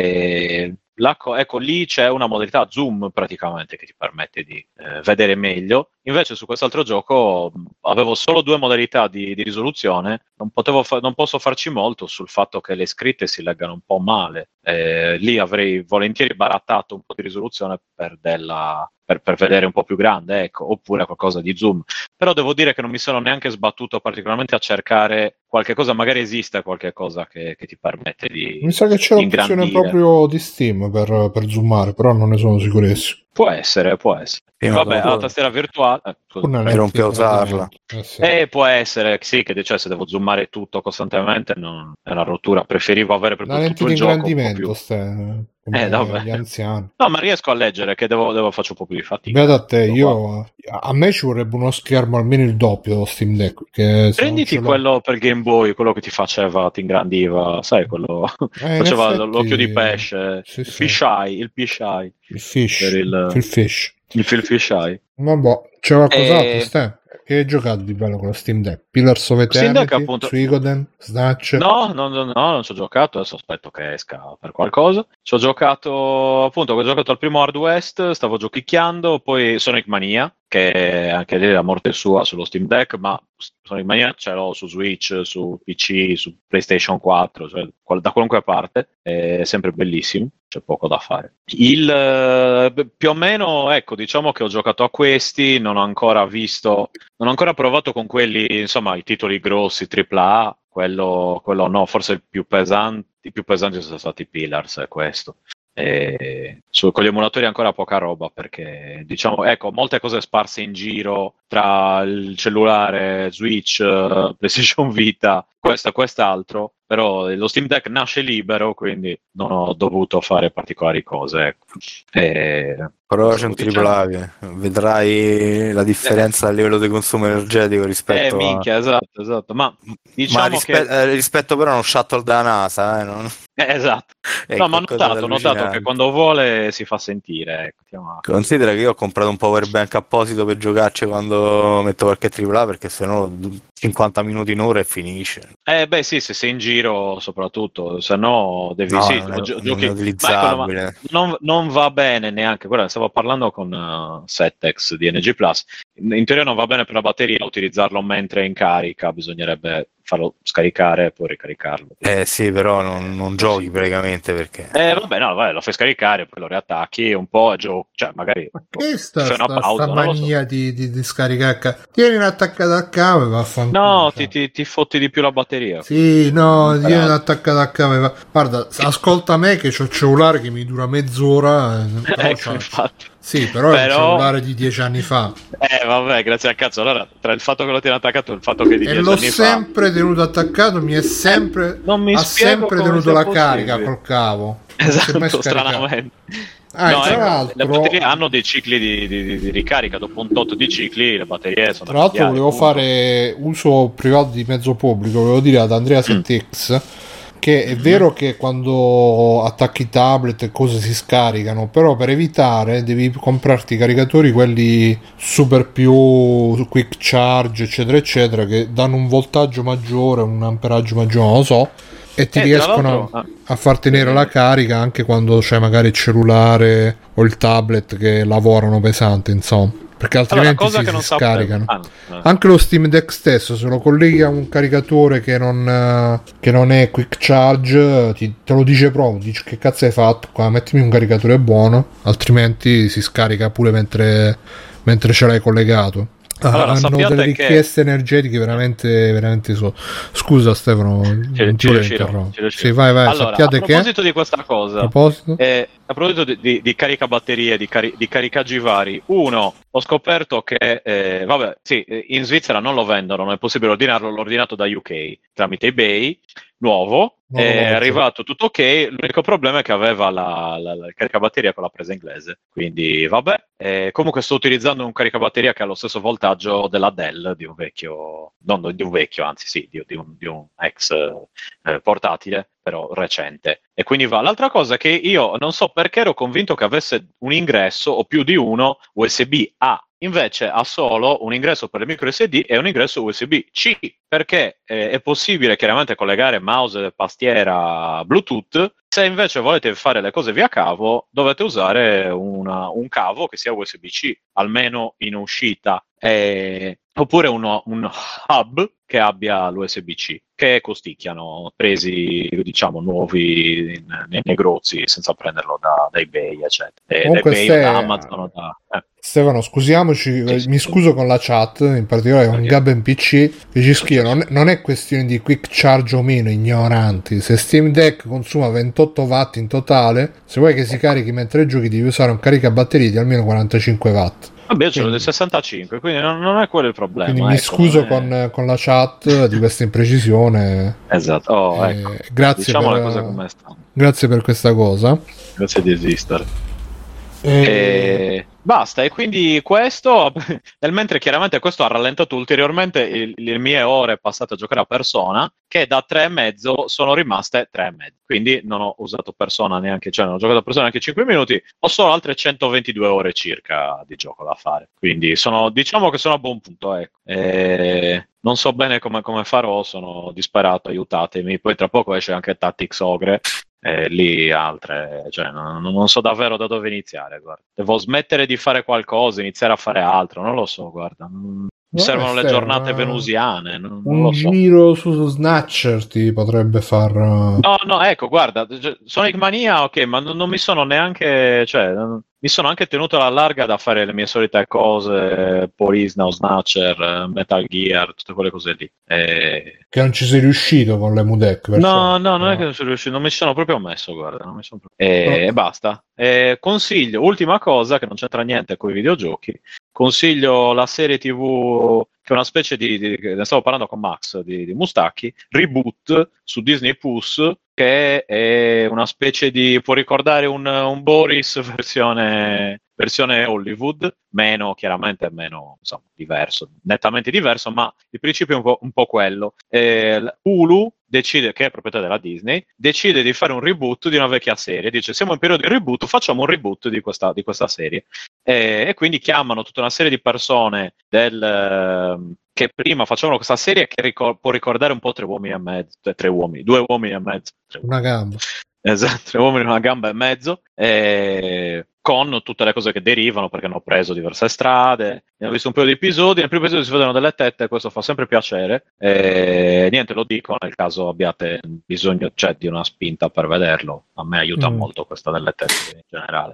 E la co- ecco, lì c'è una modalità zoom praticamente che ti permette di eh, vedere meglio. Invece su quest'altro gioco mh, avevo solo due modalità di, di risoluzione, non, potevo fa- non posso farci molto sul fatto che le scritte si leggano un po' male. Eh, lì avrei volentieri barattato un po' di risoluzione per, della, per, per vedere un po' più grande, ecco, oppure qualcosa di zoom. Però devo dire che non mi sono neanche sbattuto particolarmente a cercare qualche cosa, magari esiste qualche cosa che, che ti permette di Mi sa che c'è l'opzione ingrandire. proprio di Steam per, per zoomare, però non ne sono sicurissimo. Può essere, può essere. Sì, Vabbè, dopo- la tastiera virtuale... eh, scusa. Pur non è Per rompe a ingrandimento. usarla. Eh sì. Eh, può essere, sì, che cioè, se devo zoomare tutto costantemente non è una rottura. Preferivo avere La proprio lente tutto di il gioco un po' ingrandimento, più... ste, come Eh, vabbè. gli anziani. No, ma riesco a leggere, che devo, devo faccio un po' più di fatica. Beata a te, Lo guardo. io a me ci vorrebbe uno schermo almeno il doppio dello Steam Deck. Che se non Prenditi ce l'ho- quello per Game Boy, quello che ti faceva, ti ingrandiva, sai, quello Eh, in faceva effetti- l'occhio di pesce, Sì, il sì. fish eye, il fish eye, Il fish, per il- il fish. il fil fish eye. Vabbè, c'è qualcos'altro, E- Ste? Che hai giocato di bello con lo Steam Deck? Pillars of Steam Deck, Eternity, appunto. Suikoden, Snatch? No, no, no, no, non ci ho giocato, adesso aspetto che esca per qualcosa. Ci ho giocato, appunto, ho giocato al primo Hard West, stavo giochicchiando, poi Sonic Mania, che anche lì è la morte sua sullo Steam Deck, ma Sonic Mania ce l'ho su Switch, su P C, su PlayStation quattro, cioè qual- da qualunque parte, è sempre bellissimo, c'è poco da fare. Il, eh, più o meno, ecco, diciamo che ho giocato a questi, non ho ancora visto, non ho ancora provato con quelli, insomma, i titoli grossi, tripla A, quello, quello no, forse il più pesante, i più pesanti sono stati Pillars, è questo. E su, con gli emulatori ancora poca roba, perché diciamo, ecco, molte cose sparse in giro tra il cellulare, Switch, eh, PlayStation Vita, questo e quest'altro, però lo Steam Deck nasce libero, quindi non ho dovuto fare particolari cose, ecco. E, Però c'è un diciamo- tripla A che vedrai la differenza a livello di consumo energetico eh, rispetto a... minchia, esatto, esatto, ma diciamo Ma rispe- che... eh, rispetto però a uno shuttle della NASA, eh, non... eh, esatto. è No, ma ho qualcosa notato, ho di notato che allucinante. quando vuole si fa sentire, ecco. Stiamo- Considera che io ho comprato un power bank apposito per giocarci quando metto qualche tripla A, perché sennò cinquanta minuti in ora e finisce. Eh beh sì, se sei in giro soprattutto, se no devi No, sì, non è- gio- non giochi, è ma utilizzabile. ecco, ma non, non va bene neanche, guarda, stavo parlando con uh, Settex di N G Plus, in, in teoria non va bene per la batteria utilizzarlo mentre è in carica, bisognerebbe farlo scaricare e poi ricaricarlo. Eh sì, però non, non Eh, giochi sì. praticamente, perché... Eh vabbè, no, vabbè, lo fai scaricare, poi lo riattacchi un po' e giochi, cioè magari Ma che sta, fai una sta, pausa, sta non lo so. mania di, di, di scaricare? ca- Tieni attaccato al cavo e vaffanculo. No, cioè. ti, ti, ti fotti di più la batteria. Sì, no, Però- tieni attaccato al cavo. e va- Guarda, ascolta me che c'ho il cellulare che mi dura mezz'ora. eh, però Ecco, c'ho- infatti. Sì, però, è un Però- cellulare di dieci anni fa. Eh vabbè, grazie al cazzo. Allora, tra il fatto che lo tieni attaccato e il fatto che di E dieci l'ho anni fa... sempre tenuto attaccato, mi è sempre, non mi ha spiego sempre come tenuto sia la possibile. carica col cavo. Non si è mai Esatto, scaricato. stranamente. Ah, No, e tra ecco, l'altro, le batterie hanno dei cicli di, di- di ricarica, dopo un tot di cicli le batterie sono tra l'altro da cambiare, volevo punto. fare uso privato di mezzo pubblico, volevo dire ad Andrea sette X che è vero che quando attacchi tablet e cose si scaricano, però per evitare devi comprarti i caricatori quelli super più quick charge eccetera eccetera, che danno un voltaggio maggiore, un amperaggio maggiore, non lo so, e ti Eh, tra riescono l'altro- ah. a far tenere la carica anche quando c'è magari il cellulare o il tablet che lavorano pesante, insomma. perché altrimenti allora, si, che non si scaricano. Ah, no. Anche lo Steam Deck stesso, se lo colleghi a un caricatore che non, che non è quick charge, ti, te lo dice proprio, dici che cazzo hai fatto qua, mettimi un caricatore buono, altrimenti si scarica pure mentre, mentre ce l'hai collegato. Allora, hanno delle richieste che... energetiche veramente veramente so. Scusa Stefano, ci, non ci riuscirò, ci sì, vai vai. Allora, a proposito che... di questa cosa, a proposito, eh, a proposito di, di, di caricabatterie, di, cari- di caricaggi vari, uno, ho scoperto che eh, vabbè, sì, in Svizzera non lo vendono, non è possibile ordinarlo, l'ho ordinato da U K tramite eBay, nuovo, non è arrivato tutto ok, l'unico problema è che aveva la, la, la caricabatteria con la presa inglese, quindi vabbè. Eh, comunque sto utilizzando un caricabatteria che ha lo stesso voltaggio della Dell, di un vecchio, non di un vecchio, anzi sì, di, di, un, di un ex eh, portatile, però recente. E quindi va. L'altra cosa è che io non so perché ero convinto che avesse un ingresso o più di uno U S B A. Invece ha solo un ingresso per le micro S D e un ingresso U S B C, perché eh, è possibile chiaramente collegare mouse e tastiera Bluetooth. Se invece volete fare le cose via cavo, dovete usare una, un cavo che sia U S B C, almeno in uscita, e, oppure uno, un hub che abbia l'U S B C, che costicchiano, presi diciamo nuovi in, nei negozi senza prenderlo da, da eBay, eccetera. E comunque da eBay, se... da Amazon, da... Eh. Stefano, scusiamoci, Sì, sì, mi scuso con la chat, in particolare con Gaben P C, che ci scrive, non, non è questione di quick charge o meno, ignoranti. Se Steam Deck consuma ventotto watt in totale, se vuoi che si carichi mentre giochi devi usare un caricabatterie di almeno quarantacinque watt. Vabbè, io ce l'ho del sessantacinque, quindi non, non è quello il problema. Quindi mi ecco, scuso è... con, con la chat di questa imprecisione. Esatto, oh, eh, ecco. Grazie, diciamo per, le cose come stanno. Grazie per questa cosa. Grazie di esistere. E... E... Basta, e quindi questo, nel mentre chiaramente questo ha rallentato ulteriormente il, le mie ore passate a giocare a Persona, che da tre e mezzo sono rimaste tre e mezzo. Quindi non ho usato Persona neanche, cioè non ho giocato a Persona neanche cinque minuti, ho solo altre centoventidue ore circa di gioco da fare. Quindi sono, diciamo che sono a buon punto, ecco. E non so bene come, come farò, sono disperato, aiutatemi. Poi tra poco esce anche Tactics Ogre. Eh, lì altre, cioè non, non so davvero da dove iniziare, guarda. Devo smettere di fare qualcosa, iniziare a fare altro, non lo so, guarda. Non... Mi servono le giornate venusiane. Non, non un lo so. giro su Snatcher ti potrebbe far. No, no, ecco, guarda, Sonic Mania, ok, ma non, non mi sono neanche, cioè, non, mi sono anche tenuto alla larga da fare le mie solite cose, Police Now, Snatcher, Metal Gear, tutte quelle cose lì. E... Che non ci sei riuscito con le Mudec? No, no, non no. è che non sono riuscito, non mi sono proprio messo, guarda, non mi sono proprio... E, no. e basta. E consiglio, ultima cosa, che non c'entra niente con i videogiochi, consiglio la serie tivù che è una specie di, di ne stavo parlando con Max di, di Mustacchi, Reboot su Disney Plus, che è una specie di, può ricordare un, un Boris versione versione Hollywood, meno chiaramente meno insomma diverso, nettamente diverso, ma il principio è un po', un po' quello. Eh, Hulu decide, che è proprietà della Disney, decide di fare un reboot di una vecchia serie, dice siamo in periodo di reboot, facciamo un reboot di questa, di questa serie. Eh, e quindi chiamano tutta una serie di persone del, eh, che prima facevano questa serie che ricor- può ricordare un po' Tre uomini e mezzo, tre uomini, due uomini e mezzo. Una gamba. Esatto, Tre uomini, una gamba e mezzo, eh, con tutte le cose che derivano, perché hanno preso diverse strade. Ho visto un paio di episodi, nel primo episodio si vedono delle tette, questo fa sempre piacere. E niente, lo dico nel caso abbiate bisogno, cioè, di una spinta per vederlo. A me aiuta mm. molto questa delle tette in generale.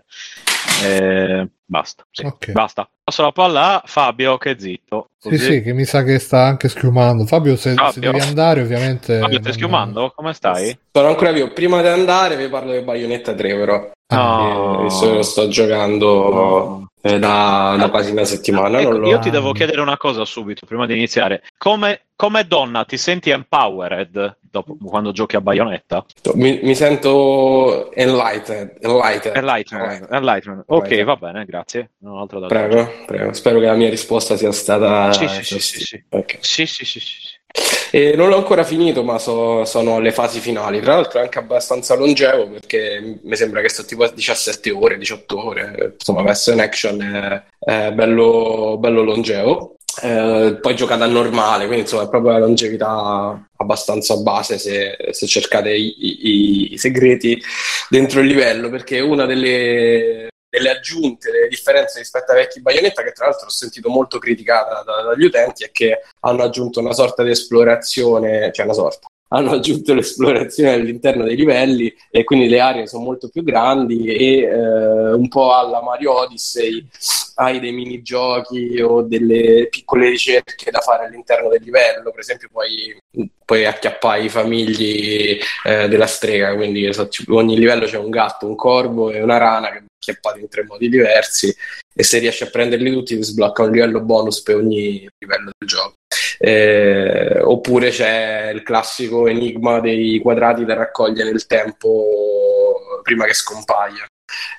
E basta, sì, okay. basta. Passo la palla a Fabio, che è zitto. Così. Sì, sì, che mi sa che sta anche schiumando. Fabio, se, Fabio. se devi andare, ovviamente. Fabio, stai schiumando? Come stai? Sono ancora vivo. Prima di andare, vi parlo di Bayonetta tre, però. No. Eh, sto, sto giocando no. eh, da, da quasi una settimana. Ecco, non lo... Io ti devo chiedere una cosa subito, prima di iniziare. Come, come donna ti senti empowered dopo, quando giochi a Bayonetta? Mi, mi sento enlightened. Enlightened. Enlightened. Enlightened. Ok, enlightened. Va bene, grazie. Non altro da prego, dire. prego. Spero che la mia risposta sia stata... Sì, sì, sì, sì, sì. Okay. sì, sì, sì, sì, sì. E non l'ho ancora finito, ma so, sono alle fasi finali. Tra l'altro è anche abbastanza longevo, perché mi sembra che sto tipo diciassette ore, diciotto ore. Insomma, per essere un action è, è bello, bello longevo. Eh, poi giocata a normale, quindi insomma è proprio la longevità abbastanza base se, se cercate i, i, i segreti dentro il livello, perché una delle delle aggiunte, delle differenze rispetto ai vecchi Bayonetta, che tra l'altro ho sentito molto criticata da, dagli utenti, è che hanno aggiunto una sorta di esplorazione, cioè una sorta, hanno aggiunto l'esplorazione all'interno dei livelli e quindi le aree sono molto più grandi e eh, un po' alla Mario Odyssey hai dei minigiochi o delle piccole ricerche da fare all'interno del livello, per esempio puoi, puoi acchiappare i famigli eh, della strega, quindi so, ogni livello c'è un gatto, un corvo e una rana che acchiappati in tre modi diversi e se riesci a prenderli tutti ti sblocca un livello bonus per ogni livello del gioco. Eh, oppure c'è il classico enigma dei quadrati da raccogliere nel tempo prima che scompaiano.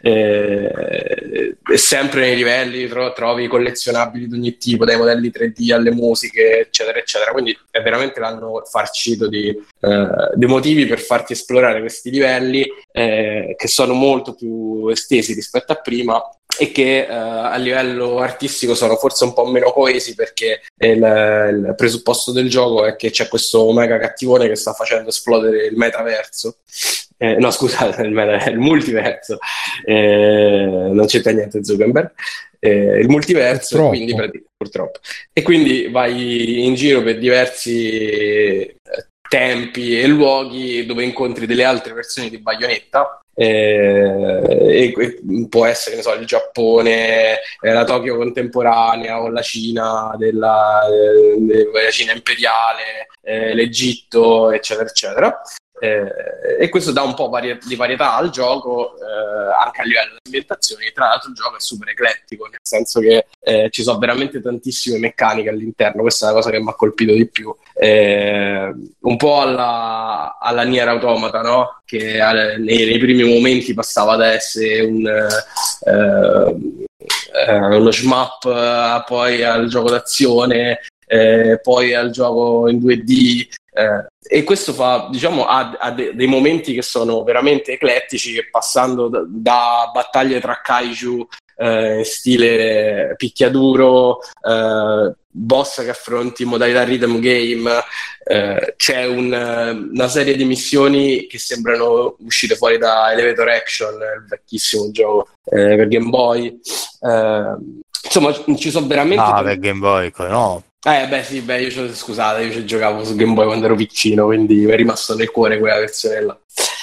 Eh, e sempre nei livelli tro- trovi collezionabili di ogni tipo, dai modelli tre D alle musiche eccetera eccetera, quindi è veramente l'hanno farcito di, eh, di motivi per farti esplorare questi livelli eh, che sono molto più estesi rispetto a prima e che eh, a livello artistico sono forse un po' meno coesi perché il, il presupposto del gioco è che c'è questo mega cattivone che sta facendo esplodere il metaverso. Eh, no scusate, il, meta, il multiverso, eh, non c'entra niente Zuckerberg, eh, il multiverso, e quindi, purtroppo, e quindi vai in giro per diversi tempi e luoghi dove incontri delle altre versioni di Bayonetta. Eh, e, e può essere, che ne so, il Giappone, eh, la Tokyo contemporanea o la Cina della, eh, della Cina imperiale, eh, l'Egitto eccetera eccetera. Eh, e questo dà un po' varie- di varietà al gioco, eh, anche a livello di ambientazione. Tra l'altro il gioco è super eclettico, nel senso che eh, ci sono veramente tantissime meccaniche all'interno. Questa è la cosa che mi ha colpito di più, eh, un po' alla, alla Nier Automata, no? Che eh, nei, nei primi momenti passava da essere un eh, eh, uno shmup eh, poi al gioco d'azione, eh, poi al gioco in due D. Eh, e questo fa, diciamo, ha, ha de- dei momenti che sono veramente eclettici, che passando da, da battaglie tra kaiju eh, stile picchiaduro, eh, boss che affronti in modalità rhythm game, eh, c'è un, una serie di missioni che sembrano uscite fuori da Elevator Action, il vecchissimo gioco eh, per Game Boy. Eh, insomma, ci sono veramente ah tanti... per Game Boy no. Eh beh sì, beh, io ci, scusate, io ci giocavo su Game Boy quando ero piccino, quindi mi è rimasto nel cuore quella versione là.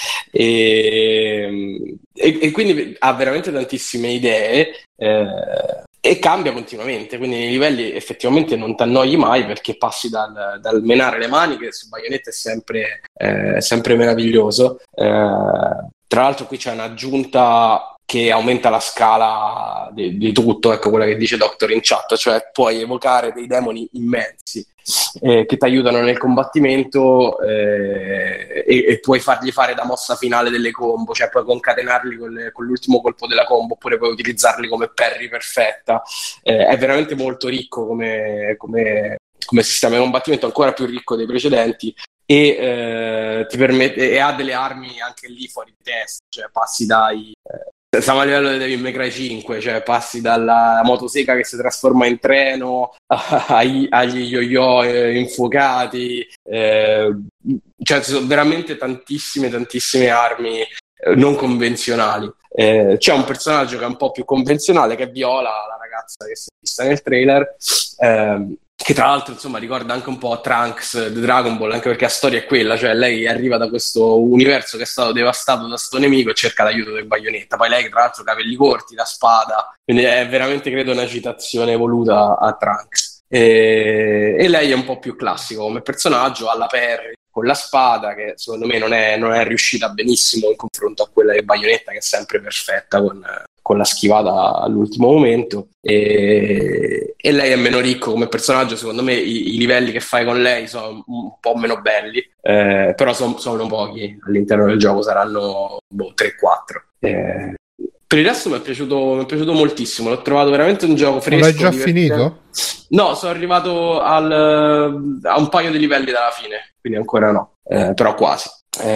E, e, e quindi ha veramente tantissime idee eh, e cambia continuamente, quindi nei livelli effettivamente non ti annoi mai perché passi dal, dal menare le mani, che su Bayonetta è sempre, eh, sempre meraviglioso. Eh, tra l'altro qui c'è un'aggiunta che aumenta la scala di, di tutto, ecco quella che dice Doctor in chat, cioè puoi evocare dei demoni immensi eh, che ti aiutano nel combattimento eh, e, e puoi fargli fare da mossa finale delle combo, cioè puoi concatenarli con, le, con l'ultimo colpo della combo oppure puoi utilizzarli come parry perfetta. Eh, è veramente molto ricco come, come, come sistema di combattimento, ancora più ricco dei precedenti. E eh, ti permette, e ha delle armi anche lì fuori di testa, cioè passi dai eh, siamo a livello di Devil May Cry cinque, cioè passi dalla motosega che si trasforma in treno ai, agli yo-yo eh, infuocati, eh, cioè ci sono veramente tantissime tantissime armi eh, non convenzionali. Eh, c'è un personaggio che è un po' più convenzionale, che è Viola, la ragazza che si è vista nel trailer, eh, che tra l'altro insomma ricorda anche un po' Trunks di Dragon Ball, anche perché la storia è quella, cioè lei arriva da questo universo che è stato devastato da sto nemico e cerca l'aiuto del Bayonetta, poi lei che tra l'altro ha capelli corti, la spada, quindi è veramente credo una citazione evoluta a Trunks. E, e lei è un po' più classico come personaggio, ha la Perry con la spada che secondo me non è, non è riuscita benissimo in confronto a quella di Bayonetta, che è sempre perfetta con, con la schivata all'ultimo momento, e, e lei è meno ricco come personaggio. Secondo me i, i livelli che fai con lei sono un po' meno belli, eh, però son, sono pochi all'interno del gioco, saranno boh, tre quattro. Eh, per il resto mi è piaciuto, mi è piaciuto moltissimo, l'ho trovato veramente un gioco fresco. Non l'hai già divertente. Finito? No, sono arrivato al, a un paio di livelli dalla fine, quindi ancora no, eh, però quasi.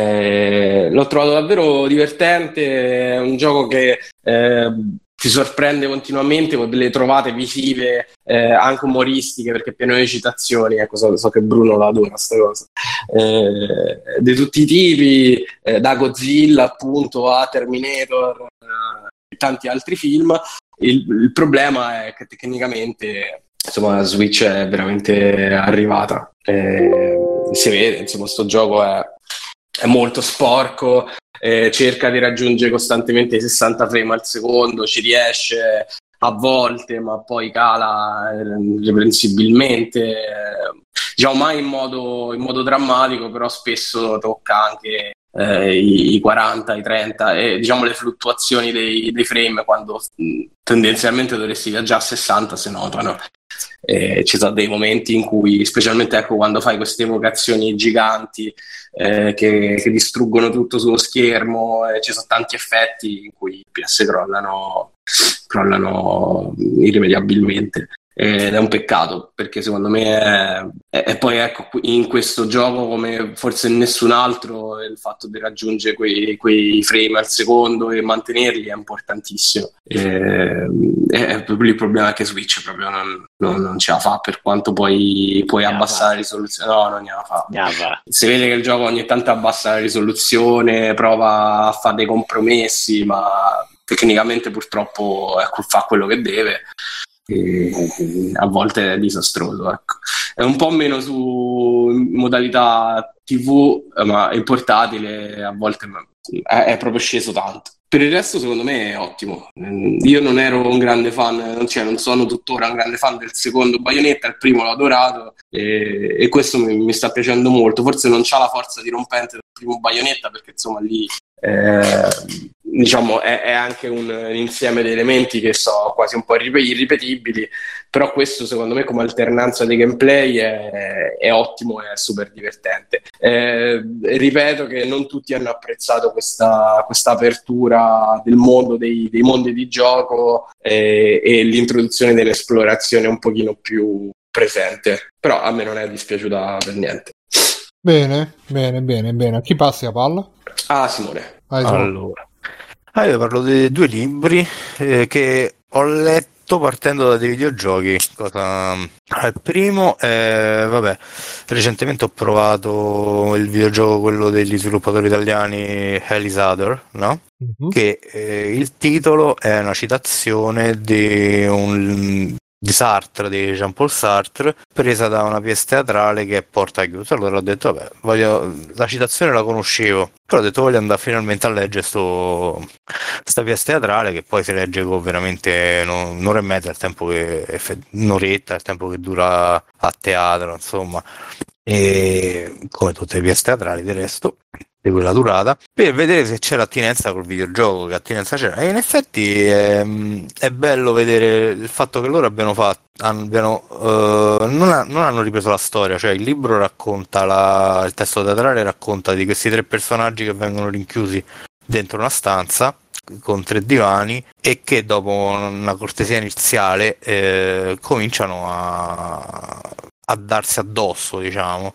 Eh, l'ho trovato davvero divertente, è un gioco che eh, ti sorprende continuamente con delle trovate visive, eh, anche umoristiche, perché è pieno di citazioni, ecco, so, so che Bruno la adora sta cosa, eh, di tutti i tipi, eh, da Godzilla appunto a Terminator, eh, tanti altri film. Il, il problema è che tecnicamente insomma la Switch è veramente arrivata, eh, si vede, insomma sto gioco è, è molto sporco, eh, cerca di raggiungere costantemente i sessanta frame al secondo, ci riesce a volte, ma poi cala eh, reprensibilmente, eh, diciamo mai in modo, in modo drammatico, però spesso tocca anche eh, i, i quaranta, i trenta e diciamo le fluttuazioni dei, dei frame quando mh, tendenzialmente dovresti viaggiare a sessanta si notano. Eh, ci sono dei momenti in cui, specialmente ecco quando fai queste evocazioni giganti eh, che, che distruggono tutto sullo schermo, eh, ci sono tanti effetti in cui i P S crollano crollano irrimediabilmente ed è un peccato perché secondo me è, è, è poi ecco in questo gioco come forse in nessun altro il fatto di raggiungere quei, quei frame al secondo e mantenerli è importantissimo, e, è proprio il problema è che Switch proprio non, non, non ce la fa, per quanto poi puoi abbassare la risoluzione, no non gliela fa, fa. Si vede che il gioco ogni tanto abbassa la risoluzione, prova a fare dei compromessi, ma tecnicamente purtroppo ecco, fa quello che deve e a volte è disastroso, ecco. È un po' meno su modalità tivù, ma il portatile a volte è, è proprio sceso tanto. Per il resto secondo me è ottimo. Io non ero un grande fan, cioè non sono tuttora un grande fan del secondo Bayonetta, il primo l'ho adorato e, e questo mi, mi sta piacendo molto. Forse non c'ha la forza dirompente del primo Bayonetta perché insomma lì eh, diciamo è, è anche un, un insieme di elementi che sono quasi un po' irripetibili, però questo secondo me come alternanza di gameplay è, è ottimo e è super divertente. Eh, ripeto che non tutti hanno apprezzato questa, questa apertura del mondo dei, dei mondi di gioco eh, e l'introduzione dell'esplorazione un pochino più presente, però a me non è dispiaciuta per niente. Bene, bene, bene, bene. A chi passi la palla? Ah, Simone. Vai, Simone. Allora, ah, io parlo dei due libri eh, che ho letto partendo da dei videogiochi. Cosa... Il primo, è, vabbè, recentemente ho provato il videogioco, quello degli sviluppatori italiani Helisator, no? Mm-hmm. Che eh, il titolo è una citazione di un... di Sartre, di Jean-Paul Sartre, presa da una pièce teatrale che è Porta chiusa. Allora ho detto vabbè, voglio... la citazione la conoscevo, però ho detto voglio andare finalmente a leggere sto... sta pièce teatrale che poi si legge con veramente un'ora e mezza, il tempo che un'oretta, il tempo che dura a teatro, insomma, e come tutte le pièce teatrali del resto di quella durata, per vedere se c'era attinenza col videogioco, che attinenza c'era, e in effetti è, è bello vedere il fatto che loro abbiano fatto abbiano, uh, non, ha, non hanno ripreso la storia, cioè il libro racconta la, il testo teatrale racconta di questi tre personaggi che vengono rinchiusi dentro una stanza con tre divani e che dopo una cortesia iniziale eh, cominciano a, a darsi addosso, diciamo,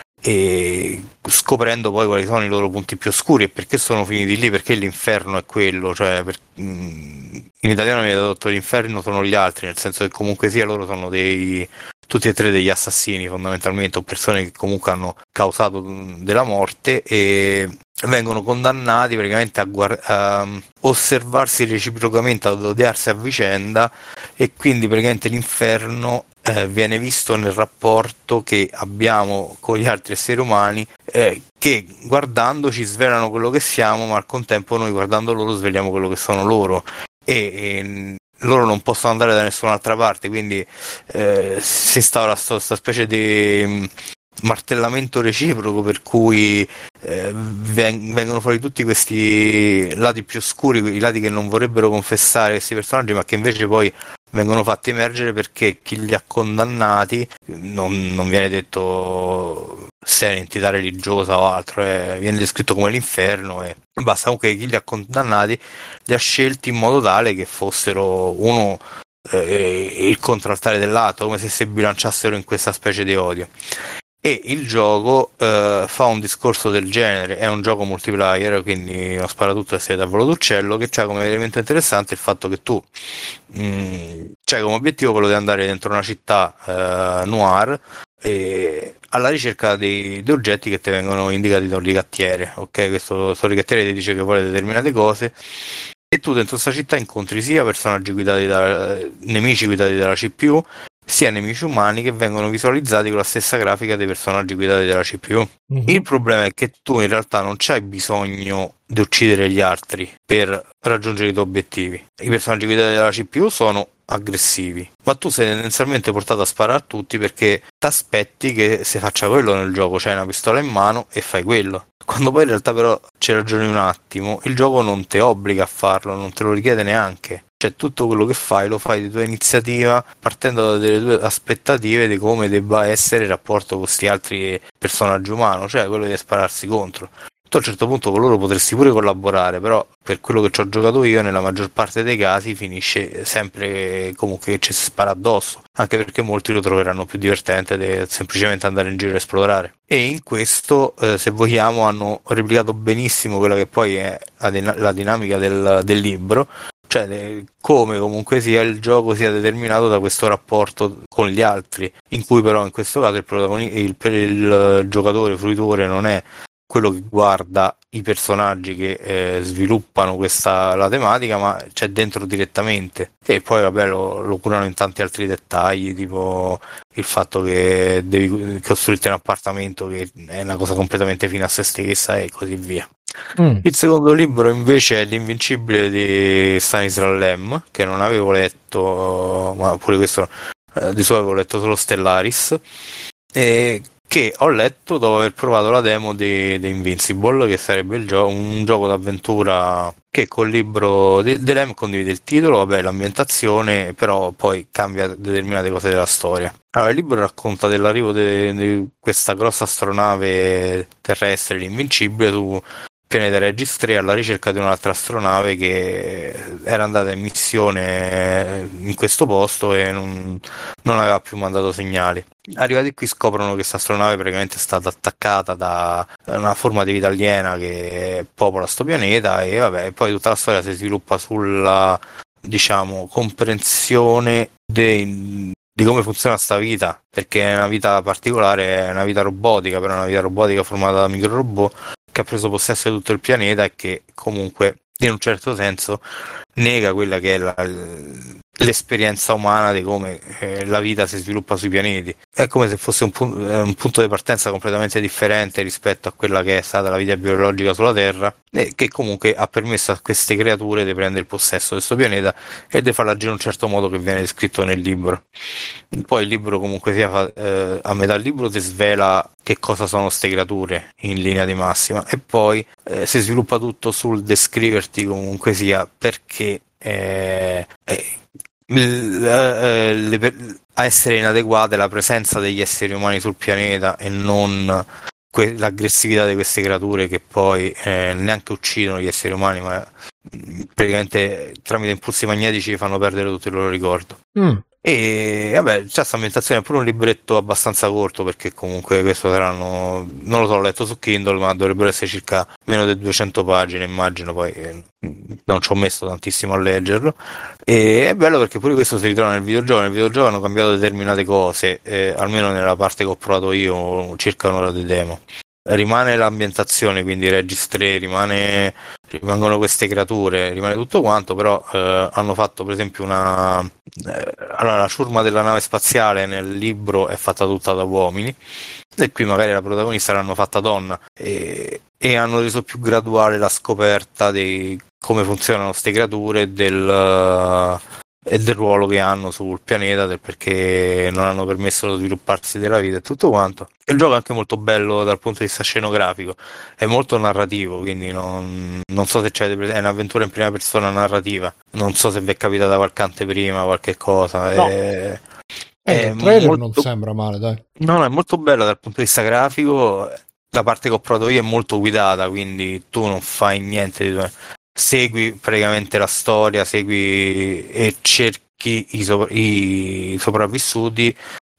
e scoprendo poi quali sono i loro punti più oscuri e perché sono finiti lì, perché l'inferno è quello, cioè per, in italiano mi ha tradotto l'inferno sono gli altri, nel senso che comunque sia loro sono dei tutti e tre degli assassini fondamentalmente, o persone che comunque hanno causato della morte e vengono condannati praticamente a, guard- a osservarsi reciprocamente, ad odiarsi a vicenda, e quindi praticamente l'inferno eh, viene visto nel rapporto che abbiamo con gli altri esseri umani eh, che guardandoci svelano quello che siamo, ma al contempo noi guardando loro sveliamo quello che sono loro, e, e loro non possono andare da nessun'altra parte, quindi eh, si instaura questa specie di martellamento reciproco per cui eh, vengono fuori tutti questi lati più oscuri, i lati che non vorrebbero confessare questi personaggi ma che invece poi vengono fatti emergere perché chi li ha condannati non, non viene detto se è un'entità religiosa o altro, eh, viene descritto come l'inferno e basta. Comunque chi li ha condannati li ha scelti in modo tale che fossero uno eh, il contraltare dell'altro, come se si bilanciassero in questa specie di odio. E il gioco eh, fa un discorso del genere, è un gioco multiplayer, quindi non spara tutto e sei da volo d'uccello, che c'ha come elemento interessante il fatto che tu mh, c'hai come obiettivo quello di andare dentro una città eh, noir e alla ricerca dei, dei oggetti che ti vengono indicati da un rigattiere, ok? Questo, questo rigattiere ti dice che vuole determinate cose e tu dentro questa città incontri sia personaggi guidati da nemici guidati dalla C P U, sia nemici umani che vengono visualizzati con la stessa grafica dei personaggi guidati dalla C P U. Mm-hmm. Il problema è che tu in realtà non c'hai bisogno di uccidere gli altri per raggiungere i tuoi obiettivi. I personaggi guidati dalla C P U sono aggressivi, ma tu sei tendenzialmente portato a sparare a tutti perché ti aspetti che si faccia quello nel gioco, c'hai una pistola in mano e fai quello. Quando poi in realtà però ci ragioni un attimo, il gioco non ti obbliga a farlo, non te lo richiede neanche. Cioè tutto quello che fai lo fai di tua iniziativa, partendo dalle tue aspettative di come debba essere il rapporto con questi altri personaggi umani, cioè quello di spararsi contro. Tu a un certo punto con loro potresti pure collaborare, però per quello che ci ho giocato io nella maggior parte dei casi finisce sempre comunque che ci si spara addosso, anche perché molti lo troveranno più divertente di semplicemente andare in giro a esplorare. E in questo, eh, se vogliamo, hanno replicato benissimo quella che poi è la, din- la dinamica del, del libro, cioè de- come comunque sia il gioco sia determinato da questo rapporto con gli altri, in cui però in questo caso il, protagonista, il, il giocatore fruitore non è quello che guarda i personaggi che eh, sviluppano questa la tematica, ma c'è dentro direttamente. E poi vabbè lo, lo curano in tanti altri dettagli, tipo il fatto che devi costruirti un appartamento che è una cosa completamente fine a se stessa e così via. Mm. Il secondo libro invece è L'Invincibile di Stanisław Lem, che non avevo letto, ma pure questo eh, di solito avevo letto solo Stellaris, e che ho letto dopo aver provato la demo di, di Invincible, che sarebbe il gio- un gioco d'avventura che col libro di, di Lem condivide il titolo, vabbè, l'ambientazione, però poi cambia determinate cose della storia. Allora, il libro racconta dell'arrivo di questa grossa astronave terrestre, l'Invincibile, su pianeta Regis tre alla ricerca di un'altra astronave che era andata in missione in questo posto e non, non aveva più mandato segnali. Arrivati qui scoprono che questa astronave praticamente è stata attaccata da una forma di vita aliena che popola sto pianeta, e vabbè, poi tutta la storia si sviluppa sulla, diciamo, comprensione dei di come funziona sta vita, perché è una vita particolare, è una vita robotica, però è una vita robotica formata da microrobot che ha preso possesso di tutto il pianeta e che comunque in un certo senso nega quella che è la, l'esperienza umana di come eh, la vita si sviluppa sui pianeti. È come se fosse un, pu- un punto di partenza completamente differente rispetto a quella che è stata la vita biologica sulla Terra, e che comunque ha permesso a queste creature di prendere il possesso di questo pianeta e di farlo agire in un certo modo che viene descritto nel libro. Poi il libro comunque sia fa, eh, a metà del libro ti svela che cosa sono queste creature in linea di massima, e poi eh, si sviluppa tutto sul descriverti comunque sia perché eh, eh, le, le, a essere inadeguate la presenza degli esseri umani sul pianeta e non que- l'aggressività di queste creature che poi eh, neanche uccidono gli esseri umani, ma praticamente tramite impulsi magnetici fanno perdere tutto il loro ricordo. Mm. E vabbè, c'è questa ambientazione, è pure un libretto abbastanza corto, perché comunque questo saranno, non lo so, l'ho letto su Kindle, ma dovrebbero essere circa meno di duecento pagine, immagino, poi eh, non ci ho messo tantissimo a leggerlo. E è bello perché pure questo si ritrova nel videogioco. Nel videogioco hanno cambiato determinate cose, eh, almeno nella parte che ho provato io, circa un'ora di demo. Rimane l'ambientazione, quindi Regis tre, rimane, rimangono queste creature, rimane tutto quanto, però eh, hanno fatto per esempio una eh, allora la ciurma della nave spaziale nel libro è fatta tutta da uomini, e qui magari la protagonista l'hanno fatta donna, e, e hanno reso più graduale la scoperta di come funzionano queste creature, del e del ruolo che hanno sul pianeta, del perché non hanno permesso lo svilupparsi della vita e tutto quanto. Il gioco è anche molto bello dal punto di vista scenografico, è molto narrativo, quindi non, non so se c'è, è un'avventura in prima persona narrativa, non so se vi è capitata qualche anteprima, qualche cosa. No. È, eh, il trailer molto, non sembra male, dai. No, no, è molto bello dal punto di vista grafico. La parte che ho provato io è molto guidata, quindi tu non fai niente di segui praticamente la storia, segui e cerchi i, sopra- i sopravvissuti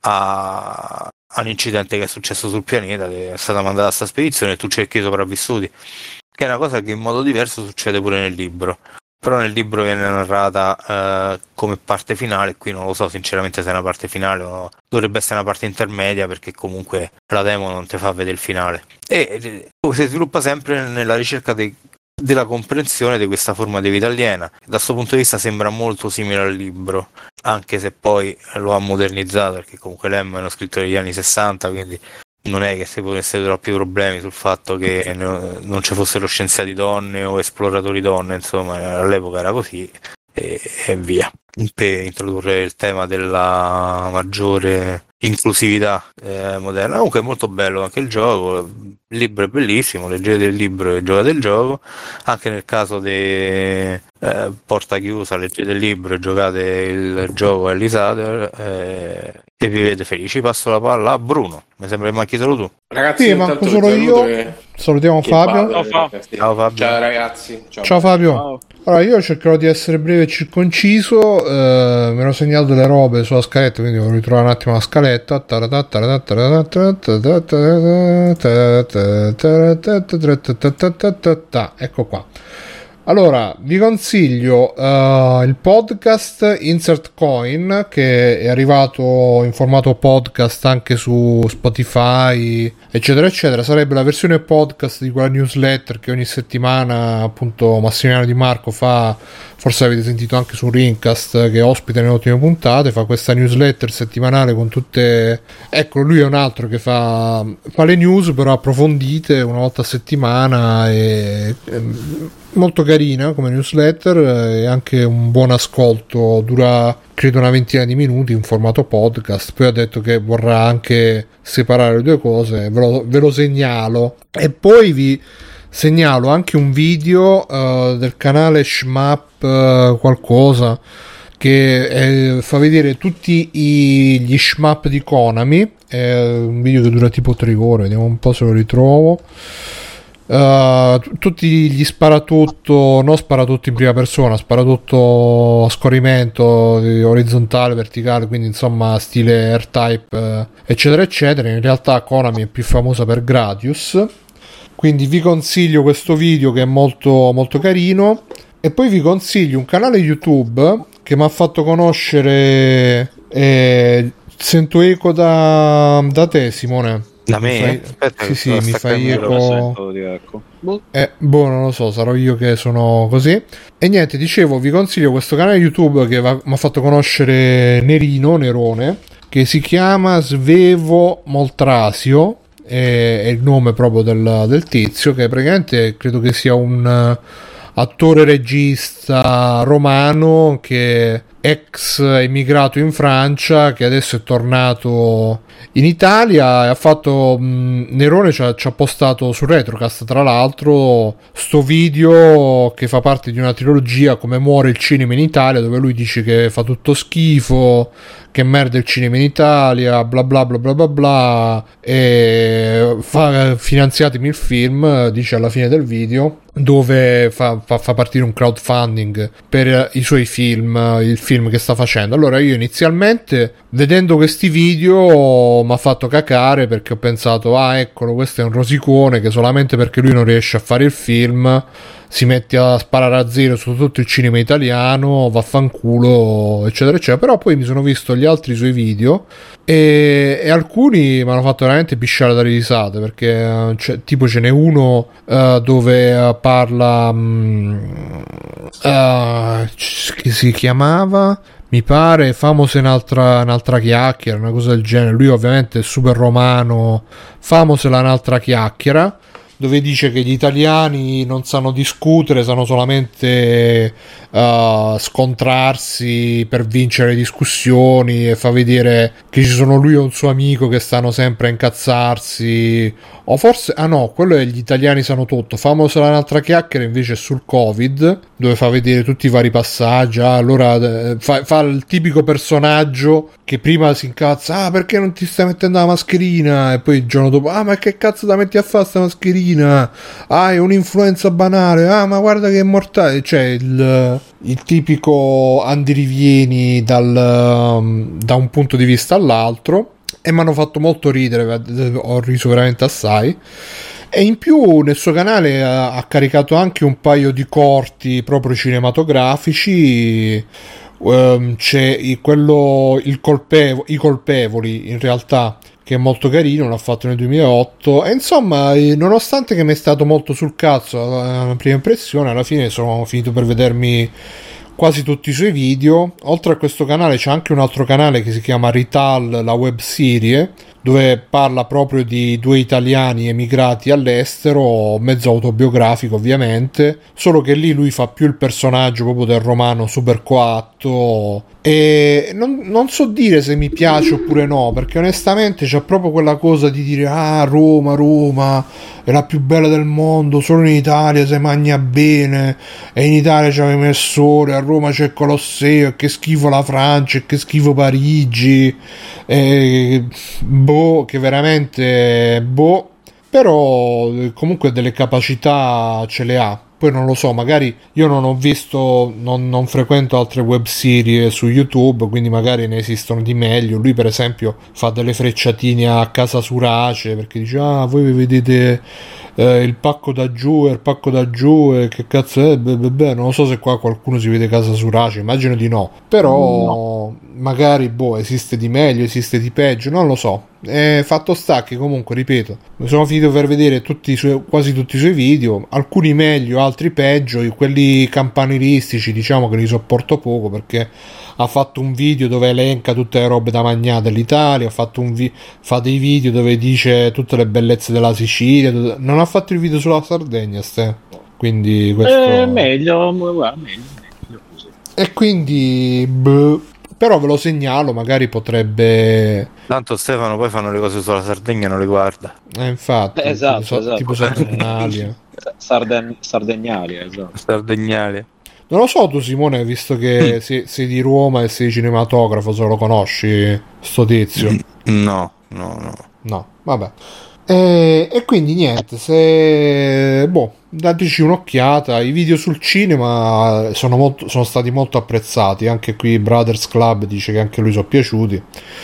a, all'incidente che è successo sul pianeta, che è stata mandata a questa spedizione, e tu cerchi i sopravvissuti, che è una cosa che in modo diverso succede pure nel libro, però nel libro viene narrata eh, come parte finale. Qui non lo so sinceramente se è una parte finale o dovrebbe essere una parte intermedia, perché comunque la demo non ti fa vedere il finale, e si sviluppa sempre nella ricerca dei della comprensione di questa forma di vita aliena. Da questo punto di vista sembra molto simile al libro, anche se poi lo ha modernizzato, perché comunque Lem è uno scrittore degli anni sessanta, quindi non è che si ponessero troppi problemi sul fatto che non ci fossero scienziati donne o esploratori donne, insomma all'epoca era così e, e via, per introdurre il tema della maggiore inclusività eh, moderna. Comunque è molto bello anche il gioco, il libro è bellissimo, leggete il libro e giocate il gioco. Anche nel caso di eh, Porta Chiusa, leggete il libro e giocate il gioco a Elisader eh, e vivete felici. Passo la palla a Bruno, mi sembra che manchi solo tu. Ragazzi, sì, manco solo io. E... salutiamo Fabio. Ciao, Fabio. Ciao Fabio. Ciao ragazzi. Ciao, Ciao Fabio. Ciao. Allora, io cercherò di essere breve e circonciso, eh, mi ero segnato delle robe sulla scaletta, quindi devo ritrovare un attimo la scaletta. Ecco qua. Allora, vi consiglio uh, il podcast Insert Coin, che è arrivato in formato podcast anche su Spotify, eccetera, eccetera. Sarebbe la versione podcast di quella newsletter che ogni settimana, appunto, Massimiliano Di Marco fa, forse avete sentito anche su Rincast, che ospita nelle ultime puntate, fa questa newsletter settimanale con tutte... Ecco, lui è un altro che fa, fa le news, però approfondite, una volta a settimana, e... e molto carina come newsletter e anche un buon ascolto, dura credo una ventina di minuti in formato podcast. Poi ha detto che vorrà anche separare le due cose, ve lo, ve lo segnalo. E poi vi segnalo anche un video uh, del canale Shmup uh, qualcosa, che eh, fa vedere tutti i, gli shmup di Konami. È un video che dura tipo tre ore, vediamo un po' se lo ritrovo. Uh, t- tutti gli sparatutto, non sparatutto in prima persona, sparatutto a scorrimento orizzontale, verticale, quindi insomma stile R-Type, uh, eccetera eccetera. In realtà Konami è più famosa per Gradius, quindi vi consiglio questo video che è molto molto carino. E poi vi consiglio un canale YouTube che mi ha fatto conoscere, eh, sento eco da, da te, Simone. Da me? Fai... Aspetta, sì, sì, mi fai eco. Ecco. Eh, boh, non lo so, sarò io che sono così. E niente, dicevo, vi consiglio questo canale YouTube che mi ha fatto conoscere Nerino, Nerone, che si chiama Svevo Moltrasio, è, è il nome proprio del, del tizio, che praticamente credo che sia un uh, attore regista romano che ex emigrato in Francia, che adesso è tornato in Italia e ha fatto mh, Nerone ci ha, ci ha postato su Retrocast tra l'altro sto video che fa parte di una trilogia, come muore il cinema in Italia, dove lui dice che fa tutto schifo, che merda il cinema in Italia, bla bla bla bla bla bla, e fa finanziatemi il film, dice alla fine del video, dove fa, fa, fa partire un crowdfunding per i suoi film, il film che sta facendo. Allora io inizialmente, vedendo questi video, mi ha fatto cacare, perché ho pensato, ah eccolo, questo è un rosicone che solamente perché lui non riesce a fare il film si mette a sparare a zero su tutto il cinema italiano, vaffanculo, eccetera eccetera. Però poi mi sono visto gli altri suoi video e, e alcuni mi hanno fatto veramente pisciare dalle risate, perché cioè, tipo ce n'è uno uh, dove uh, parla um, uh, che si chiamava, mi pare, Famos un'altra, un'altra chiacchiera, una cosa del genere. Lui ovviamente è super romano, Famos è un'altra chiacchiera, dove dice che gli italiani non sanno discutere, sanno solamente uh, scontrarsi per vincere le discussioni, e fa vedere che ci sono lui e un suo amico che stanno sempre a incazzarsi, o forse, ah no, quello è gli italiani sanno tutto. Famosa un'altra chiacchiera invece è sul Covid, dove fa vedere tutti i vari passaggi. Ah, allora eh, fa, fa il tipico personaggio che prima si incazza, ah perché non ti stai mettendo la mascherina, e poi il giorno dopo, ah ma che cazzo da metti a fare sta mascherina, ah è un'influenza banale, ah ma guarda che è mortale. Cioè il, il tipico andirivieni dal, da un punto di vista all'altro, e mi hanno fatto molto ridere, ho riso veramente assai. E in più nel suo canale ha, ha caricato anche un paio di corti proprio cinematografici. Um, c'è il, quello, il colpevo, i colpevoli, in realtà, che è molto carino, l'ha fatto nel duemilaotto, e insomma, nonostante che mi è stato molto sul cazzo la prima impressione, alla fine sono finito per vedermi quasi tutti i suoi video. Oltre a questo canale c'è anche un altro canale che si chiama Rital, la web serie, dove parla proprio di due italiani emigrati all'estero, mezzo autobiografico ovviamente, solo che lì lui fa più il personaggio proprio del romano super coatto, e non, non so dire se mi piace oppure no, perché onestamente c'è proprio quella cosa di dire ah, Roma, Roma è la più bella del mondo, solo in Italia si mangia bene, e in Italia c'è il sole, a Roma c'è il Colosseo, e che schifo la Francia, e che schifo Parigi, e boh, che veramente boh, però comunque delle capacità ce le ha. Poi non lo so, magari io non ho visto, non, non frequento altre web serie su YouTube, quindi magari ne esistono di meglio. Lui per esempio fa delle frecciatine a Casa Surace, perché dice ah, voi vedete eh, il pacco da giù e il pacco da giù, e che cazzo è, beh, beh, beh. Non so se qua qualcuno si vede Casa Surace, immagino di no, però no. Magari boh, esiste di meglio, esiste di peggio, non lo so. E fatto sta che comunque, ripeto, mi sono finito per vedere tutti i suoi, quasi tutti i suoi video, alcuni meglio, altri peggio. Quelli campanilistici diciamo che li sopporto poco, perché ha fatto un video dove elenca tutte le robe da mangiare dell'Italia, ha fatto un vi- fa dei video dove dice tutte le bellezze della Sicilia, non ha fatto il video sulla Sardegna, ste. Quindi questo è meglio, guarda, meglio, meglio così. E quindi boh. Però ve lo segnalo, magari potrebbe. Tanto Stefano poi fanno le cose sulla Sardegna, non le guarda. Eh, infatti, Eh, esatto, tipo, esatto. tipo Sardennalia. Sarden- Sardegnali, esatto. Sardegnale. Non lo so tu Simone, visto che sei, sei di Roma e sei cinematografo, se lo conosci sto tizio. No, no, no. No, vabbè. E, e quindi niente, se boh, dateci un'occhiata. I video sul cinema sono, molto, sono stati molto apprezzati. Anche qui Brothers Club dice che anche lui sono piaciuti.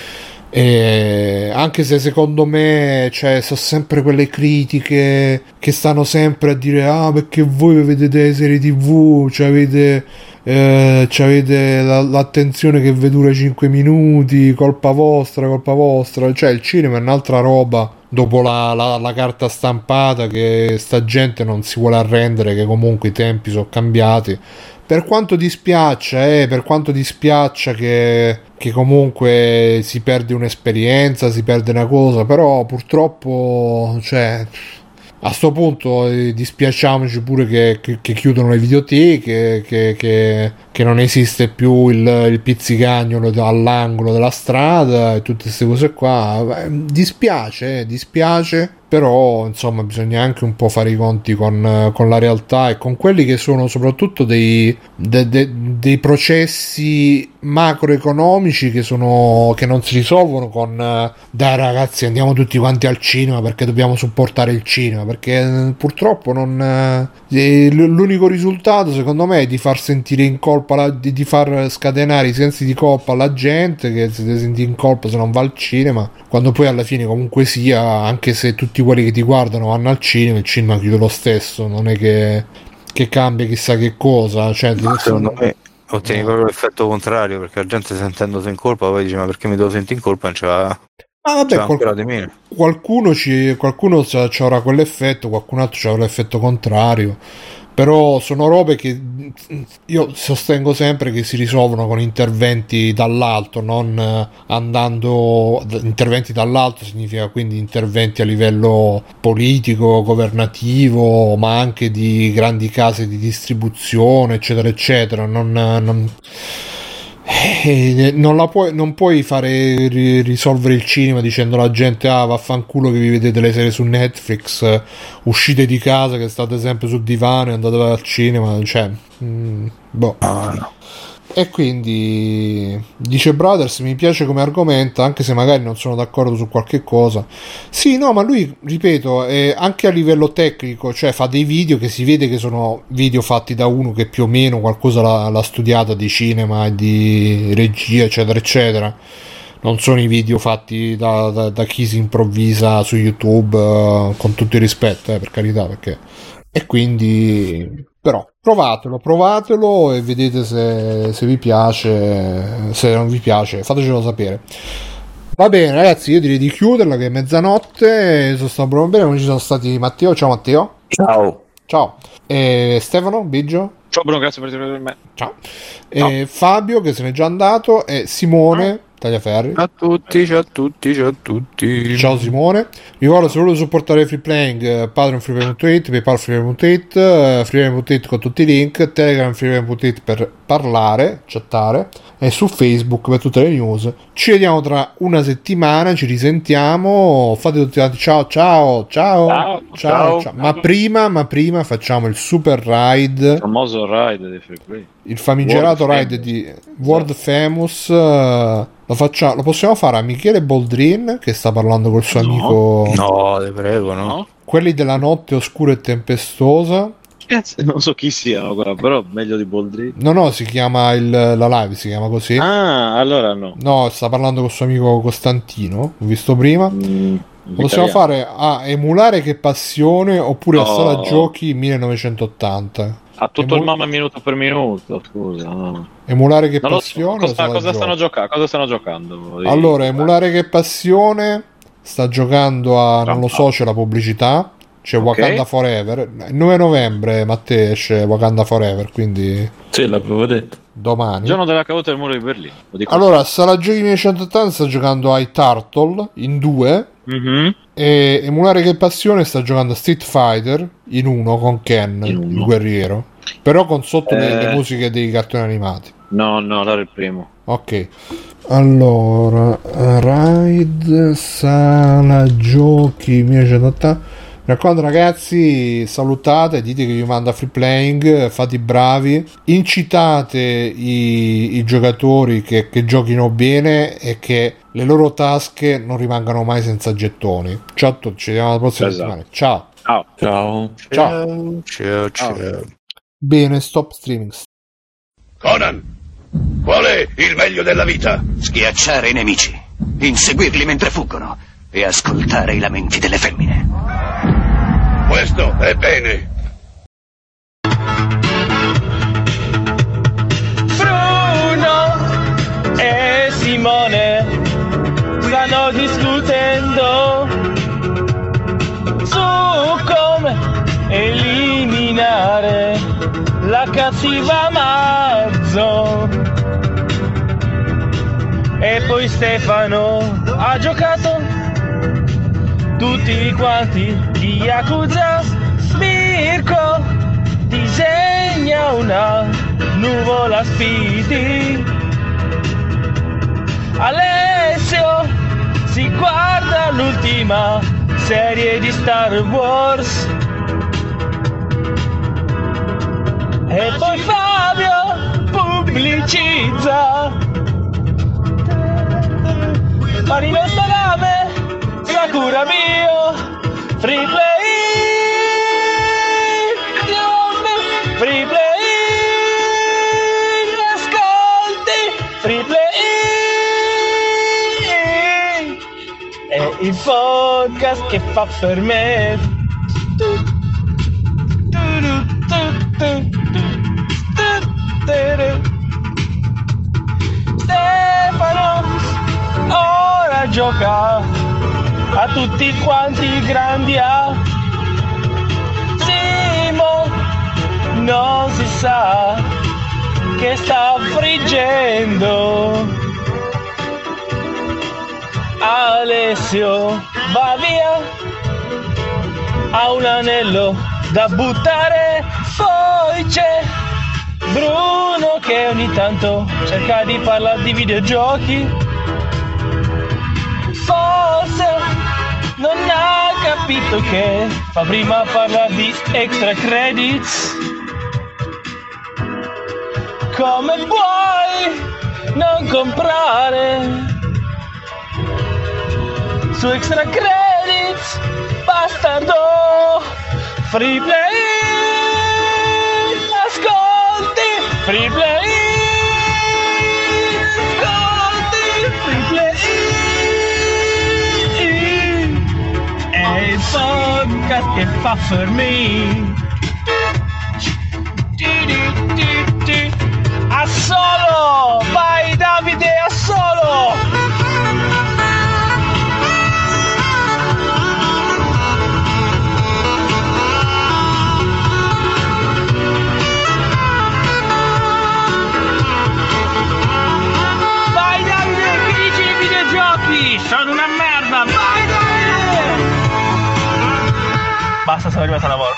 E anche se secondo me cioè, sono sempre quelle critiche che stanno sempre a dire ah, perché voi vedete le serie tv, cioè avete eh, avete la, l'attenzione che vi dura cinque minuti, colpa vostra, colpa vostra. Cioè il cinema è un'altra roba, dopo la, la, la carta stampata, che sta gente non si vuole arrendere, che comunque i tempi sono cambiati. Per quanto dispiaccia, eh, per quanto dispiaccia che, che comunque si perde un'esperienza, si perde una cosa, però purtroppo, cioè, a sto punto eh, dispiacciamoci pure che, che, che chiudono le videoteche, che, che, che non esiste più il, il pizzicagnolo all'angolo della strada e tutte queste cose qua. Beh, dispiace, eh, dispiace. Però insomma bisogna anche un po' fare i conti con, con la realtà e con quelli che sono soprattutto dei, de, de, dei processi macroeconomici che sono che non si risolvono con dai ragazzi andiamo tutti quanti al cinema perché dobbiamo supportare il cinema, perché purtroppo non eh, l'unico risultato secondo me è di far sentire in colpa la, di, di far scatenare i sensi di colpa alla gente, che si sente in colpa se non va al cinema, quando poi alla fine comunque sia, anche se tutti quelli che ti guardano vanno al cinema, il cinema chiude lo stesso, non è che, che cambia chissà che cosa, cioè, secondo me ottieni no. proprio l'effetto contrario, perché la gente sentendosi in colpa poi dice ma perché mi devo sentire in colpa, non ce va. Ah, vabbè, qual- qualcuno ci qualcuno ci avrà quell'effetto, qualcun altro avrà l'effetto contrario, però sono robe che io sostengo sempre che si risolvono con interventi dall'alto, non andando interventi dall'alto significa quindi interventi a livello politico, governativo, ma anche di grandi case di distribuzione eccetera eccetera. Non, non... Eh, non la puoi non puoi fare ri- risolvere il cinema dicendo alla gente ah vaffanculo che vi vedete le serie su Netflix, uscite di casa che state sempre sul divano e andate al cinema, cioè mm, boh. Oh, no. E quindi dice Brothers mi piace come argomenta, anche se magari non sono d'accordo su qualche cosa. Sì, no, ma lui, ripeto, è anche a livello tecnico, cioè fa dei video che si vede che sono video fatti da uno che più o meno qualcosa l'ha, l'ha studiato di cinema e di regia eccetera eccetera. Non sono i video fatti da, da, da chi si improvvisa su YouTube, uh, con tutto il rispetto, eh, per carità, perché e quindi però provatelo, provatelo e vedete se, se vi piace, se non vi piace fatecelo sapere. Va bene ragazzi, io direi di chiuderla che è mezzanotte, sono stato proprio bene, come ci sono stati Matteo, ciao Matteo. Ciao. Ciao. E Stefano, Biggio. Ciao Bruno, grazie per avermi me. Ciao. E Fabio che se n'è già andato e Simone Tagliaferri. Ciao a tutti, ciao a tutti, ciao a tutti. Ciao Simone. Ricordo, se volete supportare Free Playing, Patreon freeplay punto it, PayPal freeplay punto it, freeplay punto it con tutti i link, Telegram freeplay punto it per parlare, chattare, e su Facebook per tutte le news. Ci vediamo tra una settimana, ci risentiamo. Fate tutti quanti ciao ciao ciao ciao, ciao, ciao. Ma prima, ma prima facciamo il super ride, il famoso ride dei Free Play, il famigerato World ride Famous. di World Famous. uh, lo, facciamo, lo possiamo fare a Michele Boldrin che sta parlando col suo No. amico, No, te prego, no. no? quelli della notte oscura e tempestosa. Cazzo, non so chi siano, guarda, però meglio di Boldrin. No, no, si chiama il, la live, si chiama così. Ah, allora no. No, sta parlando col suo amico Costantino, ho visto prima. Mm, Lo possiamo italiano. fare a Emulare che passione oppure a No. Sala Giochi millenovecentottanta. Ha tutto Emu- il mamma minuto per minuto, scusa. No. Emulare che Non lo so, passione o cosa, Sala cosa stanno Giochi? giocando? Cosa stanno giocando? Allora, Emulare che passione sta giocando a, non lo so, Ah. c'è la pubblicità. C'è Ok. Wakanda Forever. Il nove novembre, Matteo, esce Wakanda Forever, quindi Sì, l'avevo detto. domani. Giorno della caduta del muro di Berlino. Lo dico. Allora, Sala Giochi millenovecentottanta sta giocando ai Turtle in due. Mhm. E Emulare che passione sta giocando a Street Fighter in uno con Ken, In uno. il guerriero. Però con sotto le, Eh. le musiche dei cartoni animati. No, no, allora il primo. Ok. Allora, Ride Sala Giochi millenovecentottanta. Mi raccomando ragazzi, salutate, dite che vi manda Free Playing, fate i bravi, incitate i, i giocatori che, che giochino bene e che le loro tasche non rimangano mai senza gettoni. Ciao a tutti, ci vediamo la prossima Esatto. settimana. Ciao. Ciao. Ciao. Ciao. Ciao, ciao. Bene, stop streaming. Conan, qual è il meglio della vita? Schiacciare i nemici, inseguirli mentre fuggono e ascoltare i lamenti delle femmine. Questo è bene. Bruno e Simone stanno discutendo su come eliminare la cattiva Amazon. E poi Stefano ha giocato tutti quanti di Yakuza. Mirko disegna una nuvola Speedy. Alessio si guarda l'ultima serie di Star Wars. E poi Fabio pubblicizza Marino Salame, Sakura Bio, Free Play, Free Play, ascolti, Free Play, è il podcast che fa per me. Stefano ora gioca a tutti quanti i grandi A. Simo non si sa che sta friggendo. Alessio va via, ha un anello da buttare. Poi c'è Bruno che ogni tanto cerca di parlare di videogiochi. Forse non ha capito che fa prima parlare di extra credits. Come puoi non comprare su extra credits, bastardo? Free Play, ascolti, Free Play, ascolti, Free Play, è il podcast che fa per me. A solo, vai Davide, a solo. Basta, siamo arrivati al lavoro.